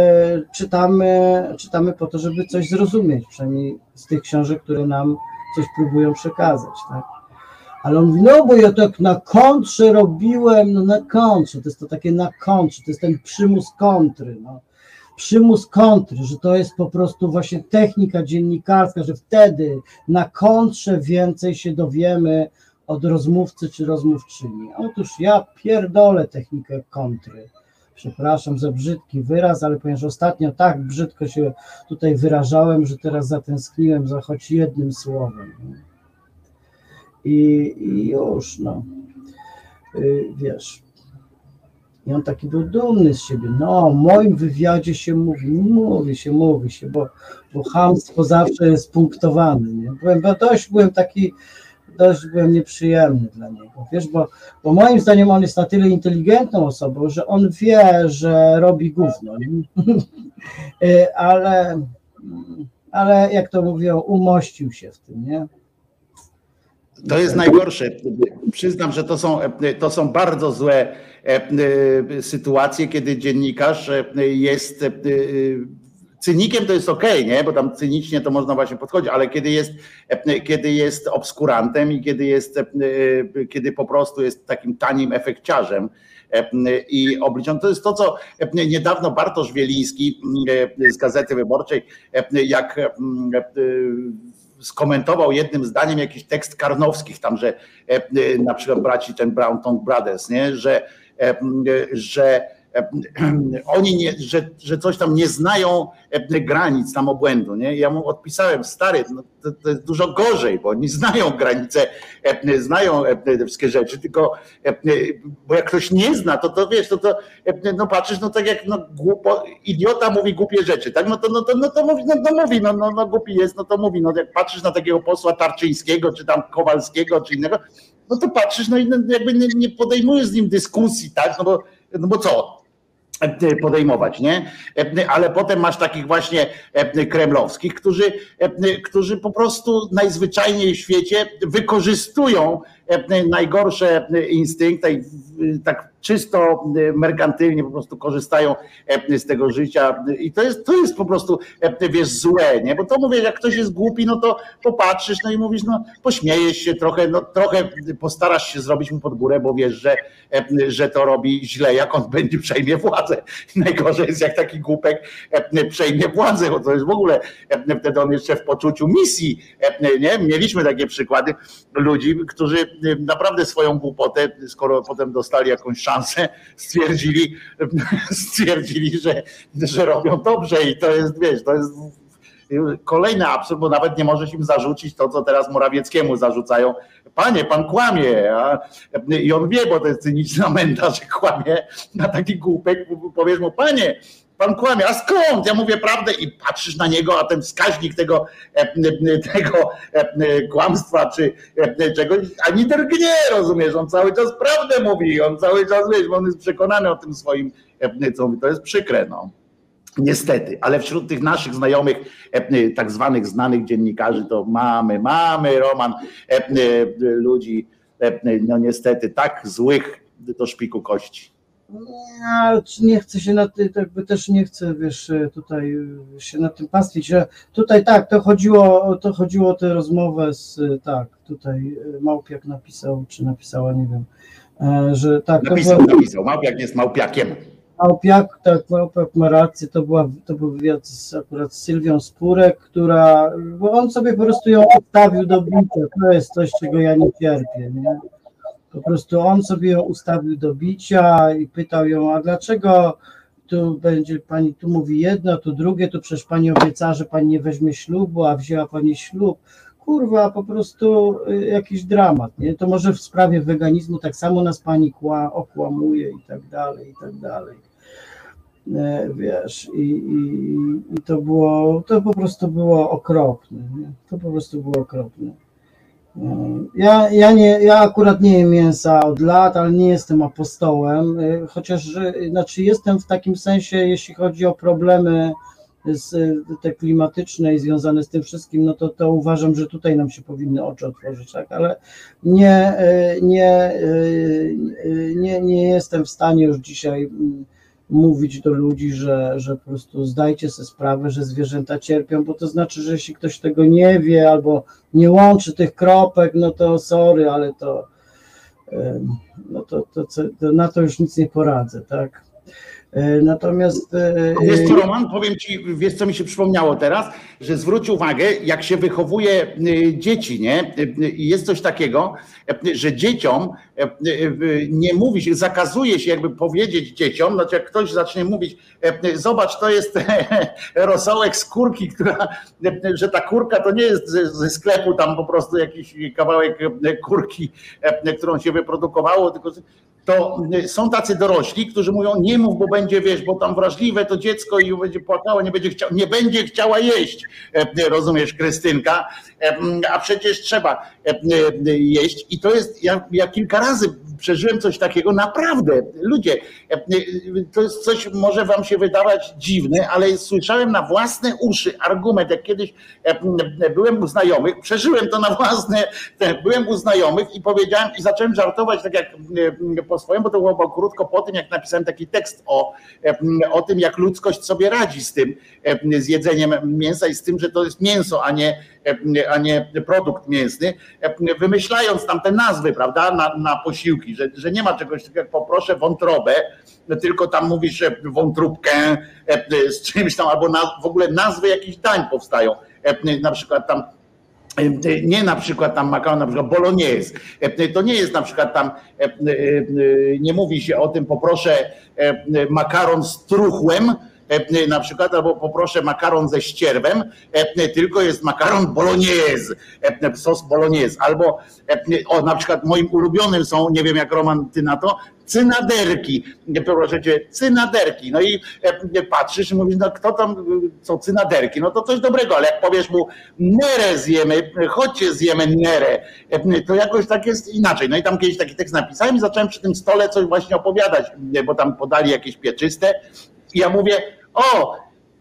czytamy po to, żeby coś zrozumieć, przynajmniej z tych książek, które nam coś próbują przekazać, tak? Ale on mówi, no bo ja tak na kontrze robiłem, no na kontrze, to jest to takie na kontrze, to jest ten przymus kontry, no. Przymus kontry, że to jest po prostu właśnie technika dziennikarska, że wtedy na kontrze więcej się dowiemy od rozmówcy czy rozmówczyni. Otóż ja pierdolę technikę kontry. Przepraszam za brzydki wyraz, ale ponieważ ostatnio tak brzydko się tutaj wyrażałem, że teraz zatęskniłem za choć jednym słowem. I już, no, wiesz. I on taki był dumny z siebie. No, w moim wywiadzie się mówi się, bo chamstwo zawsze jest punktowany. Nie? Byłem nieprzyjemny dla niego, wiesz, bo moim zdaniem on jest na tyle inteligentną osobą, że on wie, że robi gówno, ale jak to mówią, umościł się w tym, nie? To jest najgorsze. Przyznam, że to są bardzo złe sytuacje, kiedy dziennikarz jest cynikiem, to jest okej, nie? Bo tam cynicznie to można właśnie podchodzić, ale kiedy jest obskurantem i kiedy po prostu jest takim tanim efekciarzem i obliczony. To jest to, co niedawno Bartosz Wieliński z Gazety Wyborczej, jak skomentował jednym zdaniem jakiś tekst Karnowskich, tam, że na przykład braci ten Brown Tongue Brothers, nie? Że oni że coś tam nie znają granic tam obłędu, nie? Ja mu odpisałem, stary, no to jest dużo gorzej, bo oni znają granice, znają te wszystkie rzeczy, tylko bo jak ktoś nie zna, to wiesz, no patrzysz, no tak jak idiota mówi głupie rzeczy, tak? No to mówi, głupi jest, no to mówi, no jak patrzysz na takiego posła Tarczyńskiego, czy tam Kowalskiego, czy innego, no to patrzysz, no i jakby nie podejmujesz z nim dyskusji, tak? No bo co podejmować, nie? Ale potem masz takich właśnie kremlowskich, którzy po prostu najzwyczajniej w świecie wykorzystują najgorsze instynkty i tak czysto merkantylnie po prostu korzystają z tego życia i to jest po prostu, wiesz, złe, nie? Bo to mówię, jak ktoś jest głupi, no to popatrzysz, no i mówisz, no pośmiejesz się trochę, no trochę postarasz się zrobić mu pod górę, bo wiesz, że to robi źle, jak on będzie przejmie władzę. Najgorzej jest, jak taki głupek przejmie władzę, bo to jest w ogóle wtedy on jeszcze w poczuciu misji, nie? Mieliśmy takie przykłady ludzi, którzy naprawdę swoją głupotę, skoro potem dostali jakąś szansę, stwierdzili, że robią dobrze i to jest, wiesz, to jest kolejny absurd, bo nawet nie możesz im zarzucić to, co teraz Morawieckiemu zarzucają. Panie, pan kłamie. I on wie, bo to jest cyniczna menda, że kłamie na taki głupek. Powiesz mu, panie, pan kłamie, a skąd? Ja mówię prawdę i patrzysz na niego, a ten wskaźnik tego kłamstwa czy czegoś ani drgnie, rozumiesz? On cały czas prawdę mówi, on cały czas, wiesz, on jest przekonany o tym swoim, co mówi. To jest przykre, no. Niestety, ale wśród tych naszych znajomych, tak zwanych znanych dziennikarzy, to mamy, Roman, ludzi, no niestety, tak złych do szpiku kości. Nie chcę się na tym, jakby też nie chcę, wiesz, tutaj się na tym pastwić, że tutaj tak, to chodziło o tę rozmowę tak, tutaj Małpiak napisał, czy napisała, nie wiem, że tak. Napisał, Małpiak jest Małpiakiem. Małpiak ma rację, to był wywiad akurat z Sylwią Spurek, bo on sobie po prostu ją ustawił do bicia, to jest coś, czego ja nie cierpię, nie? Po prostu on sobie ją ustawił do bicia i pytał ją, a dlaczego tu będzie pani, tu mówi jedno, tu drugie, tu przecież pani obiecała, że pani nie weźmie ślubu, a wzięła pani ślub. Kurwa, po prostu jakiś dramat, nie? To może w sprawie weganizmu tak samo nas pani okłamuje i tak dalej. Wiesz, i to po prostu było okropne, nie? To po prostu było okropne. Ja akurat nie jem mięsa od lat, ale nie jestem apostołem, chociaż znaczy jestem w takim sensie, jeśli chodzi o problemy te klimatyczne i związane z tym wszystkim, no to uważam, że tutaj nam się powinny oczy otworzyć, tak? Ale nie jestem w stanie już dzisiaj mówić do ludzi, że po prostu zdajcie sobie sprawę, że zwierzęta cierpią, bo to znaczy, że jeśli ktoś tego nie wie albo nie łączy tych kropek, no to sorry, ale to na to już nic nie poradzę, tak? Natomiast... Wiesz co, Roman, powiem ci, wiesz co mi się przypomniało teraz, że zwróć uwagę, jak się wychowuje dzieci, nie? Jest coś takiego, że dzieciom nie mówi się, zakazuje się jakby powiedzieć dzieciom, znaczy jak ktoś zacznie mówić, zobacz, to jest rosołek z kurki, że ta kurka to nie jest ze sklepu tam po prostu jakiś kawałek kurki, którą się wyprodukowało, tylko to są tacy dorośli, którzy mówią, nie mów, bo będzie, wiesz, bo tam wrażliwe to dziecko i będzie płakało, nie będzie chciała jeść, rozumiesz, Krystynka, a przecież trzeba jeść i to jest, ja kilka razy przeżyłem coś takiego, naprawdę, ludzie, to jest coś, może wam się wydawać dziwne, ale słyszałem na własne uszy argument, jak kiedyś byłem u znajomych, przeżyłem to na własne, byłem u znajomych i powiedziałem i zacząłem żartować tak jak po swoim, bo to było krótko po tym, jak napisałem taki tekst o tym, jak ludzkość sobie radzi z tym, z jedzeniem mięsa i z tym, że to jest mięso, a nie produkt mięsny, wymyślając tam te nazwy, prawda, na posiłki, że nie ma czegoś takiego jak poproszę wątrobę, tylko tam mówisz, że wątróbkę z czymś tam, albo w ogóle nazwy jakichś dań powstają, na przykład tam Nie na przykład tam makaron, na przykład bolognese. To nie jest na przykład tam, nie mówi się o tym, poproszę makaron z truchłem, na przykład, albo poproszę makaron ze ścierwem, tylko jest makaron bolognese, sos bolognese, albo na przykład moim ulubionym są, nie wiem jak Roman ty na to, cynaderki, proszę cię, cynaderki, no i patrzysz i mówisz, no kto tam, co cynaderki, no to coś dobrego, ale jak powiesz mu nerę zjemy, chodźcie zjemy nerę, to jakoś tak jest inaczej. No i tam kiedyś taki tekst napisałem i zacząłem przy tym stole coś właśnie opowiadać, bo tam podali jakieś pieczyste i ja mówię, o,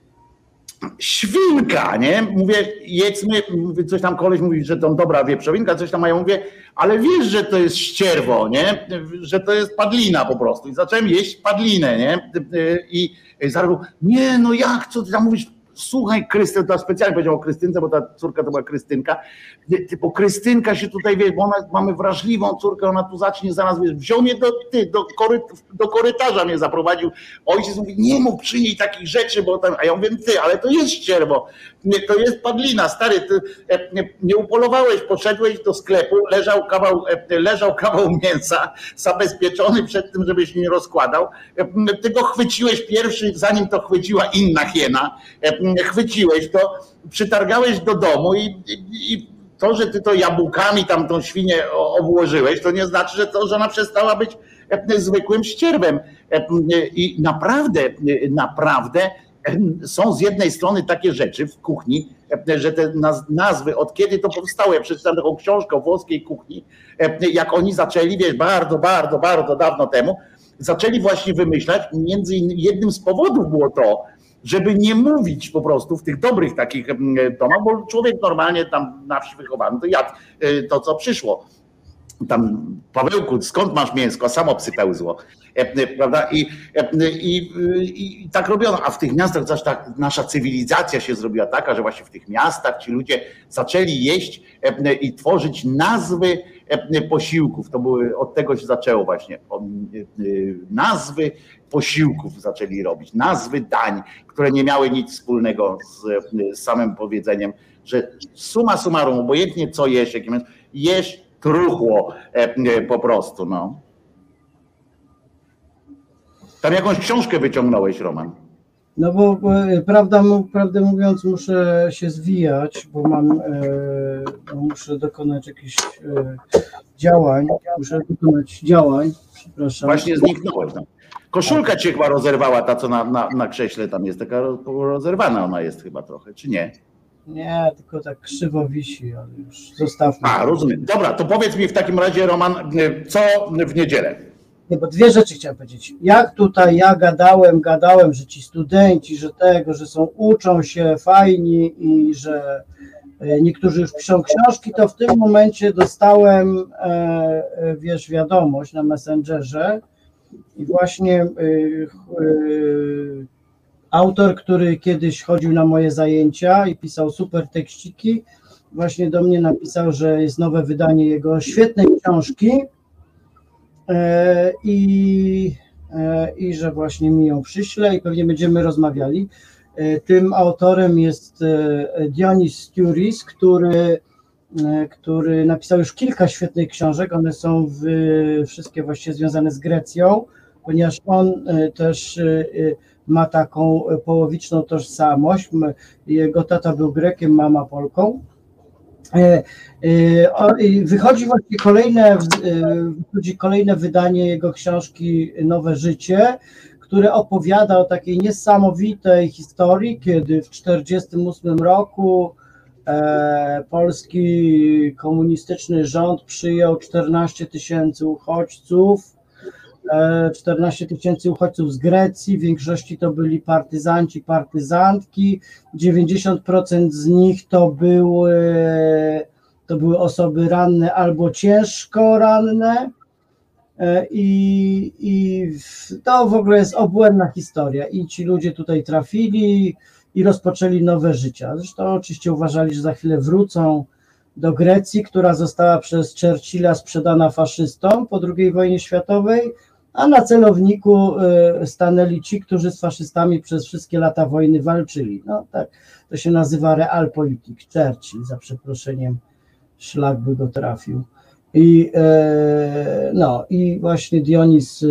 świnka, nie? Mówię, jedzmy, coś tam koleś mówi, że to dobra wieprzowinka, coś tam, a ja mówię, ale wiesz, że to jest ścierwo, nie? Że to jest padlina po prostu. I zacząłem jeść padlinę, nie? I zaraz, nie, no jak, co ty tam mówisz? Słuchaj, Krystyn, to specjalnie powiedział o Krystynce, bo ta córka to była Krystynka, bo Krystynka się tutaj, wiesz, bo mamy wrażliwą córkę, ona tu zacznie zaraz, wiesz, wziął mnie do korytarza mnie zaprowadził, ojciec mówi, nie mów przy niej takich rzeczy, bo tam, a ja mówię, ty, ale to jest ścierwo, to jest padlina, stary, ty nie upolowałeś, poszedłeś do sklepu, leżał kawał mięsa, zabezpieczony przed tym, żebyś nie rozkładał, ty go chwyciłeś pierwszy, zanim to chwyciła inna hiena, chwyciłeś to, przytargałeś do domu i to, że ty to jabłkami tam tą świnię obłożyłeś, to nie znaczy, że ona przestała być zwykłym ścierwem. I naprawdę są z jednej strony takie rzeczy w kuchni, że te nazwy, od kiedy to powstało, ja przeczytałem taką książkę o włoskiej kuchni, jak oni zaczęli, wiesz, bardzo dawno temu, zaczęli właśnie wymyślać, między innymi jednym z powodów było to, żeby nie mówić po prostu w tych dobrych takich domach, bo człowiek normalnie tam na wsi wychowany to jadł to, co przyszło. Tam, Pawełku, skąd masz mięsko? Samo psy pełzło. Prawda? I tak robiono. A w tych miastach też tak nasza cywilizacja się zrobiła taka, że właśnie w tych miastach ci ludzie zaczęli jeść i tworzyć nazwy posiłków. To były, od tego się zaczęło właśnie. Nazwy posiłków zaczęli robić. Nazwy dań, które nie miały nic wspólnego z samym powiedzeniem, że summa summarum, obojętnie co jesz, jesz truchło po prostu, no. Tam jakąś książkę wyciągnąłeś, Roman. No bo prawdę mówiąc muszę się zwijać, bo muszę dokonać jakichś działań. Przepraszam. Właśnie zniknąłeś tam. Koszulka cię chyba rozerwała, ta co na krześle tam jest, taka rozerwana ona jest chyba trochę, czy nie? Nie, tylko tak krzywo wisi, ale już zostawmy. A, rozumiem. Dobra, to powiedz mi w takim razie, Roman, co w niedzielę? Nie, bo dwie rzeczy chciałem powiedzieć. Jak tutaj ja gadałem, że ci studenci, że uczą się fajni i że niektórzy już piszą książki, to w tym momencie dostałem, wiadomość na Messengerze i właśnie autor, który kiedyś chodził na moje zajęcia i pisał super tekściki, właśnie do mnie napisał, że jest nowe wydanie jego świetnej książki i że właśnie mi ją przyśle i pewnie będziemy rozmawiali. Tym autorem jest Dionis Stouris, który napisał już kilka świetnych książek. One są wszystkie właściwie związane z Grecją, ponieważ on też ma taką połowiczną tożsamość. Jego tata był Grekiem, mama Polką. Wychodzi właśnie kolejne wydanie jego książki Nowe Życie, które opowiada o takiej niesamowitej historii, kiedy w 1948 roku polski komunistyczny rząd przyjął 14 000 uchodźców. 14 000 uchodźców z Grecji, w większości to byli partyzanci, partyzantki, 90% z nich to były osoby ranne albo ciężko ranne i to w ogóle jest obłędna historia i ci ludzie tutaj trafili i rozpoczęli nowe życie. Zresztą oczywiście uważali, że za chwilę wrócą do Grecji, która została przez Churchilla sprzedana faszystom po II wojnie światowej. a na celowniku stanęli ci, którzy z faszystami przez wszystkie lata wojny walczyli. No tak, to się nazywa realpolitik, Churchill, za przeproszeniem, szlak by go trafił. I właśnie Dionys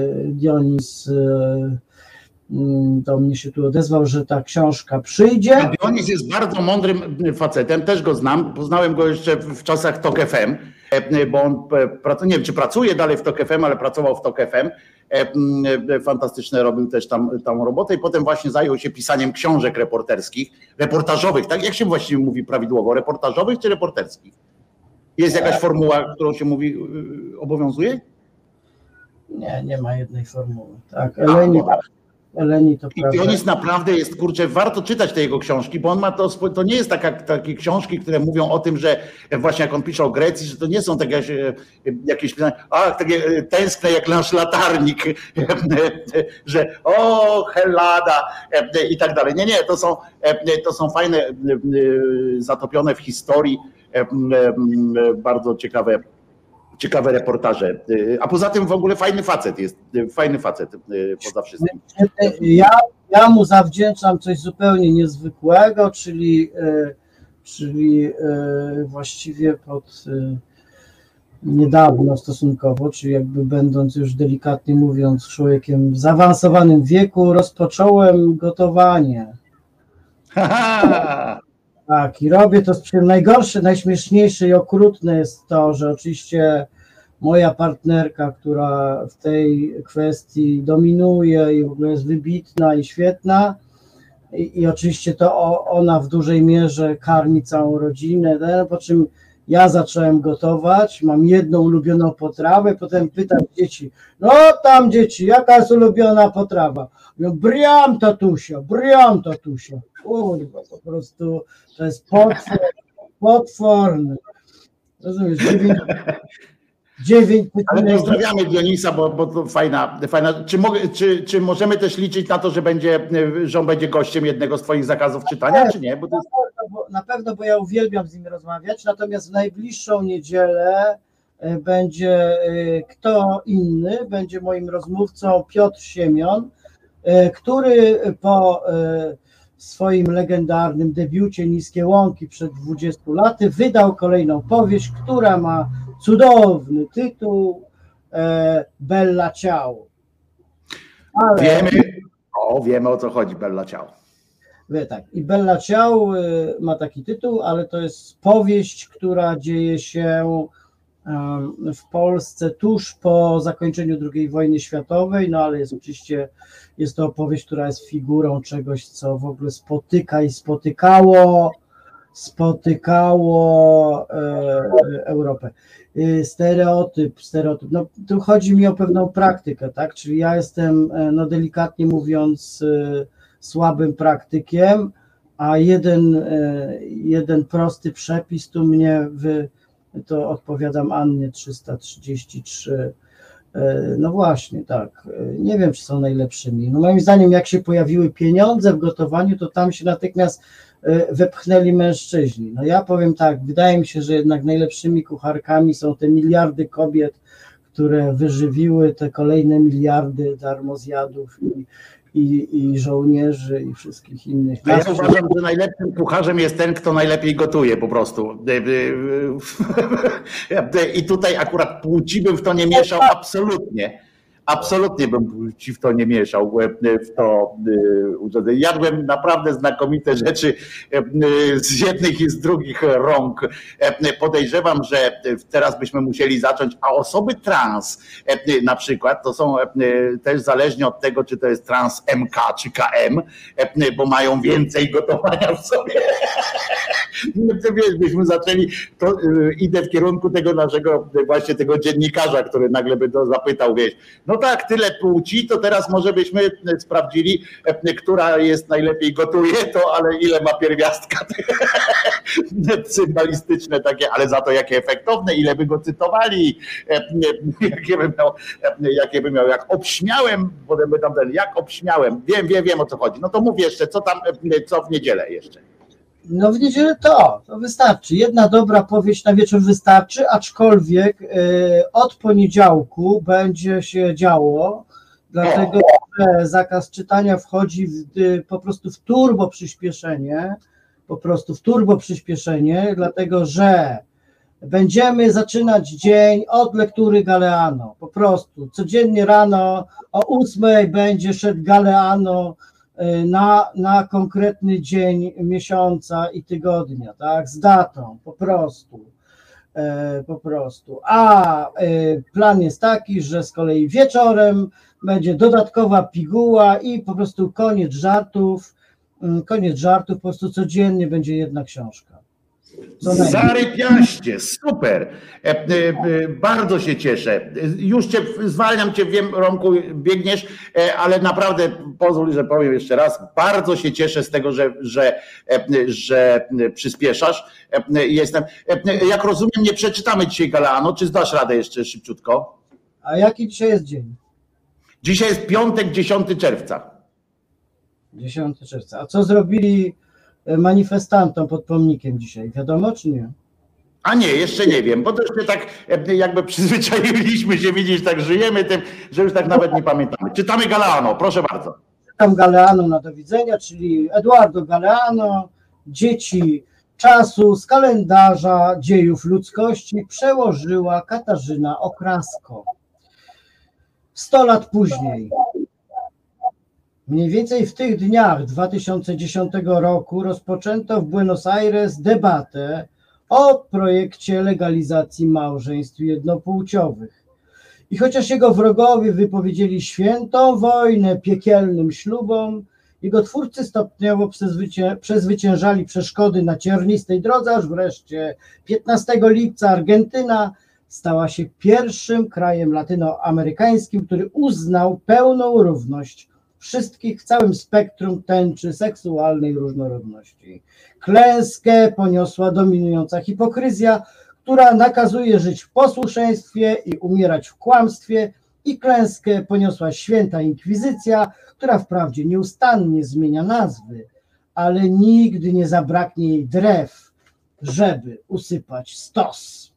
do mnie się tu odezwał, że ta książka przyjdzie. Dionys jest bardzo mądrym facetem, też go znam, poznałem go jeszcze w czasach TOK FM, bo on, nie wiem czy pracuje dalej w TOK FM, ale pracował w TOK FM, fantastyczne robił też tam robotę i potem właśnie zajął się pisaniem książek reportażowych, tak? Jak się właściwie mówi prawidłowo, reportażowych czy reporterskich? Jest jakaś formuła, którą się mówi, obowiązuje? Nie ma jednej formuły. Tak, Eleni to prawda. I Dionys naprawdę jest, kurczę, warto czytać te jego książki, bo on ma to nie jest takie książki, które mówią o tym, że właśnie jak on pisze o Grecji, że to nie są takie jakieś pytania, takie tęskne jak nasz latarnik, że Hellada i tak dalej. Nie, to są fajne, zatopione w historii, bardzo ciekawe reportaże. A poza tym w ogóle fajny facet poza wszystkim. Ja mu zawdzięczam coś zupełnie niezwykłego, czyli właściwie niedawno stosunkowo, czyli jakby będąc już delikatnie mówiąc człowiekiem w zaawansowanym wieku, rozpocząłem gotowanie. Tak, i robię to z przyjemnością. Najgorsze, najśmieszniejsze i okrutne jest to, że oczywiście moja partnerka, która w tej kwestii dominuje i w ogóle jest wybitna i świetna, i oczywiście to ona w dużej mierze karmi całą rodzinę, po czym ja zacząłem gotować, mam jedną ulubioną potrawę, potem pytam dzieci, no tam dzieci, jaka jest ulubiona potrawa? Mówią, briam tatusia. Kurwa, po prostu to jest potworne. Rozumiesz, 9. Ale pozdrawiamy Dionisa, bo to fajna. Czy możemy też liczyć na to, że on będzie gościem jednego z twoich zakazów czytania, czy nie? Bo to jest... Na pewno, bo ja uwielbiam z nim rozmawiać, natomiast w najbliższą niedzielę będzie kto inny, będzie moim rozmówcą Piotr Siemion, który po swoim legendarnym debiucie Niskie Łąki przed 20 laty wydał kolejną powieść, która ma cudowny tytuł Bella Ciao. Wiemy o co chodzi, Bella Ciao. Tak, i Bella Ciao ma taki tytuł, ale to jest powieść, która dzieje się w Polsce tuż po zakończeniu II wojny światowej, no ale jest to opowieść, która jest figurą czegoś, co w ogóle spotyka i spotykało Europę. Stereotyp. No, tu chodzi mi o pewną praktykę, tak? Czyli ja jestem, no delikatnie mówiąc, słabym praktykiem, a jeden prosty przepis tu mnie to odpowiadam Annie 333. No właśnie, tak. Nie wiem, czy są najlepszymi. No moim zdaniem, jak się pojawiły pieniądze w gotowaniu, to tam się natychmiast wepchnęli mężczyźni. No ja powiem tak, wydaje mi się, że jednak najlepszymi kucharkami są te miliardy kobiet, które wyżywiły te kolejne miliardy darmozjadów i żołnierzy i wszystkich innych. Ja uważam, że najlepszym kucharzem jest ten, kto najlepiej gotuje po prostu. I tutaj akurat płci bym w to nie mieszał absolutnie. Absolutnie bym płci w to nie mieszał. Jadłem naprawdę znakomite rzeczy z jednych i z drugich rąk. Podejrzewam, że teraz byśmy musieli zacząć, a osoby trans na przykład, to są też zależnie od tego, czy to jest trans MK czy KM, bo mają więcej gotowania w sobie. Wiesz, byśmy zaczęli, to idę w kierunku tego naszego właśnie tego dziennikarza, który nagle by to zapytał, wiesz, no tak, tyle płci, to teraz może byśmy sprawdzili, która jest najlepiej gotuje, to ale ile ma pierwiastka symbolistyczne takie, ale za to jakie efektowne, ile by go cytowali, jakie by miał, jak obśmiałem, potem by tam jak obśmiałem, wiem o co chodzi, no to mów jeszcze, co w niedzielę jeszcze. No w niedzielę to wystarczy. Jedna dobra powieść na wieczór wystarczy, aczkolwiek od poniedziałku będzie się działo, dlatego że zakaz czytania wchodzi po prostu w turbo przyspieszenie, dlatego że będziemy zaczynać dzień od lektury Galeano. Po prostu codziennie rano o 8:00 będzie szedł Galeano na konkretny dzień miesiąca i tygodnia, tak, z datą, po prostu. A plan jest taki, że z kolei wieczorem będzie dodatkowa piguła i po prostu koniec żartów, po prostu codziennie będzie jedna książka. Zarypiaście, super. Bardzo się cieszę. Już cię zwalniam, wiem, Romku, biegniesz, ale naprawdę pozwól, że powiem jeszcze raz, bardzo się cieszę z tego, że przyspieszasz. Jak rozumiem, nie przeczytamy dzisiaj Galeano, czy zdasz radę jeszcze szybciutko? A jaki dzisiaj jest dzień? Dzisiaj jest piątek, 10 czerwca. 10 czerwca. A co zrobili manifestantom pod pomnikiem dzisiaj? Wiadomo czy nie? A nie, jeszcze nie wiem, bo to jeszcze tak jakby przyzwyczailiśmy się, widzisz, tak żyjemy tym, że już tak nawet nie pamiętamy. Czytamy Galeano, proszę bardzo. Czytam Galeano na do widzenia, czyli Eduardo Galeano, Dzieci czasu z kalendarza dziejów ludzkości przełożyła Katarzyna Okrasko. 100 lat później. Mniej więcej w tych dniach 2010 roku rozpoczęto w Buenos Aires debatę o projekcie legalizacji małżeństw jednopłciowych. I chociaż jego wrogowie wypowiedzieli świętą wojnę piekielnym ślubom, jego twórcy stopniowo przezwyciężali przeszkody na ciernistej drodze, aż wreszcie 15 lipca Argentyna stała się pierwszym krajem latynoamerykańskim, który uznał pełną równość wszystkich w całym spektrum tęczy seksualnej różnorodności. Klęskę poniosła dominująca hipokryzja, która nakazuje żyć w posłuszeństwie i umierać w kłamstwie, i klęskę poniosła święta inkwizycja, która wprawdzie nieustannie zmienia nazwy, ale nigdy nie zabraknie jej drew, żeby usypać stos.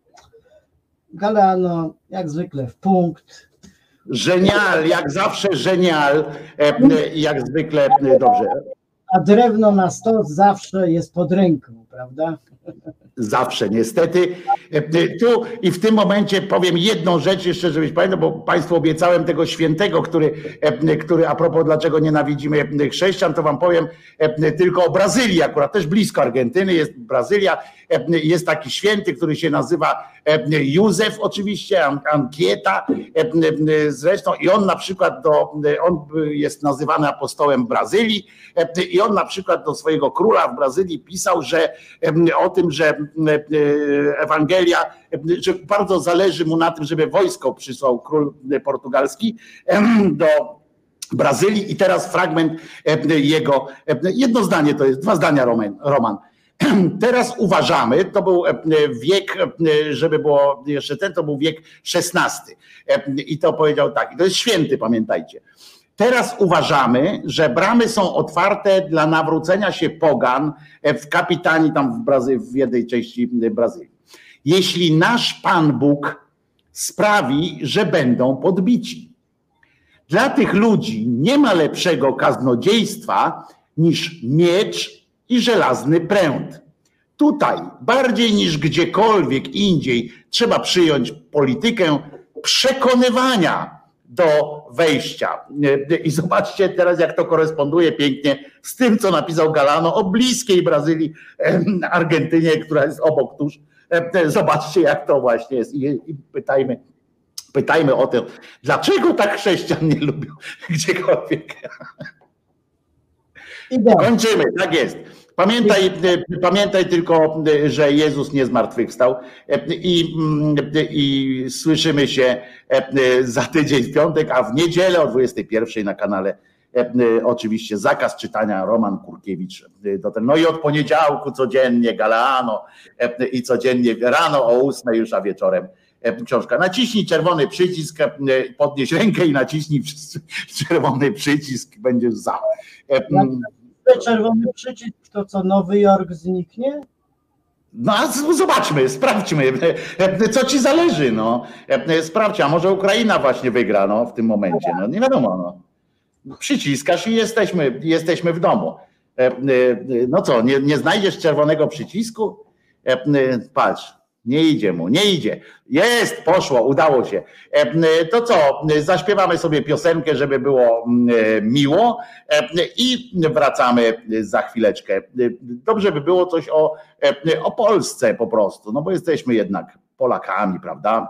Galeano jak zwykle w punkt. Żenial, jak zawsze żenial, jak zwykle dobrze. A drewno na stos zawsze jest pod ręką, prawda? Zawsze, niestety. Tu i w tym momencie powiem jedną rzecz jeszcze, żebyś pamiętał, bo Państwu obiecałem tego świętego, który a propos dlaczego nienawidzimy chrześcijan, to wam powiem tylko o Brazylii, akurat też blisko Argentyny jest Brazylia. Jest taki święty, który się nazywa Józef, oczywiście, Ankieta zresztą, i on na przykład on jest nazywany apostołem Brazylii i on na przykład do swojego króla w Brazylii pisał, że o tym, że Ewangelia, że bardzo zależy mu na tym, żeby wojsko przysłał król portugalski do Brazylii. I teraz fragment jego, jedno zdanie to jest, 2 zdania, Roman. Teraz uważamy, to był wiek, żeby było jeszcze to był wiek XVI. I to powiedział tak, i to jest święty, pamiętajcie. Teraz uważamy, że bramy są otwarte dla nawrócenia się pogan w Kapitanii, tam w jednej części Brazylii. Jeśli nasz Pan Bóg sprawi, że będą podbici. Dla tych ludzi nie ma lepszego kaznodziejstwa niż miecz i żelazny pręt. Tutaj, bardziej niż gdziekolwiek indziej, trzeba przyjąć politykę przekonywania do wejścia. I zobaczcie teraz, jak to koresponduje pięknie z tym, co napisał Galeano o bliskiej Brazylii, Argentynie, która jest obok tuż. Zobaczcie, jak to właśnie jest. I pytajmy o to, dlaczego tak chrześcijan nie lubią gdziekolwiek. Kończymy, tak jest. Pamiętaj tylko, że Jezus nie zmartwychwstał i słyszymy się za tydzień w piątek, a w niedzielę o 21:00 na kanale oczywiście zakaz czytania, Roman Kurkiewicz. No i od poniedziałku codziennie Galeano i codziennie rano o 8:00 już, a wieczorem książka. Naciśnij czerwony przycisk, podnieś rękę i naciśnij czerwony przycisk, będziesz za. czerwony przycisk, to co, Nowy Jork zniknie? No a zobaczmy, sprawdźmy, co ci zależy, no. Sprawdź, a może Ukraina właśnie wygra, no, w tym momencie, no nie wiadomo, no. Przyciskasz i jesteśmy w domu. No co, nie znajdziesz czerwonego przycisku? Patrz, nie idzie mu, nie idzie. Jest, poszło, udało się. To co, zaśpiewamy sobie piosenkę, żeby było miło i wracamy za chwileczkę. Dobrze by było coś o Polsce po prostu, no bo jesteśmy jednak Polakami, prawda?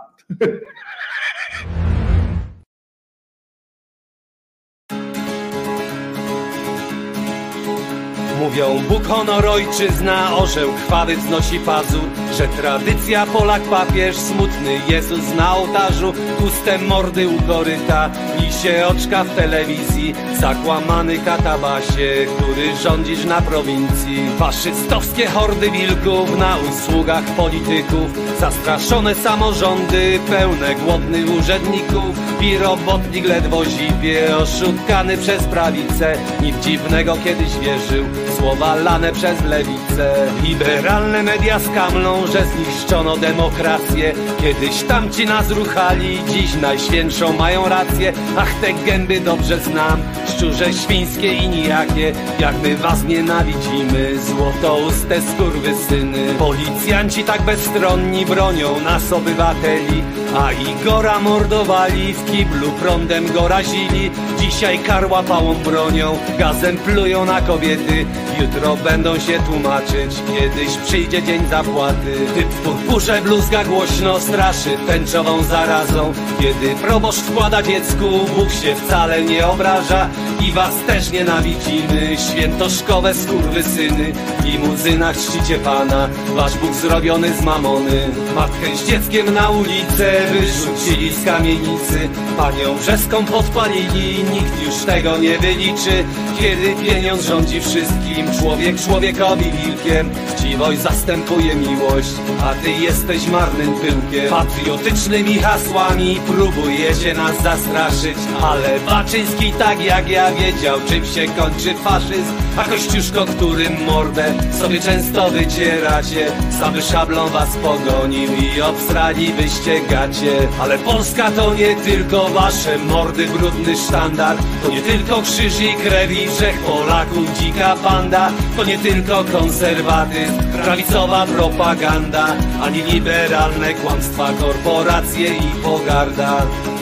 Mówią Bóg, honor, ojczyzna, orzeł krwawy wznosi pazur, że tradycja Polak papież, smutny Jezus na ołtarzu, puste mordy u koryta, lisie oczka w telewizji, zakłamany katabasie, który rządzisz na prowincji. Faszystowskie hordy wilków na usługach polityków, zastraszone samorządy, pełne głodnych urzędników i robotnik ledwo zipie, oszukany przez prawicę, nic dziwnego kiedyś wierzył słowa lane przez lewicę. Liberalne media skamlą, że zniszczono demokrację. Kiedyś tamci nas ruchali, dziś najświętszą mają rację. Ach, te gęby dobrze znam, szczurze świńskie i nijakie, jak my was nienawidzimy, złotouste skurwysyny. Policjanci tak bezstronni bronią nas obywateli, a Igora mordowali, w kiblu prądem go razili. Dzisiaj karła pałą bronią, gazem plują na kobiety. Jutro będą się tłumaczyć, kiedyś przyjdzie dzień zapłaty. Typ w purpurze bluzga głośno straszy tęczową zarazą. Kiedy proboszcz wkłada dziecku, Bóg się wcale nie obraża. I was też nienawidzimy, świętoszkowe skurwysyny. W limuzynach czcicie Pana, wasz Bóg zrobiony z mamony. Matkę z dzieckiem na ulicę wyrzucili z kamienicy. Panią Brzeską podpalili, nikt już tego nie wyliczy. Kiedy pieniądz rządzi wszystkim, człowiek człowiekowi wilkiem. Chciwość zastępuje miłość, a ty jesteś marnym pyłkiem. Patriotycznymi hasłami próbujecie nas zastraszyć, ale Baczyński tak jak ja wiedział, czym się kończy faszyzm. A Kościuszko, którym mordę sobie często wycieracie, sam by szablą was pogonił i obstrali byście gacie. Ale Polska to nie tylko wasze mordy, brudny sztandar, to nie tylko krzyż i krew i wszech Polaków dzika banda, to nie tylko konserwatyzm, prawicowa propaganda, ani liberalne kłamstwa, korporacje i pogarda.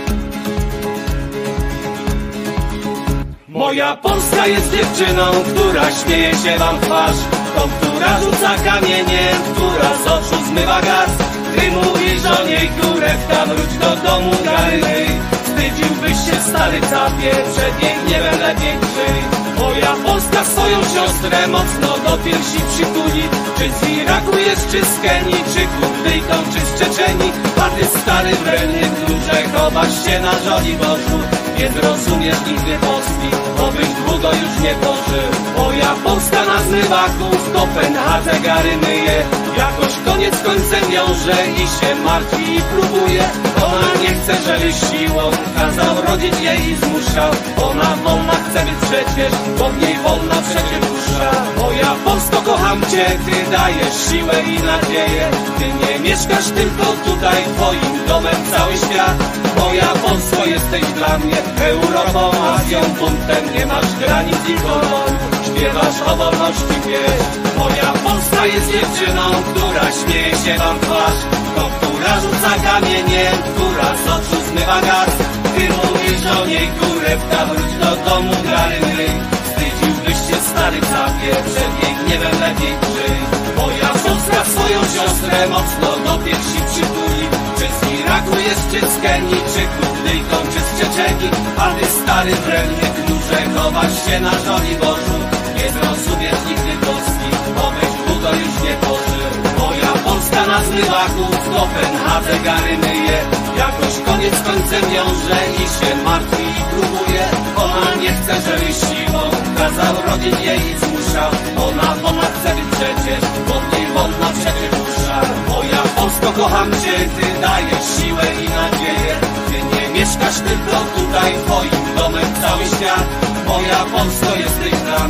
Moja Polska jest dziewczyną, która śmieje się wam w twarz, tą, która rzuca kamieniem, która z oczu zmywa gaz. Ty mówisz o niej, kurewka, wróć do domu Garyny. Wstydziłbyś się, stary capie, przed jej gniewem lepiej krzyj. Moja Polska swoją siostrę mocno do piersi przytuli. Czy z Iraku jest, czy z Kenii, czy Kurdyjką, czy z Czeczenii. A ty stary wredny klucze, chowasz się na Żoliborzu. Nie zrozumiesz nigdy Polski, bo byś długo już nie pożył. Moja Polska na zmywaku w Kopenhadze gary myje. Jakoś koniec końcem wiąże i się martwi i próbuje. Ona nie chce, żebyś siłą kazał rodzić jej i zmuszał. Ona wolna chce być przecież, bo w niej wolna przecież dusza. Moja Polsko, kocham cię, ty dajesz siłę i nadzieję. Ty nie mieszkasz tylko tutaj, twoim domem cały świat. Moja Polsko, jesteś dla mnie Europą, Azją, buntem. Nie masz granic i koloru, śpiewasz o wolności pieśń. Moja Polska jest dziewczyną, która śmieje się wam w twarz, to, która rzuca kamieniem, która z oczu zmywa gaz. Ty mówisz o niej, kurewka, wróć do domu Garyny. Wstydziłbyś się, stary capie, przed jej gniewem lepiej krzyj. Moja Polska swoją siostrę mocno do piersi przytuli. Czy z Iraku jest, czy z Kenii, czy Kurdyjką, czy z Czeczenii. A ty stary wredny klucze, chowasz się na Żoliborzu. Nie zrozumiesz nigdy Polski, bo byś długo już nie pożył. Moja Polska na zmywaku w Kopenhadze gary myje. Jakoś koniec końcem wiąże i się martwi i próbuje. Ona nie chce, żebyś siłą kazał rodzić jej i zmuszał. Ona wolna chce być przecież, bo w niej wolna przecież dusza. Moja Polsko, kocham cię, ty dajesz siłę i nadzieję. Ty nie mieszkasz tylko tutaj, twoim domem cały świat. Moja Polsko, jesteś dla mnie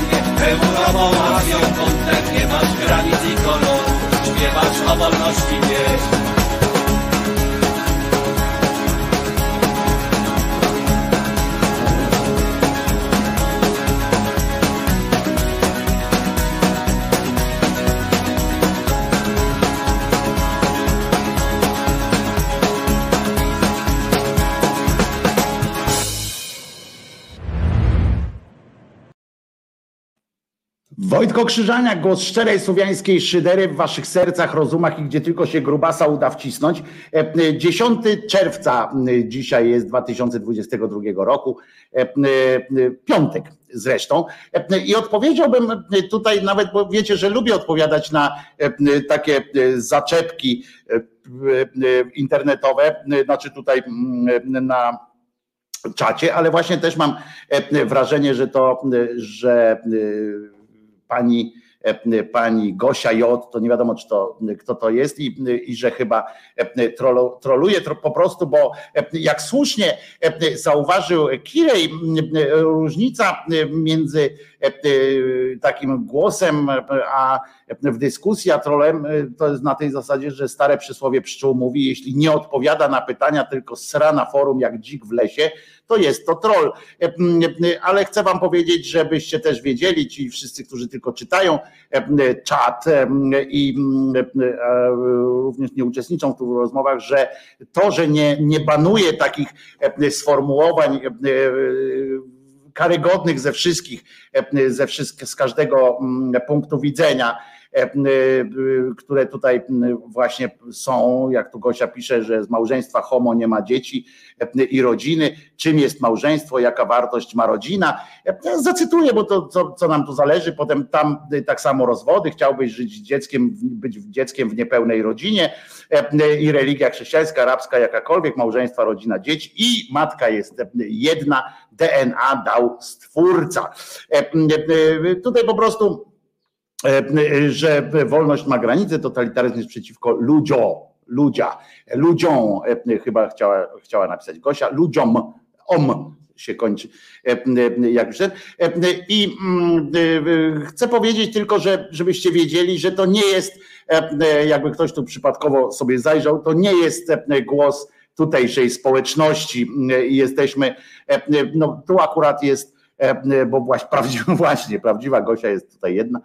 Eurową radią kątem, nie masz granic i koloru, śpiewasz o wolności wieś. Wojtko Krzyżaniak, głos szczerej słowiańskiej szydery w waszych sercach, rozumach i gdzie tylko się grubasa uda wcisnąć. 10 czerwca dzisiaj jest 2022 roku, piątek zresztą. I odpowiedziałbym tutaj nawet, bo wiecie, że lubię odpowiadać na takie zaczepki internetowe, znaczy tutaj na czacie, ale właśnie też mam wrażenie, że pani Gosia J, to nie wiadomo, kto to jest i że chyba troluje po prostu, bo jak słusznie zauważył Kirej, różnica między takim głosem a w dyskusji a trolem to jest na tej zasadzie, że stare przysłowie pszczół mówi, jeśli nie odpowiada na pytania, tylko sra na forum jak dzik w lesie, to jest to troll. Ale chcę wam powiedzieć, żebyście też wiedzieli, ci wszyscy, którzy tylko czytają czat i również nie uczestniczą w rozmowach, że to, że nie banuje takich sformułowań karygodnych z każdego punktu widzenia, które tutaj właśnie są, jak tu Gosia pisze, że z małżeństwa homo nie ma dzieci i rodziny. Czym jest małżeństwo, jaka wartość ma rodzina? Ja zacytuję, bo to co nam tu zależy. Potem tam tak samo rozwody, chciałbyś żyć z dzieckiem, być dzieckiem w niepełnej rodzinie i religia chrześcijańska, arabska, jakakolwiek, małżeństwa, rodzina, dzieci i matka jest jedna, DNA dał Stwórca. Tutaj po prostu że wolność ma granice, totalitaryzm jest przeciwko ludziom, chyba chciała napisać Gosia, ludziom, się kończy, jak już ten. I chcę powiedzieć tylko, żebyście wiedzieli, że to nie jest, jakby ktoś tu przypadkowo sobie zajrzał, to nie jest głos tutejszej społeczności. Jesteśmy, no tu akurat jest, bo prawdziwa Gosia jest tutaj jedna,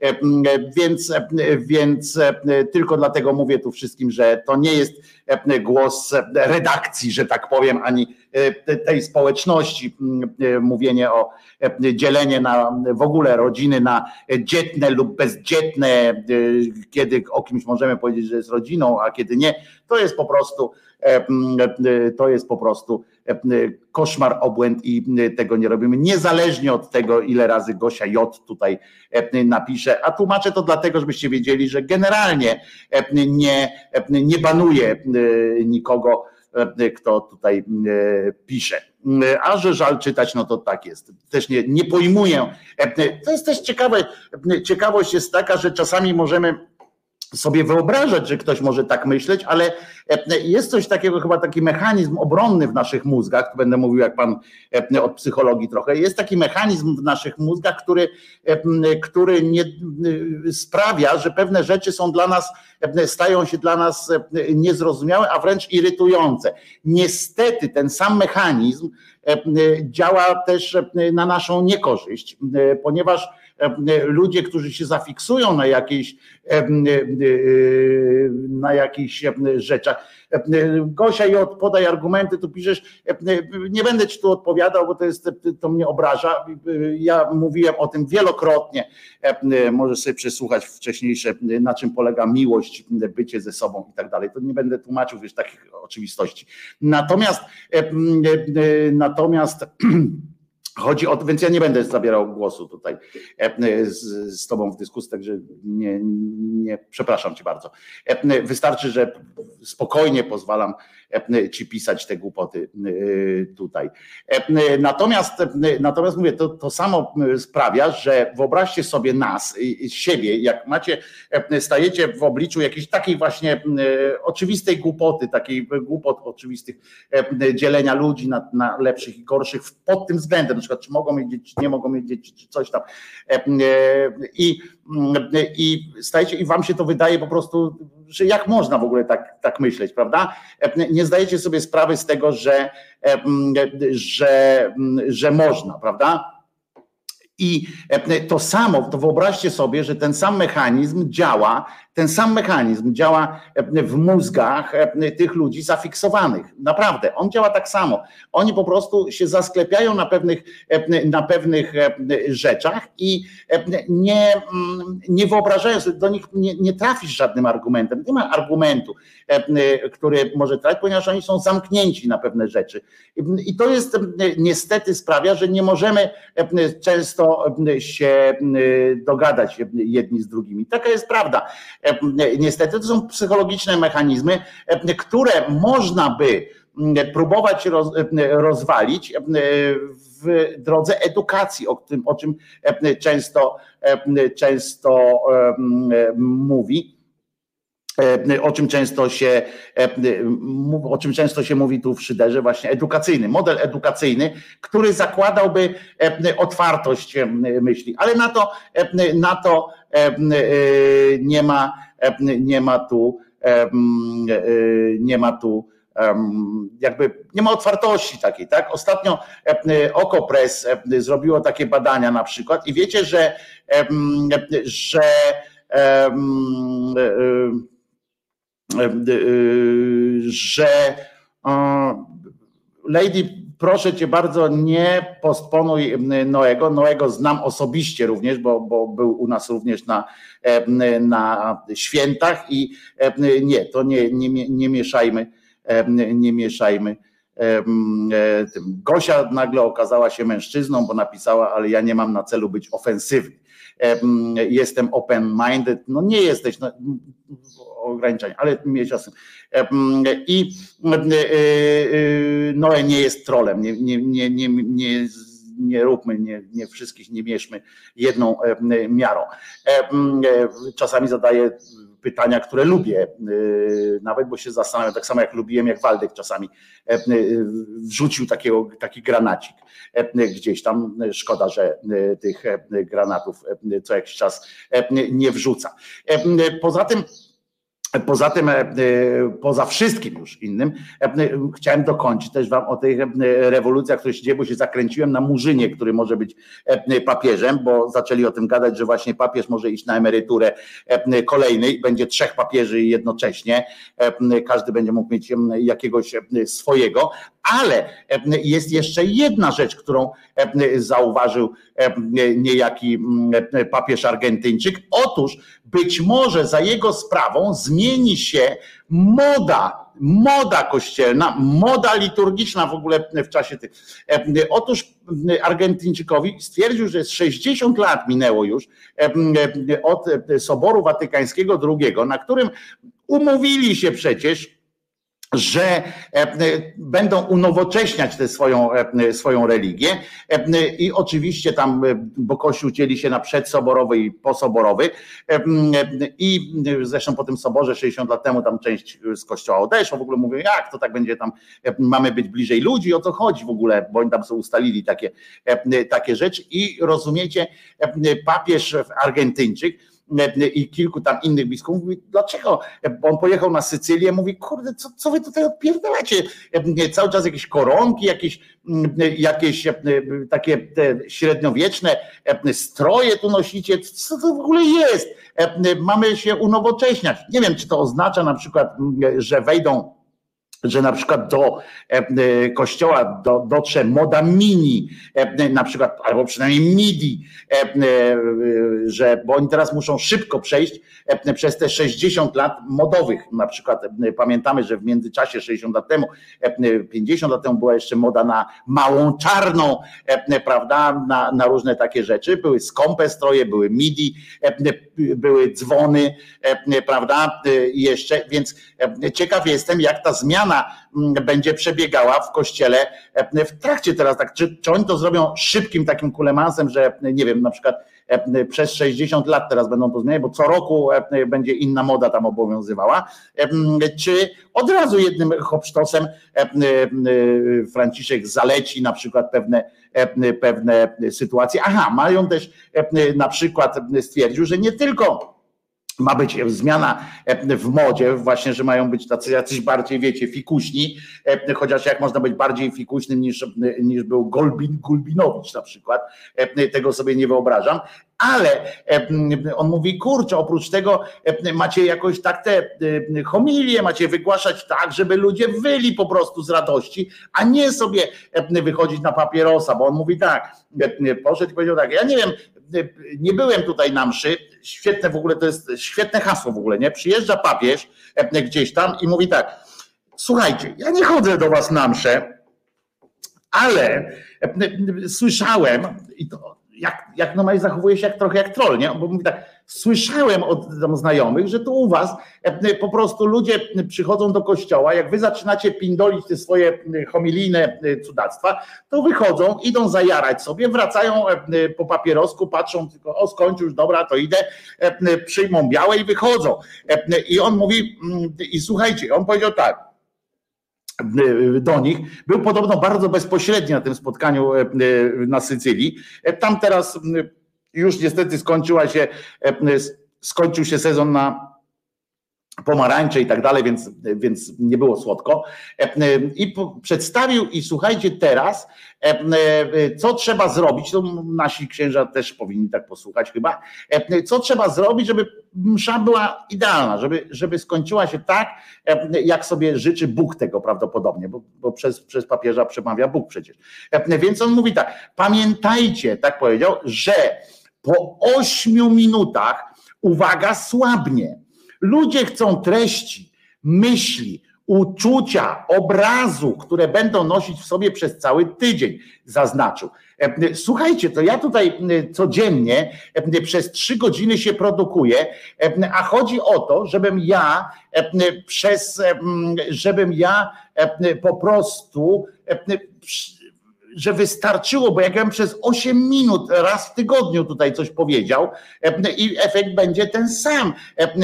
więc tylko dlatego mówię tu wszystkim, że to nie jest głos redakcji, że tak powiem, ani tej społeczności, mówienie o dzielenie na w ogóle rodziny na dzietne lub bezdzietne, kiedy o kimś możemy powiedzieć, że jest rodziną, a kiedy nie, to jest po prostu koszmar, obłęd i tego nie robimy, niezależnie od tego, ile razy Gosia J tutaj napisze, a tłumaczę to dlatego, żebyście wiedzieli, że generalnie nie banuje nikogo, kto tutaj pisze. A że żal czytać, no to tak jest. Też nie pojmuję. To jest też ciekawe. Ciekawość jest taka, że czasami możemy sobie wyobrażać, że ktoś może tak myśleć, ale jest coś takiego, chyba taki mechanizm obronny w naszych mózgach, tu będę mówił jak pan od psychologii trochę, jest taki mechanizm w naszych mózgach, który nie sprawia, że pewne rzeczy stają się dla nas niezrozumiałe, a wręcz irytujące. Niestety ten sam mechanizm działa też na naszą niekorzyść, ponieważ ludzie, którzy się zafiksują na jakichś rzeczach. Gosia J, podaj argumenty, tu piszesz, nie będę ci tu odpowiadał, bo to mnie obraża. Ja mówiłem o tym wielokrotnie, możesz sobie przesłuchać wcześniejsze, na czym polega miłość, bycie ze sobą i tak dalej. To nie będę tłumaczył już takich oczywistości. Natomiast chodzi o to, więc ja nie będę zabierał głosu tutaj z tobą w dyskusji, także nie przepraszam cię bardzo. Wystarczy, że spokojnie pozwalam ci pisać te głupoty tutaj. Natomiast mówię, to samo sprawia, że wyobraźcie sobie nas, siebie, jak stajecie w obliczu jakiejś takiej właśnie oczywistej głupoty, takiej głupot oczywistych dzielenia ludzi na lepszych i gorszych pod tym względem, na przykład czy mogą mieć dzieci, czy nie mogą mieć dzieci, czy coś tam. I stajecie i wam się to wydaje po prostu, że jak można w ogóle tak myśleć, prawda? Nie zdajecie sobie sprawy z tego, że można, prawda? I to samo, to wyobraźcie sobie, że ten sam mechanizm działa w mózgach tych ludzi zafiksowanych. Naprawdę, on działa tak samo. Oni po prostu się zasklepiają na pewnych rzeczach i nie wyobrażają sobie, do nich nie trafisz żadnym argumentem. Nie ma argumentu, który może trafić, ponieważ oni są zamknięci na pewne rzeczy. I to jest niestety sprawia, że nie możemy często się dogadać jedni z drugimi. Taka jest prawda. Niestety to są psychologiczne mechanizmy, które można by próbować rozwalić w drodze edukacji, o czym często mówi. O czym często się mówi tu w szyderze, właśnie edukacyjny, model edukacyjny, który zakładałby otwartość myśli, ale na to nie ma otwartości takiej, tak? Ostatnio Okopres zrobiło takie badania na przykład i wiecie, że Lady, proszę cię bardzo, nie postponuj Noego. Noego znam osobiście również, bo był u nas również na świętach i nie, to nie mieszajmy. Gosia nagle okazała się mężczyzną, bo napisała, ale ja nie mam na celu być ofensywny. Jestem open-minded. No nie jesteś, ograniczenia, ale mniejsza z tym. I Noe nie jest trolem, nie róbmy, nie wszystkich nie mierzmy jedną miarą. Czasami zadaję pytania, które lubię, nawet bo się zastanawiam, tak samo jak lubiłem, jak Waldek czasami wrzucił taki granacik gdzieś tam. Szkoda, że tych granatów co jakiś czas nie wrzuca. Poza wszystkim już innym, chciałem dokończyć też wam o tych rewolucjach, które się dzieje, bo się zakręciłem na Murzynie, który może być papieżem, bo zaczęli o tym gadać, że właśnie papież może iść na emeryturę kolejny i będzie 3 papieży jednocześnie, każdy będzie mógł mieć jakiegoś swojego, ale jest jeszcze jedna rzecz, którą zauważył niejaki papież Argentyńczyk. Otóż być może za jego sprawą zmieni się moda kościelna, moda liturgiczna w ogóle w czasie tych. Otóż Argentyńczykowi stwierdził, że 60 lat minęło już od Soboru Watykańskiego II, na którym umówili się przecież, że będą unowocześniać tę swoją religię i oczywiście tam, bo Kościół dzieli się na przedsoborowy i posoborowy i zresztą po tym soborze 60 lat temu tam część z Kościoła odeszła, w ogóle mówią, jak to tak będzie tam, mamy być bliżej ludzi, o co chodzi w ogóle, bo oni tam sobie ustalili takie rzeczy i rozumiecie, papież Argentyńczyk i kilku tam innych biskupów mówi, dlaczego? Bo on pojechał na Sycylię, mówi, kurde, co wy tutaj odpierdalacie? Cały czas jakieś koronki, jakieś takie te średniowieczne stroje tu nosicie, co to w ogóle jest? Mamy się unowocześniać. Nie wiem, czy to oznacza na przykład, że wejdą, że na przykład do kościoła dotrze moda mini, na przykład, albo przynajmniej midi, bo oni teraz muszą szybko przejść przez te 60 lat modowych. Na przykład pamiętamy, że w międzyczasie 60 lat temu, 50 lat temu była jeszcze moda na małą czarną, prawda, na różne takie rzeczy. Były skąpe stroje, były midi, były dzwony, prawda, jeszcze, więc ciekaw jestem, jak ta zmiana będzie przebiegała w kościele w trakcie teraz, tak, czy oni to zrobią szybkim takim kulemansem, że nie wiem, na przykład przez 60 lat teraz będą to zmieniać, bo co roku będzie inna moda tam obowiązywała, czy od razu jednym hopsztosem Franciszek zaleci na przykład pewne sytuacje. Aha, mają też na przykład stwierdził, że nie tylko ma być zmiana w modzie, właśnie, że mają być tacy jacyś bardziej, wiecie, fikuśni, chociaż jak można być bardziej fikuśnym niż był Gulbinowicz na przykład, tego sobie nie wyobrażam, ale on mówi, kurczę, oprócz tego macie jakoś tak te homilie, macie wygłaszać tak, żeby ludzie wyli po prostu z radości, a nie sobie wychodzić na papierosa, bo on mówi tak, poszedł i powiedział tak, ja nie wiem, nie byłem tutaj na mszy, świetne w ogóle, to jest świetne hasło w ogóle, nie? Przyjeżdża papież gdzieś tam i mówi tak, słuchajcie, ja nie chodzę do was na mszę, ale słyszałem, i to jak normalnie zachowuje się trochę jak troll, nie? Bo mówi tak, słyszałem od tam znajomych, że tu u was po prostu ludzie przychodzą do kościoła, jak wy zaczynacie pindolić te swoje homilijne cudactwa, to wychodzą, idą zajarać sobie, wracają po papierosku, patrzą tylko, o skończył już, dobra, to idę, przyjmą białe i wychodzą. I on mówi, i słuchajcie, on powiedział tak, do nich, był podobno bardzo bezpośredni na tym spotkaniu na Sycylii. Tam teraz już niestety skończył się sezon na pomarańcze i tak dalej, więc nie było słodko. I przedstawił, i słuchajcie teraz, co trzeba zrobić, to nasi księża też powinni tak posłuchać chyba, co trzeba zrobić, żeby msza była idealna, żeby skończyła się tak, jak sobie życzy Bóg tego prawdopodobnie, bo przez papieża przemawia Bóg przecież. Więc on mówi tak, pamiętajcie, tak powiedział, że po 8 minutach, uwaga, słabnie. Ludzie chcą treści, myśli, uczucia, obrazu, które będą nosić w sobie przez cały tydzień, zaznaczył. Słuchajcie, to ja tutaj codziennie przez 3 godziny się produkuję, a chodzi o to, żebym ja po prostu, że wystarczyło, bo jak ja bym przez 8 minut raz w tygodniu tutaj coś powiedział i efekt będzie ten sam.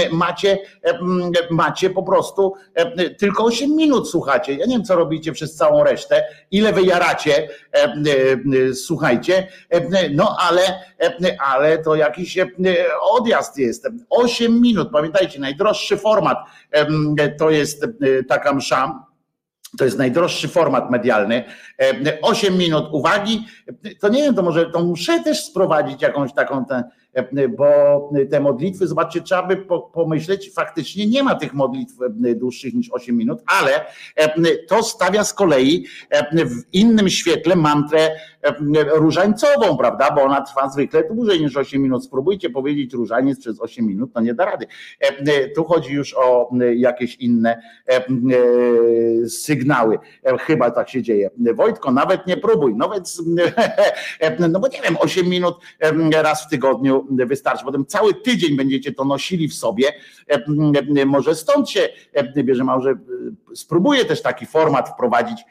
Macie po prostu tylko 8 minut, słuchacie. Ja nie wiem, co robicie przez całą resztę, ile wy jaracie, słuchajcie, no ale to jakiś odjazd jest. 8 minut, pamiętajcie, najdroższy format to jest taka msza. To jest najdroższy format medialny. 8 minut uwagi. To nie wiem, to może to muszę też sprowadzić jakąś taką, bo te modlitwy, zobaczcie, trzeba by pomyśleć, faktycznie nie ma tych modlitw dłuższych niż 8 minut, ale to stawia z kolei w innym świetle mantrę różańcową, prawda, bo ona trwa zwykle dłużej niż 8 minut. Spróbujcie powiedzieć różaniec przez 8 minut, no nie da rady. Tu chodzi już o jakieś inne sygnały. Chyba tak się dzieje. Wojtko, nawet nie próbuj, no bo nie wiem, 8 minut raz w tygodniu wystarczy. Potem cały tydzień będziecie to nosili w sobie. Może stąd się bierze, może spróbuję też taki format wprowadzić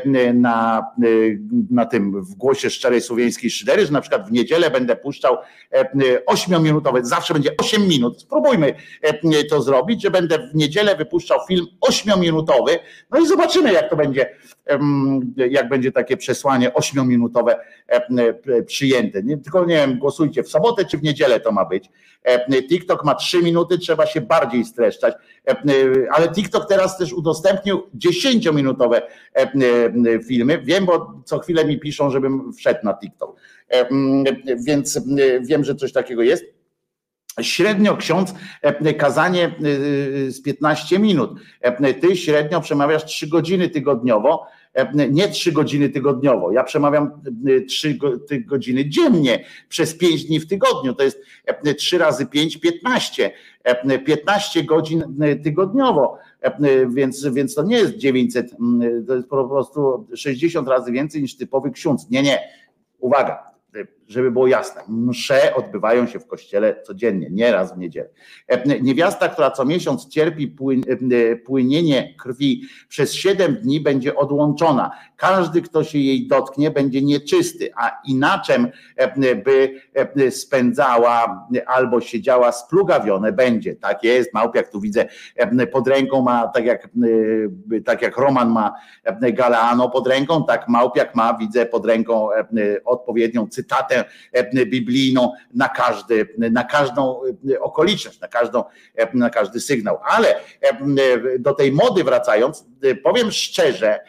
na tym w Głosie Szczerej Słowiańskiej Szydery, że na przykład w niedzielę będę puszczał 8-minutowy, zawsze będzie 8 minut. Spróbujmy to zrobić, że będę w niedzielę wypuszczał film 8-minutowy, no i zobaczymy, jak będzie takie przesłanie 8-minutowe przyjęte. Tylko nie wiem, głosujcie w sobotę czy w niedzielę to ma być. TikTok ma 3 minuty, trzeba się bardziej streszczać, ale TikTok teraz też udostępnił 10-minutowe filmy. Wiem, bo co chwilę mi piszą, żebym wszedł na TikTok, więc wiem, że coś takiego jest. Średnio ksiądz kazanie z 15 minut. Ty średnio przemawiasz 3 godziny tygodniowo, nie 3 godziny tygodniowo. Ja przemawiam 3 godziny dziennie przez 5 dni w tygodniu. To jest 3 razy 5, 15. 15 godzin tygodniowo, więc to nie jest 900, to jest po prostu 60 razy więcej niż typowy ksiądz. Nie. Uwaga. żeby było jasne, msze odbywają się w kościele codziennie, nie raz w niedzielę. Niewiasta, która co miesiąc cierpi płynienie krwi przez 7 dni, będzie odłączona. Każdy, kto się jej dotknie, będzie nieczysty, a inaczej by spędzała albo siedziała splugawione będzie. Tak jest, Małpiak tu widzę pod ręką ma, tak jak Roman ma Galeano pod ręką, tak Małpiak ma, widzę pod ręką odpowiednią cytatę biblijną na każdą okoliczność, na każdy sygnał. Ale do tej mody wracając, powiem szczerze,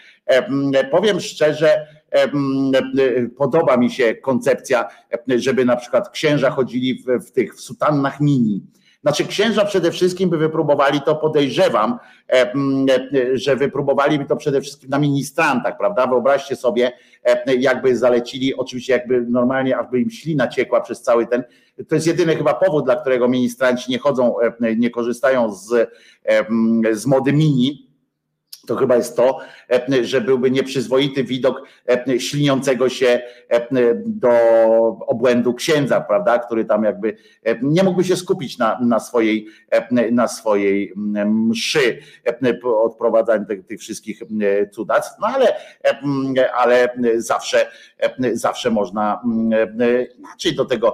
podoba mi się koncepcja, żeby na przykład księża chodzili w sutannach mini. Znaczy księża przede wszystkim by wypróbowali to, podejrzewam, że wypróbowaliby to przede wszystkim na ministrantach, prawda? Wyobraźcie sobie, jakby zalecili, oczywiście jakby normalnie, aby im ślina ciekła przez cały ten, to jest jedyny chyba powód, dla którego ministranci nie chodzą, nie korzystają z mody mini. To chyba jest to, że byłby nieprzyzwoity widok śliniącego się do obłędu księdza, prawda, który tam jakby nie mógłby się skupić na swojej mszy, odprowadzaniu tych wszystkich cudactw, no ale zawsze można inaczej do tego,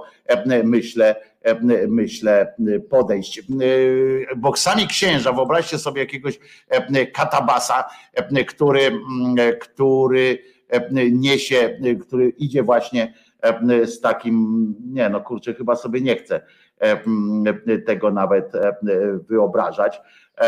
myślę, podejść. Bo sami księża, wyobraźcie sobie jakiegoś katabasa, który niesie, który idzie właśnie z takim, nie no kurczę, chyba sobie nie chcę tego nawet wyobrażać.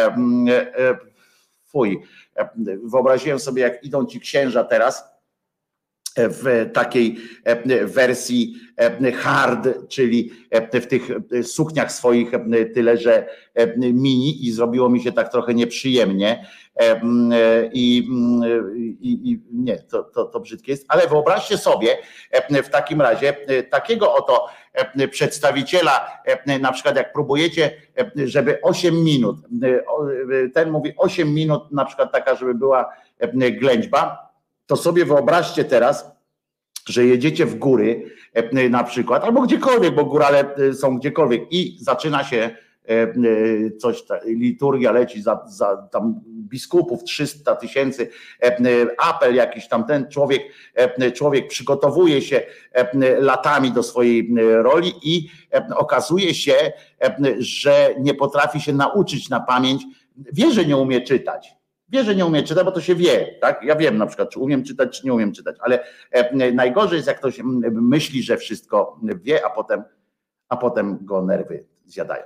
Fuj, wyobraziłem sobie, jak idą ci księża teraz w takiej wersji hard, czyli w tych sukniach swoich, tyle że mini, i zrobiło mi się tak trochę nieprzyjemnie i nie, to brzydkie jest, ale wyobraźcie sobie w takim razie takiego oto przedstawiciela, na przykład jak próbujecie, żeby 8 minut, ten mówi 8 minut, na przykład taka, żeby była ględźba, to sobie wyobraźcie teraz, że jedziecie w góry na przykład, albo gdziekolwiek, bo górale są gdziekolwiek i zaczyna się coś, liturgia leci za tam biskupów 300 000, apel jakiś tam, ten człowiek przygotowuje się latami do swojej roli i okazuje się, że nie potrafi się nauczyć na pamięć, wie, że nie umie czytać. Wie, że nie umie czytać, bo to się wie, tak? Ja wiem na przykład, czy umiem czytać, czy nie umiem czytać, ale najgorzej jest, jak ktoś myśli, że wszystko wie, a potem go nerwy zjadają.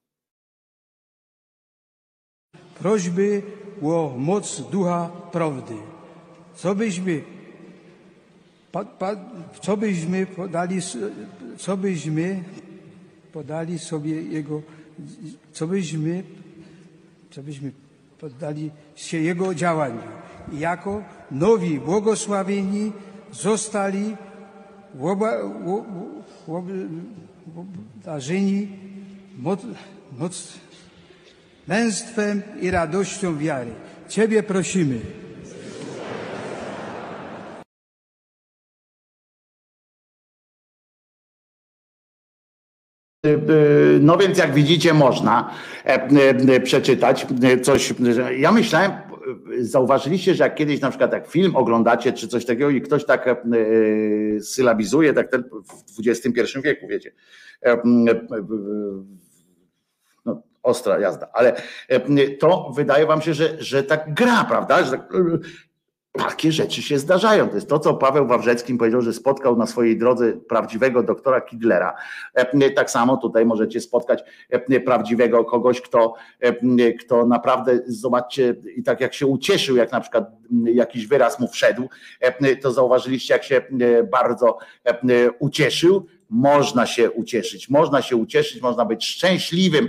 Prośby o moc Ducha Prawdy. Co byśmy podali sobie Jego, co byśmy poddali się Jego działaniu. I jako nowi błogosławieni zostali obdarzeni męstwem i radością wiary. Ciebie prosimy. No więc jak widzicie, można przeczytać coś. Ja myślałem, zauważyliście, że jak kiedyś na przykład jak film oglądacie czy coś takiego i ktoś tak sylabizuje, tak ten w XXI wieku, wiecie, no, ostra jazda, ale to wydaje wam się, że tak gra, prawda, że tak, takie rzeczy się zdarzają. To jest to, co Paweł Wawrzecki powiedział, że spotkał na swojej drodze prawdziwego doktora Kidlera. Tak samo tutaj możecie spotkać prawdziwego kogoś, kto naprawdę, zobaczcie, i tak jak się ucieszył, jak na przykład jakiś wyraz mu wszedł, to zauważyliście, jak się bardzo ucieszył, można się ucieszyć, można być szczęśliwym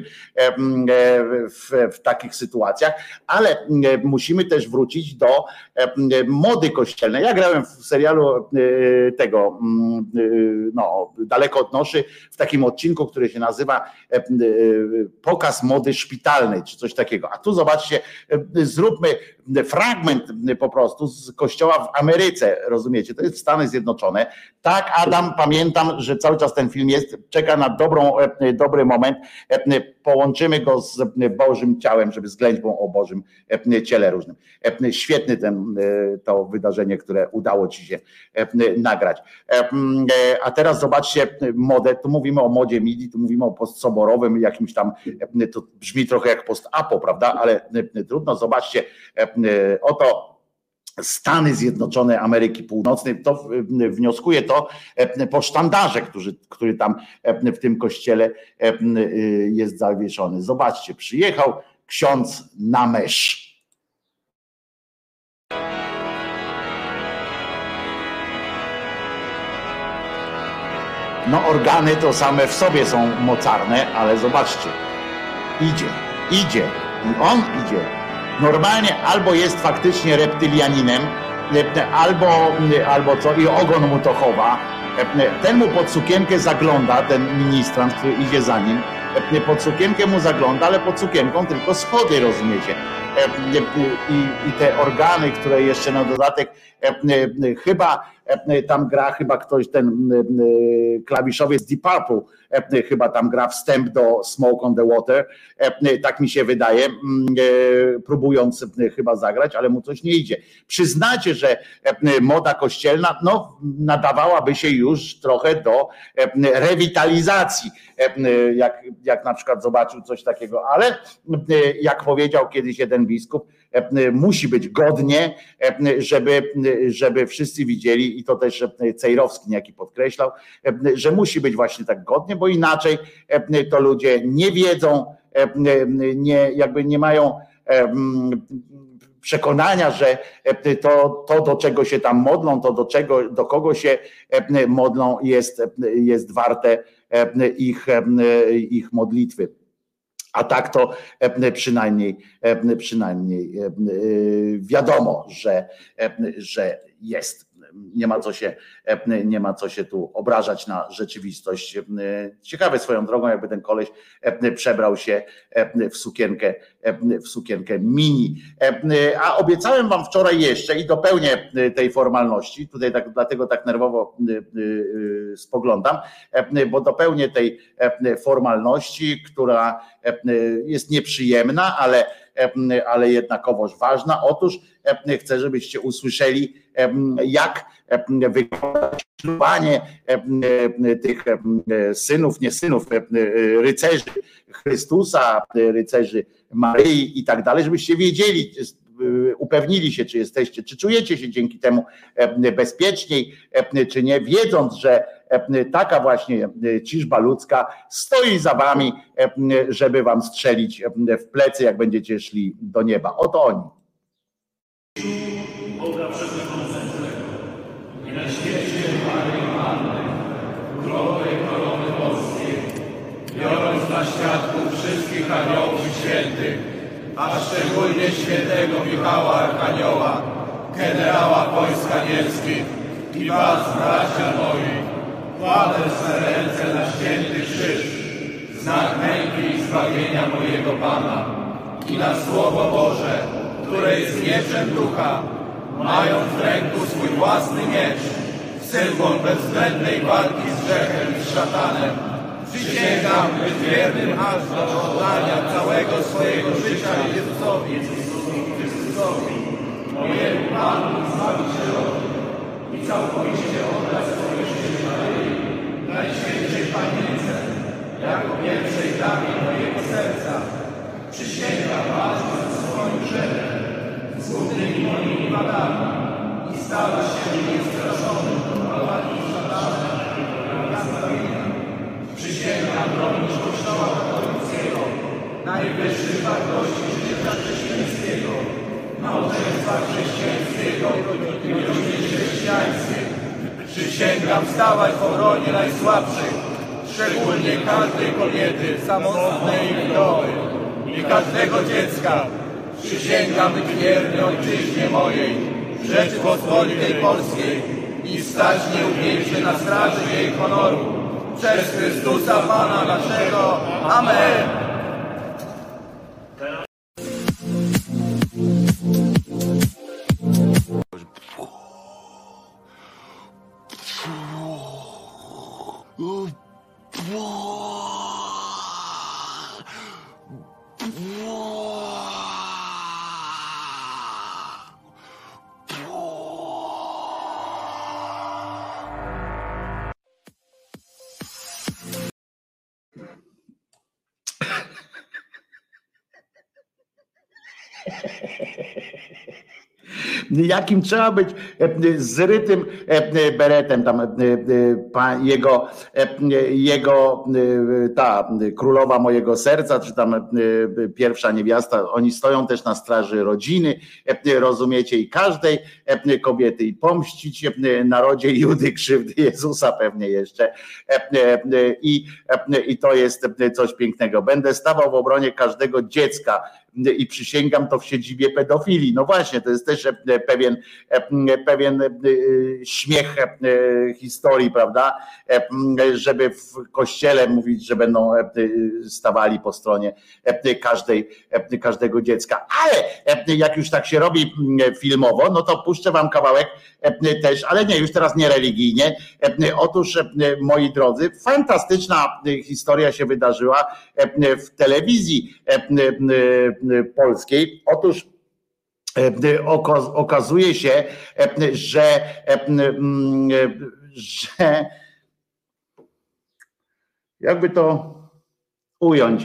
w takich sytuacjach, ale musimy też wrócić do mody kościelnej. Ja grałem w serialu tego, no, Daleko od noszy, w takim odcinku, który się nazywa Pokaz mody szpitalnej, czy coś takiego. A tu zobaczcie, zróbmy fragment po prostu z kościoła w Ameryce, rozumiecie? To jest Stany Zjednoczone. Tak, Adam, pamiętam, że cały czas ten film jest, czeka na dobry moment. Połączymy go z Bożym ciałem, żeby z ględźbą o Bożym ciele różnym. Świetny to wydarzenie, które udało ci się nagrać. A teraz zobaczcie modę, tu mówimy o modzie midi, tu mówimy o postsoborowym jakimś tam, to brzmi trochę jak post-apo, prawda? Ale trudno, zobaczcie, oto Stany Zjednoczone Ameryki Północnej, to wnioskuje to po sztandarze, który tam w tym kościele jest zawieszony. Zobaczcie, przyjechał ksiądz na mesz. No organy to same w sobie są mocarne, ale zobaczcie, idzie, on idzie. Normalnie albo jest faktycznie reptylianinem, albo co, i ogon mu to chowa. Ten mu pod sukienkę zagląda, ten ministrant, który idzie za nim, pod sukienkę mu zagląda, ale pod sukienką tylko schody, rozumiecie? I te organy, które jeszcze na dodatek chyba tam gra, chyba ktoś, ten klawiszowiec Deep Purple chyba tam gra wstęp do Smoke on the Water, tak mi się wydaje, próbując chyba zagrać, ale mu coś nie idzie. Przyznacie, że moda kościelna no, nadawałaby się już trochę do rewitalizacji, jak na przykład zobaczył coś takiego, ale jak powiedział kiedyś jeden biskup, musi być godnie, żeby wszyscy widzieli, i to też Cejrowski niejaki podkreślał, że musi być właśnie tak godnie, bo inaczej to ludzie nie wiedzą, jakby nie mają przekonania, że to do czego się tam modlą, to do kogo się modlą jest warte ich modlitwy. A tak to przynajmniej wiadomo, że jest. Nie ma co się tu obrażać na rzeczywistość. Ciekawe swoją drogą, jakby ten koleś przebrał się w sukienkę mini. A obiecałem wam wczoraj jeszcze i dopełnię tej formalności, tutaj dlatego tak nerwowo spoglądam, bo dopełnię tej formalności, która jest nieprzyjemna, ale jednakowoż ważna. Otóż chcę, żebyście usłyszeli, jak wygląda ślubowanie tych synów, nie synów, rycerzy Chrystusa, rycerzy Maryi i tak dalej, żebyście wiedzieli, upewnili się, czy czujecie się dzięki temu bezpieczniej, czy nie, wiedząc, że taka właśnie ciżba ludzka stoi za wami, żeby wam strzelić w plecy, jak będziecie szli do nieba. Oto oni. Boga Wszechmogącego i na świecie Maryi Panny, królowej korony polskiej, biorąc na świadków wszystkich aniołów i świętych, a szczególnie świętego Michała Archanioła, generała wojsk anielskich i was, bracia moi, kładę swe ręce na święty krzyż, znak męki i zbawienia mojego Pana i na Słowo Boże, które jest mieczem ducha, mając w ręku swój własny miecz, symbol bezwzględnej walki z grzechem i z szatanem, przysięgam być wiernym aż do oddania całego swojego życia Jezusowi Chrystusowi, mojemu Panu i Zbawicielowi, i całkowicie oddać swoje życie Maryi, Najświętszej Panience, jako pierwszej damie mojego serca. Przysięgam was ze swoim grzechem, z głównymi moimi wadami i stała się niestraszonym do walki z szatanem na zbawienia. Przysięgam bronić Kościoła katolickiego, najwyższych wartości życia chrześcijańskiego, małżeństwa chrześcijańskiego i rodziny chrześcijańskiej. Przysięgam stawać w obronie najsłabszych, szczególnie każdej kobiety, samotnej i wdowy i każdego dziecka. Przysięgam być wierny ojczyźnie mojej, Rzeczypospolitej Polskiej i stać nieugięcie na straży jej honoru. Przez Chrystusa Pana naszego. Amen. Jakim trzeba być zrytym beretem, tam jego ta królowa mojego serca, czy tam pierwsza niewiasta, oni stoją też na straży rodziny, rozumiecie, i każdej kobiety, i pomścić narodzie Judy krzywdy Jezusa pewnie jeszcze, i to jest coś pięknego. Będę stawał w obronie każdego dziecka i przysięgam to w siedzibie pedofilii. No właśnie, to jest też pewien śmiech historii, prawda? Żeby w kościele mówić, że będą stawali po stronie każdego dziecka. Ale jak już tak się robi filmowo, no to puszczę wam kawałek też, ale nie, już teraz nie religijnie. Otóż, moi drodzy, fantastyczna historia się wydarzyła w telewizji polskiej. Otóż okazuje się, że jakby to ująć,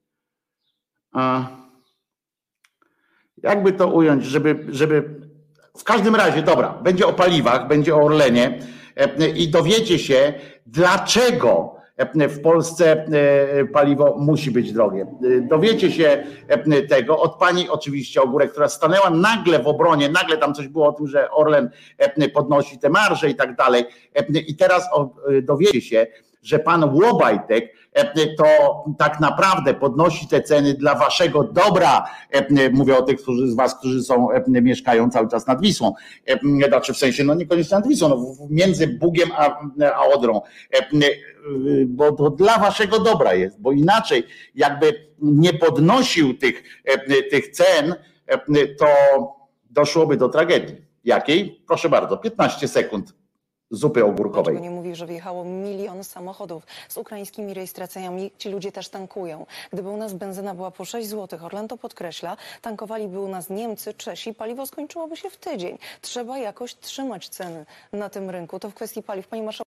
żeby w każdym razie, dobra, będzie o paliwach, będzie o Orlenie i dowiecie się, dlaczego w Polsce paliwo musi być drogie. Dowiecie się tego od pani oczywiście Ogórek, która stanęła nagle w obronie, nagle tam coś było o tym, że Orlen podnosi te marże i tak dalej. I teraz dowiecie się, że pan Łobajtek to tak naprawdę podnosi te ceny dla waszego dobra. Mówię o tych z was, którzy mieszkają cały czas nad Wisłą. Znaczy w sensie, no niekoniecznie nad Wisłą, no między Bugiem a Odrą. Bo to dla waszego dobra jest, bo inaczej jakby nie podnosił tych cen, to doszłoby do tragedii. Jakiej? Proszę bardzo, 15 sekund. Zupy ogórkowej. Dlaczego nie mówi, że wjechało 1 milion samochodów z ukraińskimi rejestracjami? Ci ludzie też tankują. Gdyby u nas benzyna była po 6 zł, Orlen to podkreśla, tankowaliby u nas Niemcy, Czesi, paliwo skończyłoby się w tydzień. Trzeba jakoś trzymać ceny na tym rynku. To w kwestii paliw. Pani marszałek.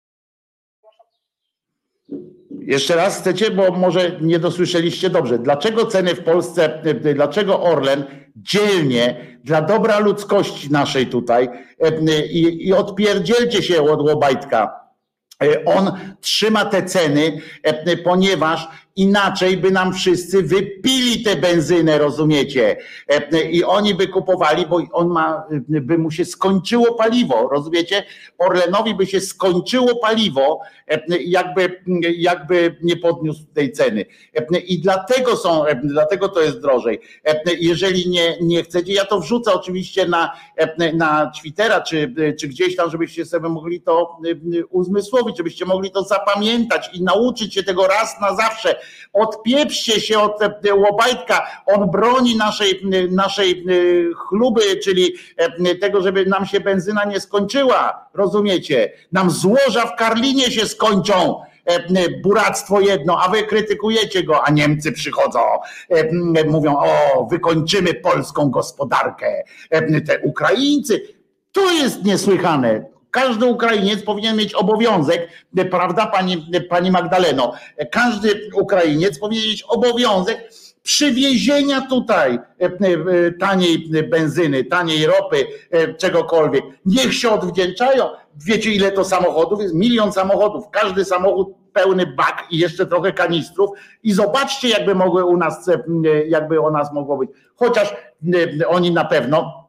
Jeszcze raz chcecie, bo może nie dosłyszeliście dobrze. Dlaczego ceny w Polsce, dlaczego Orlen dzielnie dla dobra ludzkości naszej tutaj i odpierdzielcie się od Łobajtka. On trzyma te ceny, ponieważ inaczej by nam wszyscy wypili tę benzynę, rozumiecie? I oni by kupowali, bo by mu się skończyło paliwo, rozumiecie? Orlenowi by się skończyło paliwo, jakby nie podniósł tej ceny. I dlatego to jest drożej. Jeżeli nie chcecie, ja to wrzucę oczywiście na Twittera, czy gdzieś tam, żebyście sobie mogli to uzmysłowić, żebyście mogli to zapamiętać i nauczyć się tego raz na zawsze. Odpieprzcie się od Łobajtka, on broni naszej chluby, czyli tego, żeby nam się benzyna nie skończyła, rozumiecie? Nam złoża w Karlinie się skończą, buractwo jedno, a wy krytykujecie go, a Niemcy przychodzą, mówią, o, wykończymy polską gospodarkę, te Ukraińcy, to jest niesłychane. Każdy Ukrainiec powinien mieć obowiązek, prawda, pani Magdaleno? Każdy Ukrainiec powinien mieć obowiązek przywiezienia tutaj taniej benzyny, taniej ropy, czegokolwiek. Niech się odwdzięczają. Wiecie, ile to samochodów jest? 1 milion samochodów. Każdy samochód pełny bak i jeszcze trochę kanistrów. I zobaczcie, jakby o nas mogło być. Chociaż oni na pewno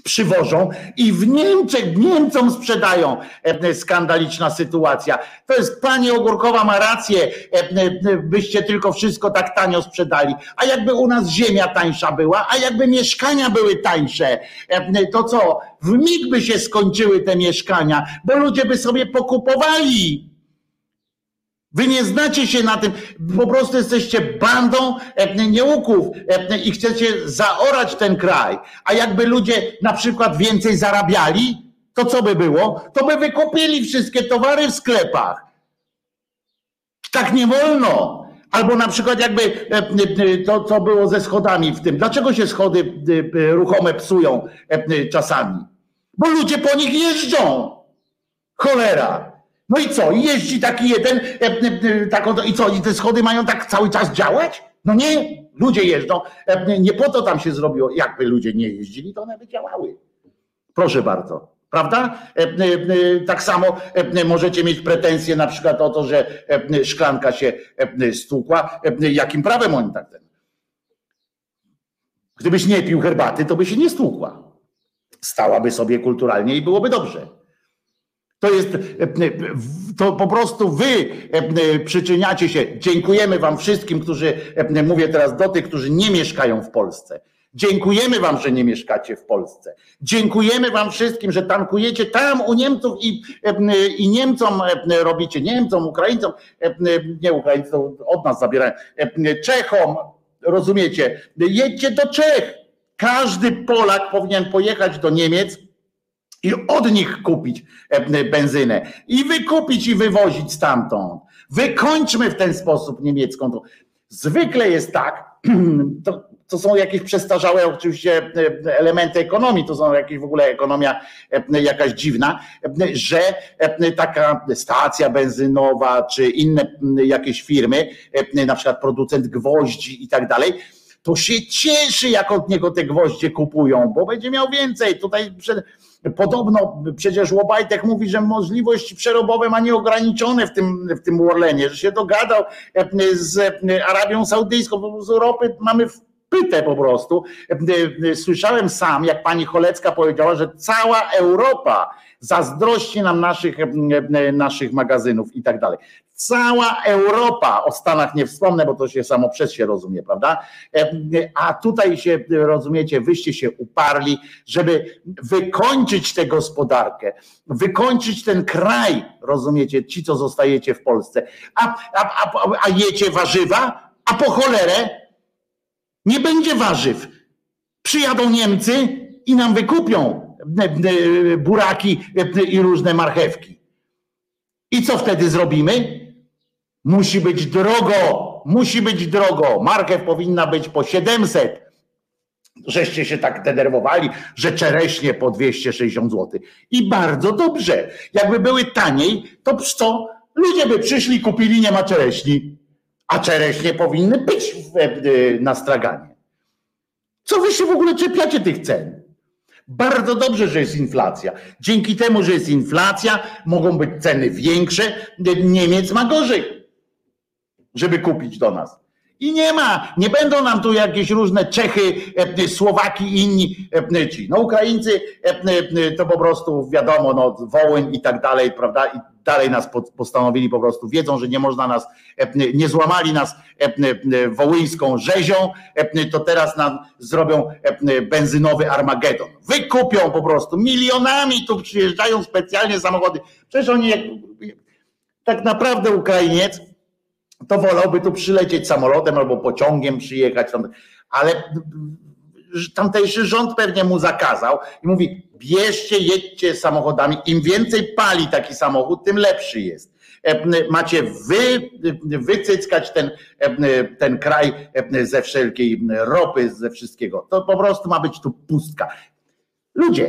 przywożą i w Niemczech Niemcom sprzedają. Skandaliczna sytuacja. To jest, pani Ogórkowa ma rację, byście tylko wszystko tak tanio sprzedali. A jakby u nas ziemia tańsza była, a jakby mieszkania były tańsze, to co? W mig by się skończyły te mieszkania, bo ludzie by sobie pokupowali. Wy nie znacie się na tym, po prostu jesteście bandą nieuków i chcecie zaorać ten kraj. A jakby ludzie na przykład więcej zarabiali, to co by było? To by wykupili wszystkie towary w sklepach. Tak nie wolno. Albo na przykład jakby to, co było ze schodami w tym. Dlaczego się schody ruchome psują czasami? Bo ludzie po nich jeżdżą. Cholera. No i co? Jeździ taki jeden, i co? I te schody mają tak cały czas działać? No nie, ludzie jeżdżą. Nie po to tam się zrobiło. Jakby ludzie nie jeździli, to one by działały. Proszę bardzo. Prawda? Tak samo możecie mieć pretensje na przykład o to, że szklanka się stłukła. Jakim prawem oni tak ten? Gdybyś nie pił herbaty, to by się nie stłukła. Stałaby sobie kulturalnie i byłoby dobrze. To po prostu wy przyczyniacie się. Dziękujemy wam wszystkim, którzy, mówię teraz do tych, którzy nie mieszkają w Polsce. Dziękujemy wam, że nie mieszkacie w Polsce. Dziękujemy wam wszystkim, że tankujecie tam u Niemców i Niemcom robicie, Niemcom, Ukraińcom, nie Ukraińcom, od nas zabierają, Czechom, rozumiecie? Jedźcie do Czech. Każdy Polak powinien pojechać do Niemiec i od nich kupić benzynę i wykupić i wywozić stamtąd. Wykończmy w ten sposób niemiecką. Zwykle jest tak, to są jakieś przestarzałe oczywiście elementy ekonomii, to są jakieś w ogóle ekonomia jakaś dziwna, że taka stacja benzynowa czy inne jakieś firmy, na przykład producent gwoździ i tak dalej, to się cieszy, jak od niego te gwoździe kupują, bo będzie miał więcej. Tutaj podobno przecież Łobajtek mówi, że możliwości przerobowe ma nieograniczone w tym Orlenie, że się dogadał z Arabią Saudyjską, bo z Europy mamy wpytę po prostu. Słyszałem sam, jak pani Cholecka powiedziała, że cała Europa zazdrości nam naszych magazynów i tak dalej. Cała Europa, o Stanach nie wspomnę, bo to się samo przez się rozumie, prawda? A tutaj się, rozumiecie, wyście się uparli, żeby wykończyć tę gospodarkę, wykończyć ten kraj, rozumiecie, ci, co zostajecie w Polsce. A jecie warzywa? A po cholerę nie będzie warzyw. Przyjadą Niemcy i nam wykupią buraki i różne marchewki. I co wtedy zrobimy? Musi być drogo. Marchew powinna być po 700. Żeście się tak denerwowali, że czereśnie po 260 zł. I bardzo dobrze. Jakby były taniej, to co? Ludzie by przyszli, kupili, nie ma czereśni. A czereśnie powinny być na straganie. Co wy się w ogóle czepiacie tych cen? Bardzo dobrze, że jest inflacja. Dzięki temu, że jest inflacja, mogą być ceny większe. Niemiec ma gorzej, żeby kupić do nas. I nie będą nam tu jakieś różne Czechy, Słowaki i inni ci. No Ukraińcy to po prostu wiadomo, no Wołyń i tak dalej, prawda? I dalej nas postanowili po prostu, wiedzą, że nie można nas, nie złamali nas wołyńską rzezią, to teraz nam zrobią benzynowy Armagedon. Wykupią po prostu, milionami tu przyjeżdżają specjalnie samochody. Przecież oni, tak naprawdę Ukrainiec, to wolałby tu przylecieć samolotem albo pociągiem przyjechać, ale tamtejszy rząd pewnie mu zakazał i mówi, bierzcie, jedźcie samochodami, im więcej pali taki samochód, tym lepszy jest. Macie wycyckać ten kraj ze wszelkiej ropy, ze wszystkiego. To po prostu ma być tu pustka. Ludzie,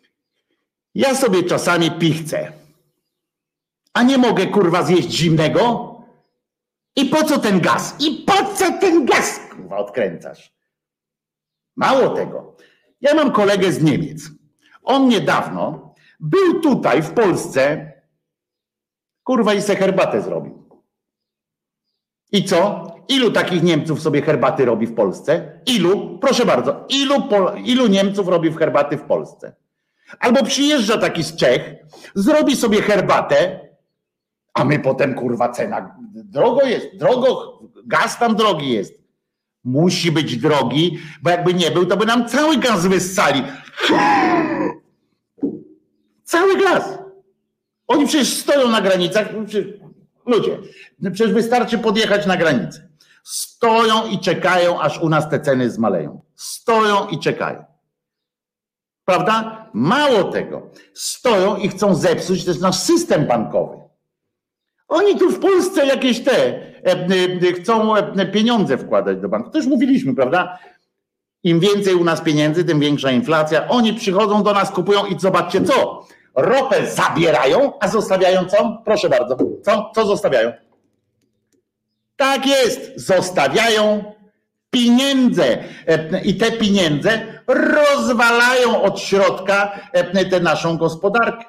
ja sobie czasami pichcę, a nie mogę kurwa zjeść zimnego? I po co ten gaz? Kurwa odkręcasz? Mało tego. Ja mam kolegę z Niemiec. On niedawno był tutaj w Polsce, kurwa, i se herbatę zrobił. I co? Ilu takich Niemców sobie herbaty robi w Polsce? Ilu? Proszę bardzo, ilu Niemców robi herbaty w Polsce? Albo przyjeżdża taki z Czech, zrobi sobie herbatę, a my potem, kurwa, cena, drogo jest, gaz tam drogi jest. Musi być drogi, bo jakby nie był, to by nam cały gaz wyssali. Cały gaz. Oni przecież stoją na granicach, ludzie, przecież wystarczy podjechać na granicę. Stoją i czekają, aż u nas te ceny zmaleją. Stoją i czekają. Prawda? Mało tego. Stoją i chcą zepsuć też nasz system bankowy. Oni tu w Polsce jakieś chcą pieniądze wkładać do banku. To już mówiliśmy, prawda? Im więcej u nas pieniędzy, tym większa inflacja. Oni przychodzą do nas, kupują i zobaczcie co? Ropę zabierają, a zostawiają co? Proszę bardzo. Co zostawiają? Tak jest. Zostawiają pieniądze. I te pieniądze rozwalają od środka tę naszą gospodarkę.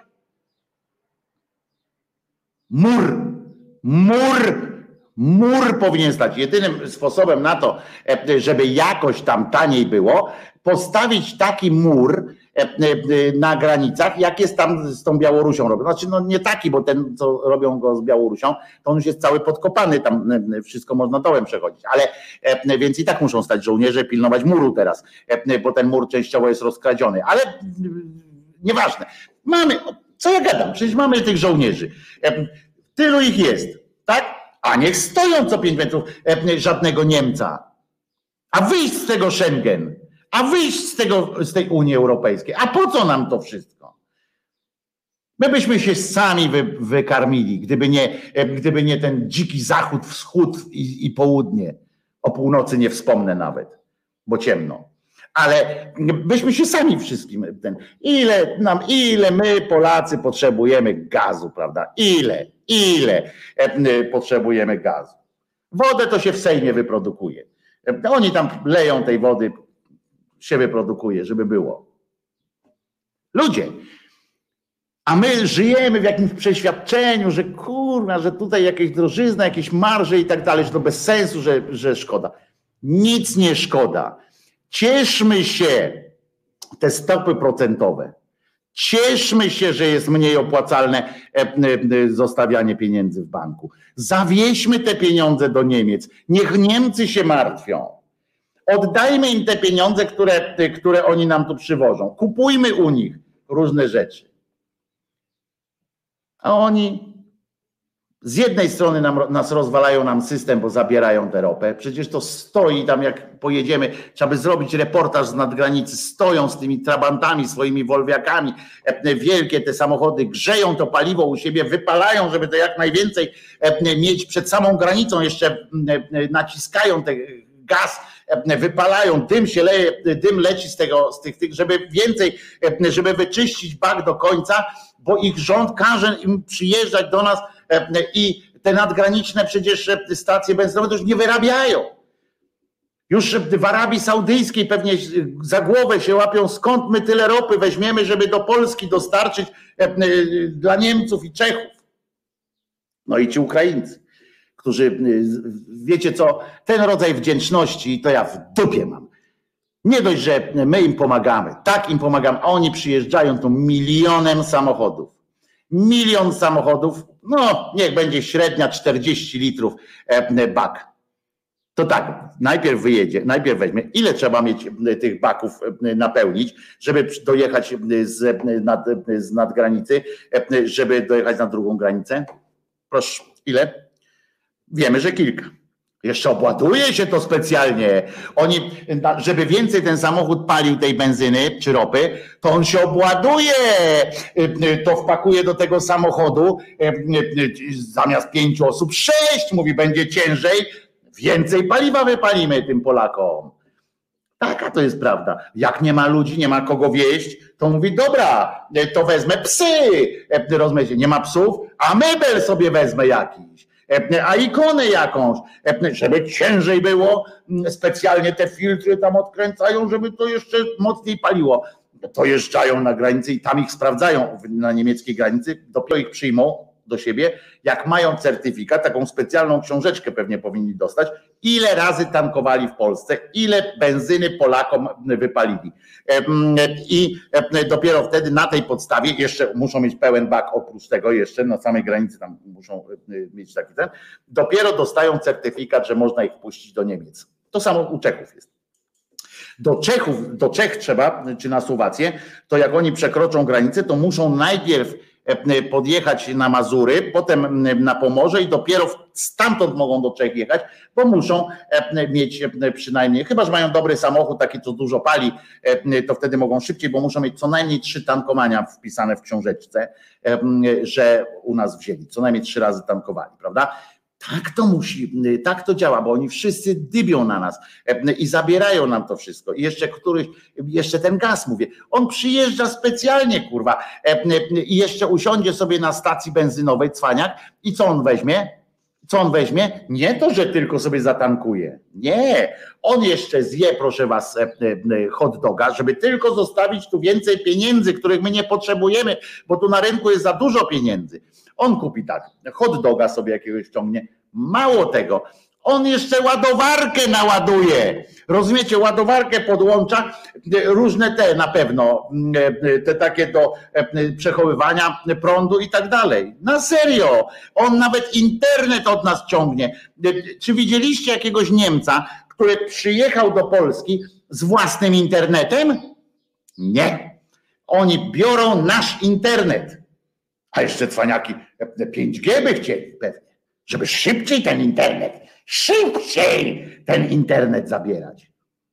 Mur powinien stać. Jedynym sposobem na to, żeby jakoś tam taniej było, postawić taki mur na granicach, jak jest tam z tą Białorusią robią. Znaczy, no nie taki, bo ten, co robią go z Białorusią, to on już jest cały podkopany, tam wszystko można dołem przechodzić, ale więc i tak muszą stać żołnierze, pilnować muru teraz, bo ten mur częściowo jest rozkradziony, ale nieważne. Mamy, co ja gadam, przecież mamy tych żołnierzy. Tylu ich jest, tak? A niech stoją co 5 metrów, żadnego Niemca. A wyjść z tego Schengen, a wyjść z tej Unii Europejskiej. A po co nam to wszystko? My byśmy się sami wykarmili, gdyby nie ten dziki zachód, wschód i południe. O północy nie wspomnę nawet, bo ciemno. Ale byśmy się sami wszystkim, ile my Polacy potrzebujemy gazu, prawda? Ile potrzebujemy gazu? Wodę to się w Sejmie wyprodukuje. Oni tam leją tej wody, się wyprodukuje, żeby było. Ludzie, a my żyjemy w jakimś przeświadczeniu, że kurwa, że tutaj jakieś drożyzna, jakieś marże i tak dalej, że to bez sensu, że szkoda. Nic nie szkoda. Cieszmy się, te stopy procentowe. Cieszmy się, że jest mniej opłacalne zostawianie pieniędzy w banku. Zawieźmy te pieniądze do Niemiec. Niech Niemcy się martwią. Oddajmy im te pieniądze, które oni nam tu przywożą. Kupujmy u nich różne rzeczy. A oni z jednej strony nas rozwalają nam system, bo zabierają tę ropę. Przecież to stoi tam, jak pojedziemy, trzeba by zrobić reportaż z nadgranicy. Stoją z tymi trabantami, swoimi wolwiakami. Wielkie te samochody grzeją to paliwo u siebie, wypalają, żeby to jak najwięcej mieć przed samą granicą. Jeszcze naciskają ten gaz, wypalają, dym się leje, dym leci z tych, żeby więcej, żeby wyczyścić bak do końca, bo ich rząd każe im przyjeżdżać do nas i te nadgraniczne przecież stacje benzynowe to już nie wyrabiają. Już w Arabii Saudyjskiej pewnie za głowę się łapią, skąd my tyle ropy weźmiemy, żeby do Polski dostarczyć dla Niemców i Czechów. No i ci Ukraińcy, którzy, wiecie co, ten rodzaj wdzięczności to ja w dupie mam. Nie dość, że my im pomagamy, tak im pomagamy, a oni przyjeżdżają tu milionem samochodów. 1 000 000 samochodów, no niech będzie średnia 40 litrów bak. To tak, najpierw weźmie, ile trzeba mieć tych baków napełnić, żeby dojechać z nadgranicy, żeby dojechać na drugą granicę? Proszę, ile? Wiemy, że kilka. Jeszcze obładuje się to specjalnie. Oni, żeby więcej ten samochód palił tej benzyny czy ropy, to on się obładuje. To wpakuje do tego samochodu zamiast 5 osób 6, mówi, będzie ciężej, więcej paliwa wypalimy tym Polakom. Taka to jest prawda. Jak nie ma ludzi, nie ma kogo wieść, to mówi, dobra, to wezmę psy. Nie ma psów, a mebel sobie wezmę jakiś. A ikonę jakąś, żeby ciężej było, specjalnie te filtry tam odkręcają, żeby to jeszcze mocniej paliło. To jeżdżają na granicy i tam ich sprawdzają na niemieckiej granicy, dopiero ich przyjmą, do siebie, jak mają certyfikat, taką specjalną książeczkę pewnie powinni dostać, ile razy tankowali w Polsce, ile benzyny Polakom wypalili. I dopiero wtedy na tej podstawie jeszcze muszą mieć pełen bak, oprócz tego jeszcze na samej granicy tam muszą mieć taki ten, dopiero dostają certyfikat, że można ich wpuścić do Niemiec. To samo u Czechów jest. Do Czech trzeba, czy na Słowację, to jak oni przekroczą granicę, to muszą najpierw podjechać na Mazury, potem na Pomorze i dopiero stamtąd mogą do Czech jechać, bo muszą mieć przynajmniej, chyba że mają dobry samochód, taki co dużo pali, to wtedy mogą szybciej, bo muszą mieć co najmniej 3 tankowania wpisane w książeczce, że u nas wzięli, co najmniej 3 razy tankowali, prawda? Tak to musi, tak to działa, bo oni wszyscy dybią na nas i zabierają nam to wszystko. I jeszcze ten gaz, mówię, on przyjeżdża specjalnie, kurwa, i jeszcze usiądzie sobie na stacji benzynowej, cwaniak, i co on weźmie? Co on weźmie? Nie to, że tylko sobie zatankuje. Nie, on jeszcze zje, proszę was, hot doga, żeby tylko zostawić tu więcej pieniędzy, których my nie potrzebujemy, bo tu na rynku jest za dużo pieniędzy. On kupi tak, hot doga sobie jakiegoś wciągnie. Mało tego, on jeszcze ładowarkę naładuje. Rozumiecie, ładowarkę podłącza, różne te na pewno, te takie do przechowywania prądu i tak dalej. Na serio, on nawet internet od nas ciągnie. Czy widzieliście jakiegoś Niemca, który przyjechał do Polski z własnym internetem? Nie. Oni biorą nasz internet. A jeszcze cwaniaki 5G by chcieli pewnie, żeby szybciej ten internet zabierać.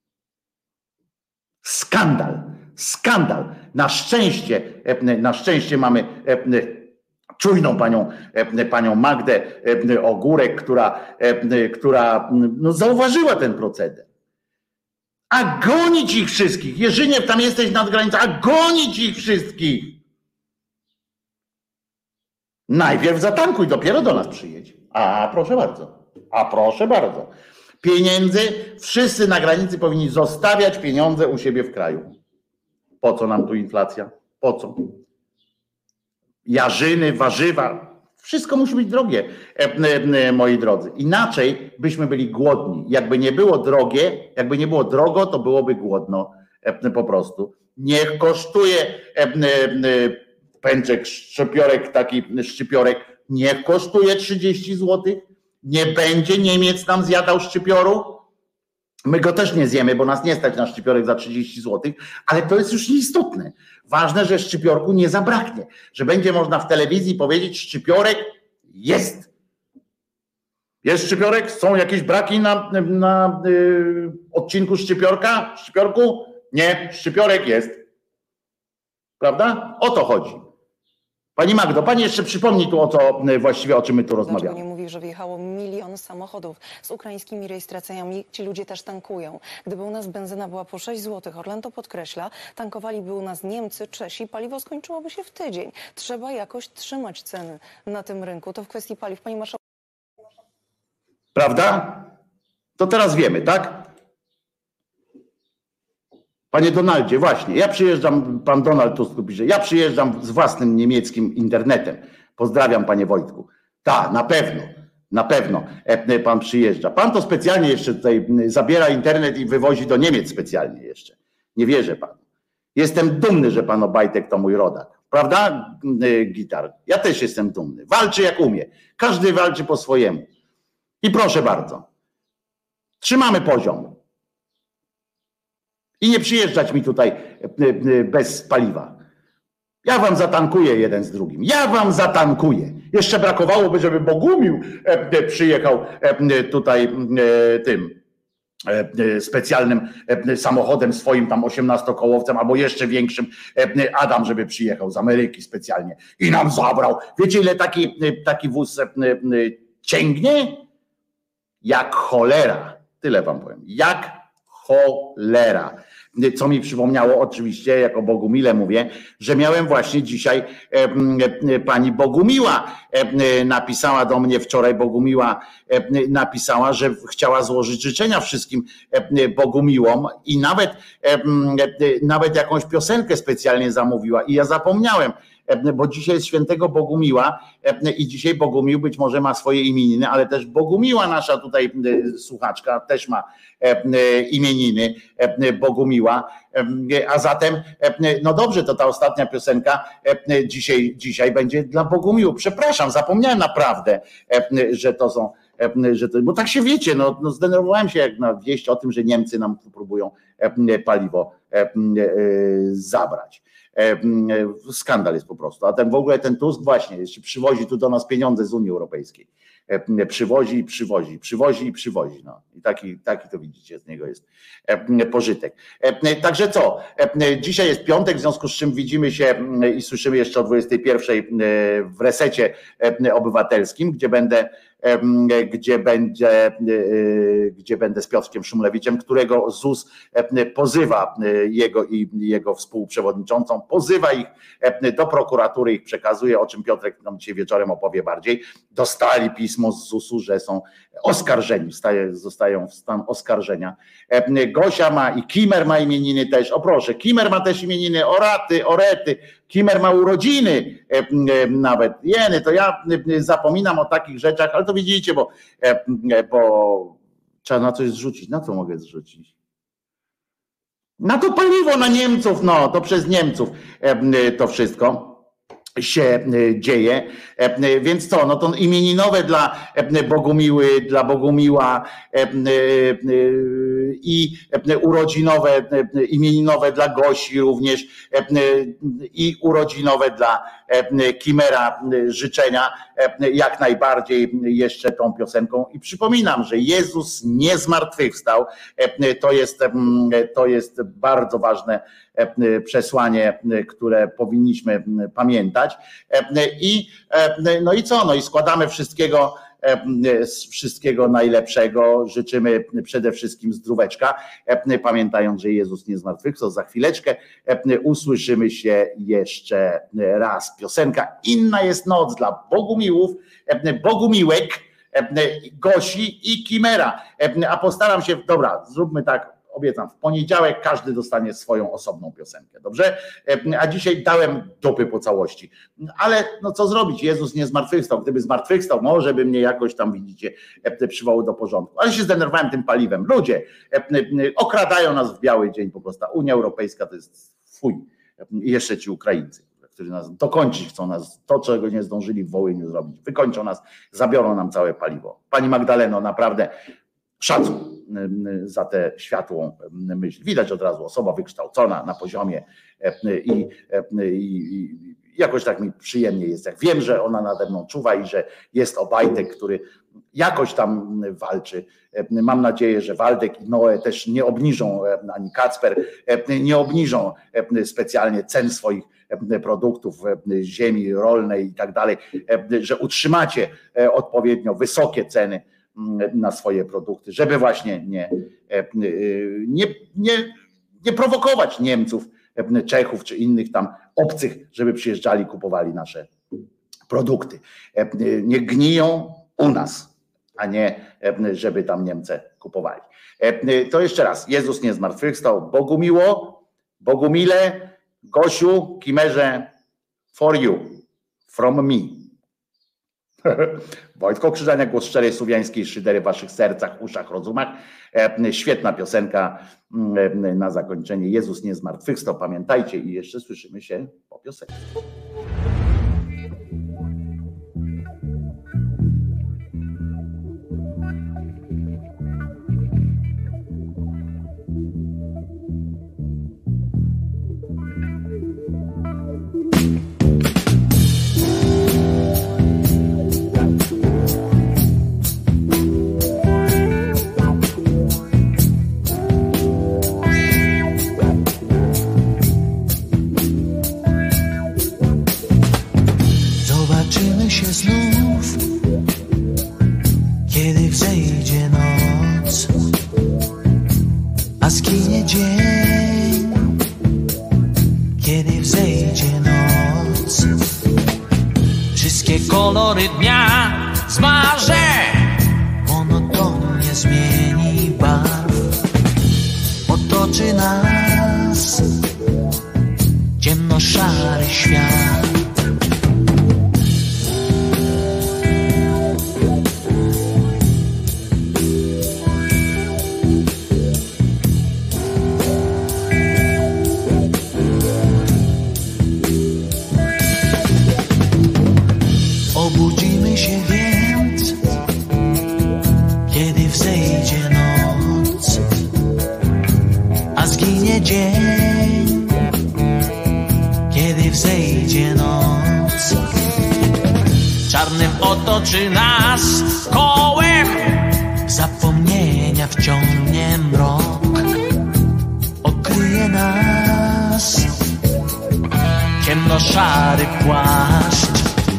Skandal. Na szczęście mamy czujną panią Magdę Ogórek, która no, zauważyła ten proceder. A gonić ich wszystkich. Jerzyniew, tam jesteś nad granicą, a gonić ich wszystkich. Najpierw zatankuj, dopiero do nas przyjedź. A proszę bardzo. Pieniędzy, wszyscy na granicy powinni zostawiać pieniądze u siebie w kraju. Po co nam tu inflacja? Po co? Jarzyny, warzywa, wszystko musi być drogie, moi drodzy. Inaczej byśmy byli głodni. Jakby nie było drogo, to byłoby głodno po prostu. Niech kosztuje pęczek, taki szczypiorek, niech kosztuje 30 zł. Nie będzie Niemiec nam zjadał szczypioru. My go też nie zjemy, bo nas nie stać na szczypiorek za 30 zł, ale to jest już nieistotne. Ważne, że szczypiorku nie zabraknie, że będzie można w telewizji powiedzieć, szczypiorek jest. Jest szczypiorek? Są jakieś braki na odcinku szczypiorku? Nie, szczypiorek jest. Prawda? O to chodzi. Pani Magdo, pani jeszcze przypomni tu o czym my tu rozmawiamy. Dlaczego nie mówi, że wjechało 1 milion samochodów z ukraińskimi rejestracjami? Ci ludzie też tankują. Gdyby u nas benzyna była po 6 zł, Orlen to podkreśla, tankowaliby u nas Niemcy, Czesi, paliwo skończyłoby się w tydzień. Trzeba jakoś trzymać ceny na tym rynku. To w kwestii paliw. Pani marszałek. Prawda? To teraz wiemy, tak? Panie Donaldzie, właśnie, ja przyjeżdżam, pan Donald Tusk pisze, ja przyjeżdżam z własnym niemieckim internetem. Pozdrawiam, panie Wojtku. Tak, na pewno pan przyjeżdża. Pan to specjalnie jeszcze tutaj zabiera internet i wywozi do Niemiec specjalnie jeszcze. Nie wierzę panu. Jestem dumny, że pan Obajtek to mój rodak. Prawda, Gitar? Ja też jestem dumny. Walczy jak umie. Każdy walczy po swojemu. I proszę bardzo. Trzymamy poziom. I nie przyjeżdżać mi tutaj bez paliwa. Ja wam zatankuję jeden z drugim. Ja wam zatankuję. Jeszcze brakowałoby, żeby Bogumił przyjechał tutaj tym specjalnym samochodem swoim tam 18-kołowcem albo jeszcze większym Adam, żeby przyjechał z Ameryki specjalnie i nam zabrał. Wiecie, ile taki wóz ciągnie? Jak cholera. Tyle wam powiem. Jak cholera. Co mi przypomniało oczywiście, jako Bogumile mówię, że miałem właśnie dzisiaj pani Bogumiła napisała do mnie wczoraj, Bogumiła napisała, że chciała złożyć życzenia wszystkim Bogumiłom i nawet jakąś piosenkę specjalnie zamówiła i ja zapomniałem bo dzisiaj jest świętego Bogumiła i dzisiaj Bogumił być może ma swoje imieniny, ale też Bogumiła, nasza tutaj słuchaczka, też ma imieniny Bogumiła, a zatem no dobrze, to ta ostatnia piosenka dzisiaj będzie dla Bogumiłu. Przepraszam, zapomniałem naprawdę, że to są, bo tak się wiecie, no zdenerwowałem się jak na wieść o tym, że Niemcy nam próbują paliwo zabrać. Skandal jest po prostu, a w ogóle ten Tusk właśnie jeszcze przywozi tu do nas pieniądze z Unii Europejskiej. Przywozi. No. I taki to widzicie, z niego jest pożytek. Także co? Dzisiaj jest piątek, w związku z czym widzimy się i słyszymy jeszcze o 21:00 w Resecie Obywatelskim, gdzie będę z Piotrkiem Szumlewiczem, którego ZUS pozywa jego współprzewodniczącą, pozywa ich do prokuratury, ich przekazuje, o czym Piotrek nam dzisiaj wieczorem opowie bardziej. Dostali pismo z ZUS-u, że są oskarżeni, zostają w stan oskarżenia. Gosia ma i Kimer ma imieniny też. O proszę, Kimer ma też imieniny, orety. Kimer ma urodziny nawet. Jeny, to ja zapominam o takich rzeczach, ale to widzicie, bo trzeba na coś zrzucić. Na co mogę zrzucić? Na to paliwo, na Niemców, no to przez Niemców to wszystko się dzieje, więc co, no to imieninowe dla Bogumiły, dla Bogumiła i urodzinowe, imieninowe dla Gosi również i urodzinowe dla Kimera życzenia jak najbardziej jeszcze tą piosenką i przypominam, że Jezus nie zmartwychwstał, to jest bardzo ważne przesłanie, które powinniśmy pamiętać no i co, no i składamy wszystkiego najlepszego, życzymy przede wszystkim zdróweczka, pamiętając, że Jezus nie zmartwychwstał. Za chwileczkę usłyszymy się jeszcze raz. Piosenka Inna jest noc dla Bogumiłów, Bogumiłek, Gosi i Kimera, a postaram się, dobra, zróbmy tak, obiecam, w poniedziałek każdy dostanie swoją osobną piosenkę, dobrze? A dzisiaj dałem dupy po całości. Ale no co zrobić? Jezus nie zmartwychwstał. Gdyby zmartwychwstał, może by mnie jakoś tam, widzicie, przywołał do porządku. Ale się zdenerwowałem tym paliwem. Ludzie okradają nas w biały dzień po prostu. Unia Europejska to jest fuj. I jeszcze ci Ukraińcy, którzy nas dokończyć chcą nas, to czego nie zdążyli w Wołyniu zrobić. Wykończą nas, zabiorą nam całe paliwo. Pani Magdaleno, naprawdę szacun za tę światłą myśl. Widać od razu, osoba wykształcona na poziomie i jakoś tak mi przyjemnie jest. Jak wiem, że ona nade mną czuwa i że jest Obajtek, który jakoś tam walczy. Mam nadzieję, że Waldek i Noe też nie obniżą, ani Kacper, nie obniżą specjalnie cen swoich produktów, ziemi rolnej i tak dalej, że utrzymacie odpowiednio wysokie ceny na swoje produkty, żeby właśnie nie prowokować Niemców, Czechów czy innych tam obcych, żeby przyjeżdżali, kupowali nasze produkty. Nie gniją u nas, a nie żeby tam Niemcy kupowali. To jeszcze raz, Jezus nie zmartwychwstał, Bogumile, Gosiu, Kimerze, for you, from me. Wojtko Krzyżania, głos szczerej słowiańskiej szydery w waszych sercach, uszach, rozumach. Świetna piosenka na zakończenie. Jezus nie zmartwychwstał, pamiętajcie i jeszcze słyszymy się po piosence. Kolory dnia zmarzę, monotonnie zmieni barw. Otoczy nas ciemno-szary świat. czarnym otoczy nas kołem zapomnienia, wciągnie mrok, okryje nas ciemnoszary płaszcz.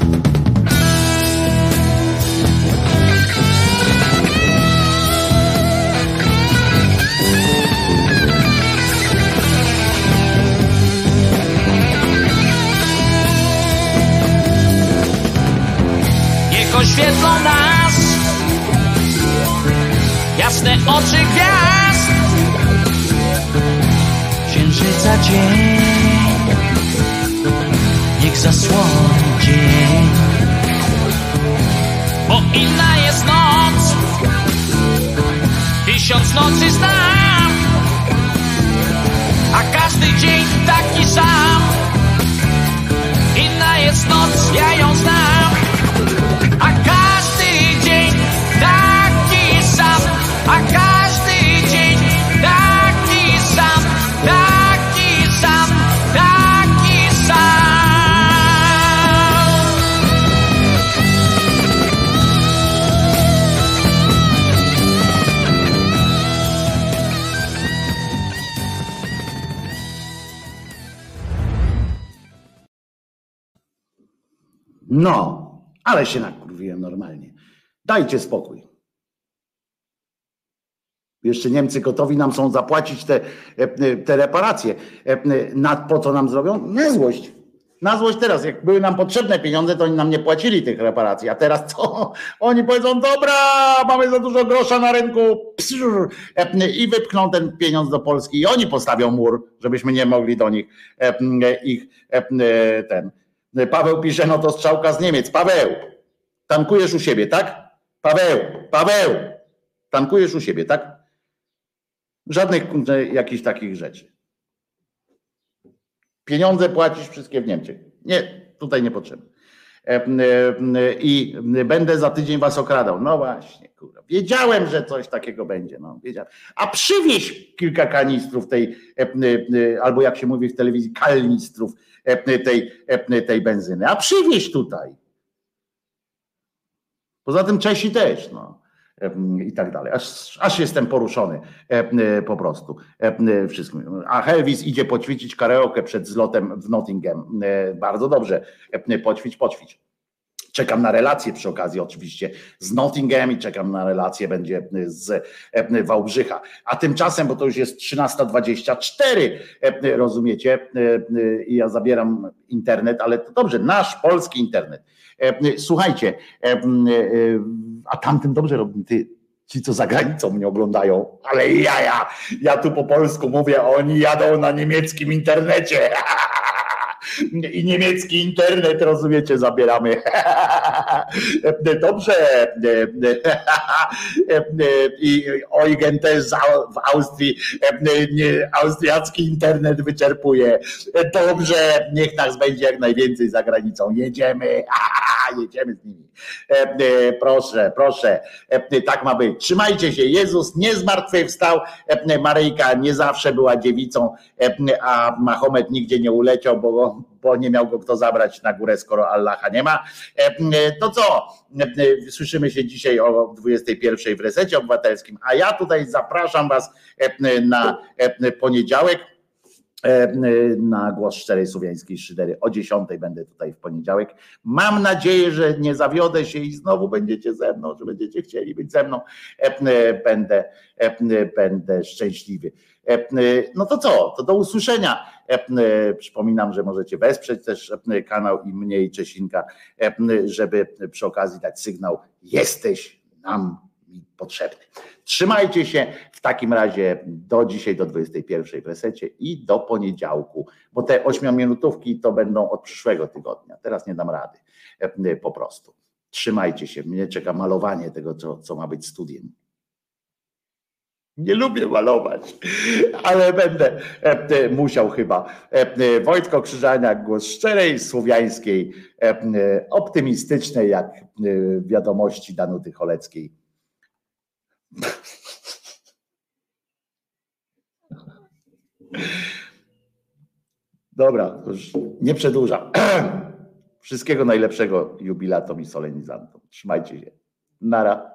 Niech oświetlą nas jasne oczy gwiazd, księżyca dzień, niech zasłoni dzień, bo inna jest noc, 1000 nocy znam, a każdy dzień taki sam. Inna jest noc, ja ją znam, a każdy dzień taki sam, a każdy dzień taki sam, taki sam, taki sam. No, ale się nakurwiłem normalnie. Dajcie spokój. Jeszcze Niemcy gotowi nam są zapłacić te reparacje. Po co nam zrobią? Na złość. Na złość teraz. Jak były nam potrzebne pieniądze, to oni nam nie płacili tych reparacji. A teraz co? Oni powiedzą, dobra, mamy za dużo grosza na rynku i wypchną ten pieniądz do Polski. I oni postawią mur, żebyśmy nie mogli do nich Paweł pisze, no to strzałka z Niemiec. Paweł, tankujesz u siebie, tak? Paweł, tankujesz u siebie, tak? Żadnych jakichś takich rzeczy. Pieniądze płacisz wszystkie w Niemczech. Nie, tutaj niepotrzebne. I będę za tydzień was okradał. No właśnie, kurwa. Wiedziałem, że coś takiego będzie. No, wiedziałem. A przywieź kilka kanistrów tej, albo jak się mówi w telewizji, kalnistrów tej benzyny. A przywieź tutaj. Poza tym Czesi też, no. I tak dalej. Aż jestem poruszony po prostu wszystkim. A Helvis idzie poćwiczyć karaoke przed zlotem w Nottingham. Bardzo dobrze. Poćwicz. Czekam na relację przy okazji oczywiście z Nottingham i czekam na relację będzie z Wałbrzycha. A tymczasem, bo to już jest 13:24, rozumiecie, i ja zabieram internet, ale to dobrze, nasz polski internet. Słuchajcie, a tamtym dobrze robią, ci co za granicą mnie oglądają, ale ja tu po polsku mówię, a oni jadą na niemieckim internecie. I niemiecki internet, rozumiecie, zabieramy. Dobrze. I Eugen też w Austrii austriacki internet wyczerpuje. Dobrze, niech nas będzie jak najwięcej za granicą. Jedziemy z nimi. Proszę. Tak ma być. Trzymajcie się. Jezus nie zmartwychwstał. Maryjka nie zawsze była dziewicą, a Mahomet nigdzie nie uleciał, bo nie miał go kto zabrać na górę, skoro Allaha nie ma. To co? Słyszymy się dzisiaj o 21:00 w Resecie Obywatelskim, a ja tutaj zapraszam was na poniedziałek na Głos Szczerej Słowiańskiej Szydery. O 10:00 będę tutaj w poniedziałek. Mam nadzieję, że nie zawiodę się i znowu będziecie ze mną, że będziecie chcieli być ze mną. Będę szczęśliwy. No to co? To do usłyszenia. Przypominam, że możecie wesprzeć też kanał i mnie i Czesinka, żeby przy okazji dać sygnał: jesteś nam potrzebny. Trzymajcie się w takim razie do dzisiaj, do 21:00 w Resecie i do poniedziałku, bo te 8-minutówki to będą od przyszłego tygodnia. Teraz nie dam rady, po prostu. Trzymajcie się, mnie czeka malowanie tego, co ma być studiem. Nie lubię malować, ale będę musiał chyba. Wojtko Krzyżaniak, Głos Szczerej Słowiańskiej, optymistycznej jak wiadomości Danuty Choleckiej. Dobra, już nie przedłużam. Wszystkiego najlepszego jubilatom i solenizantom. Trzymajcie się. Nara.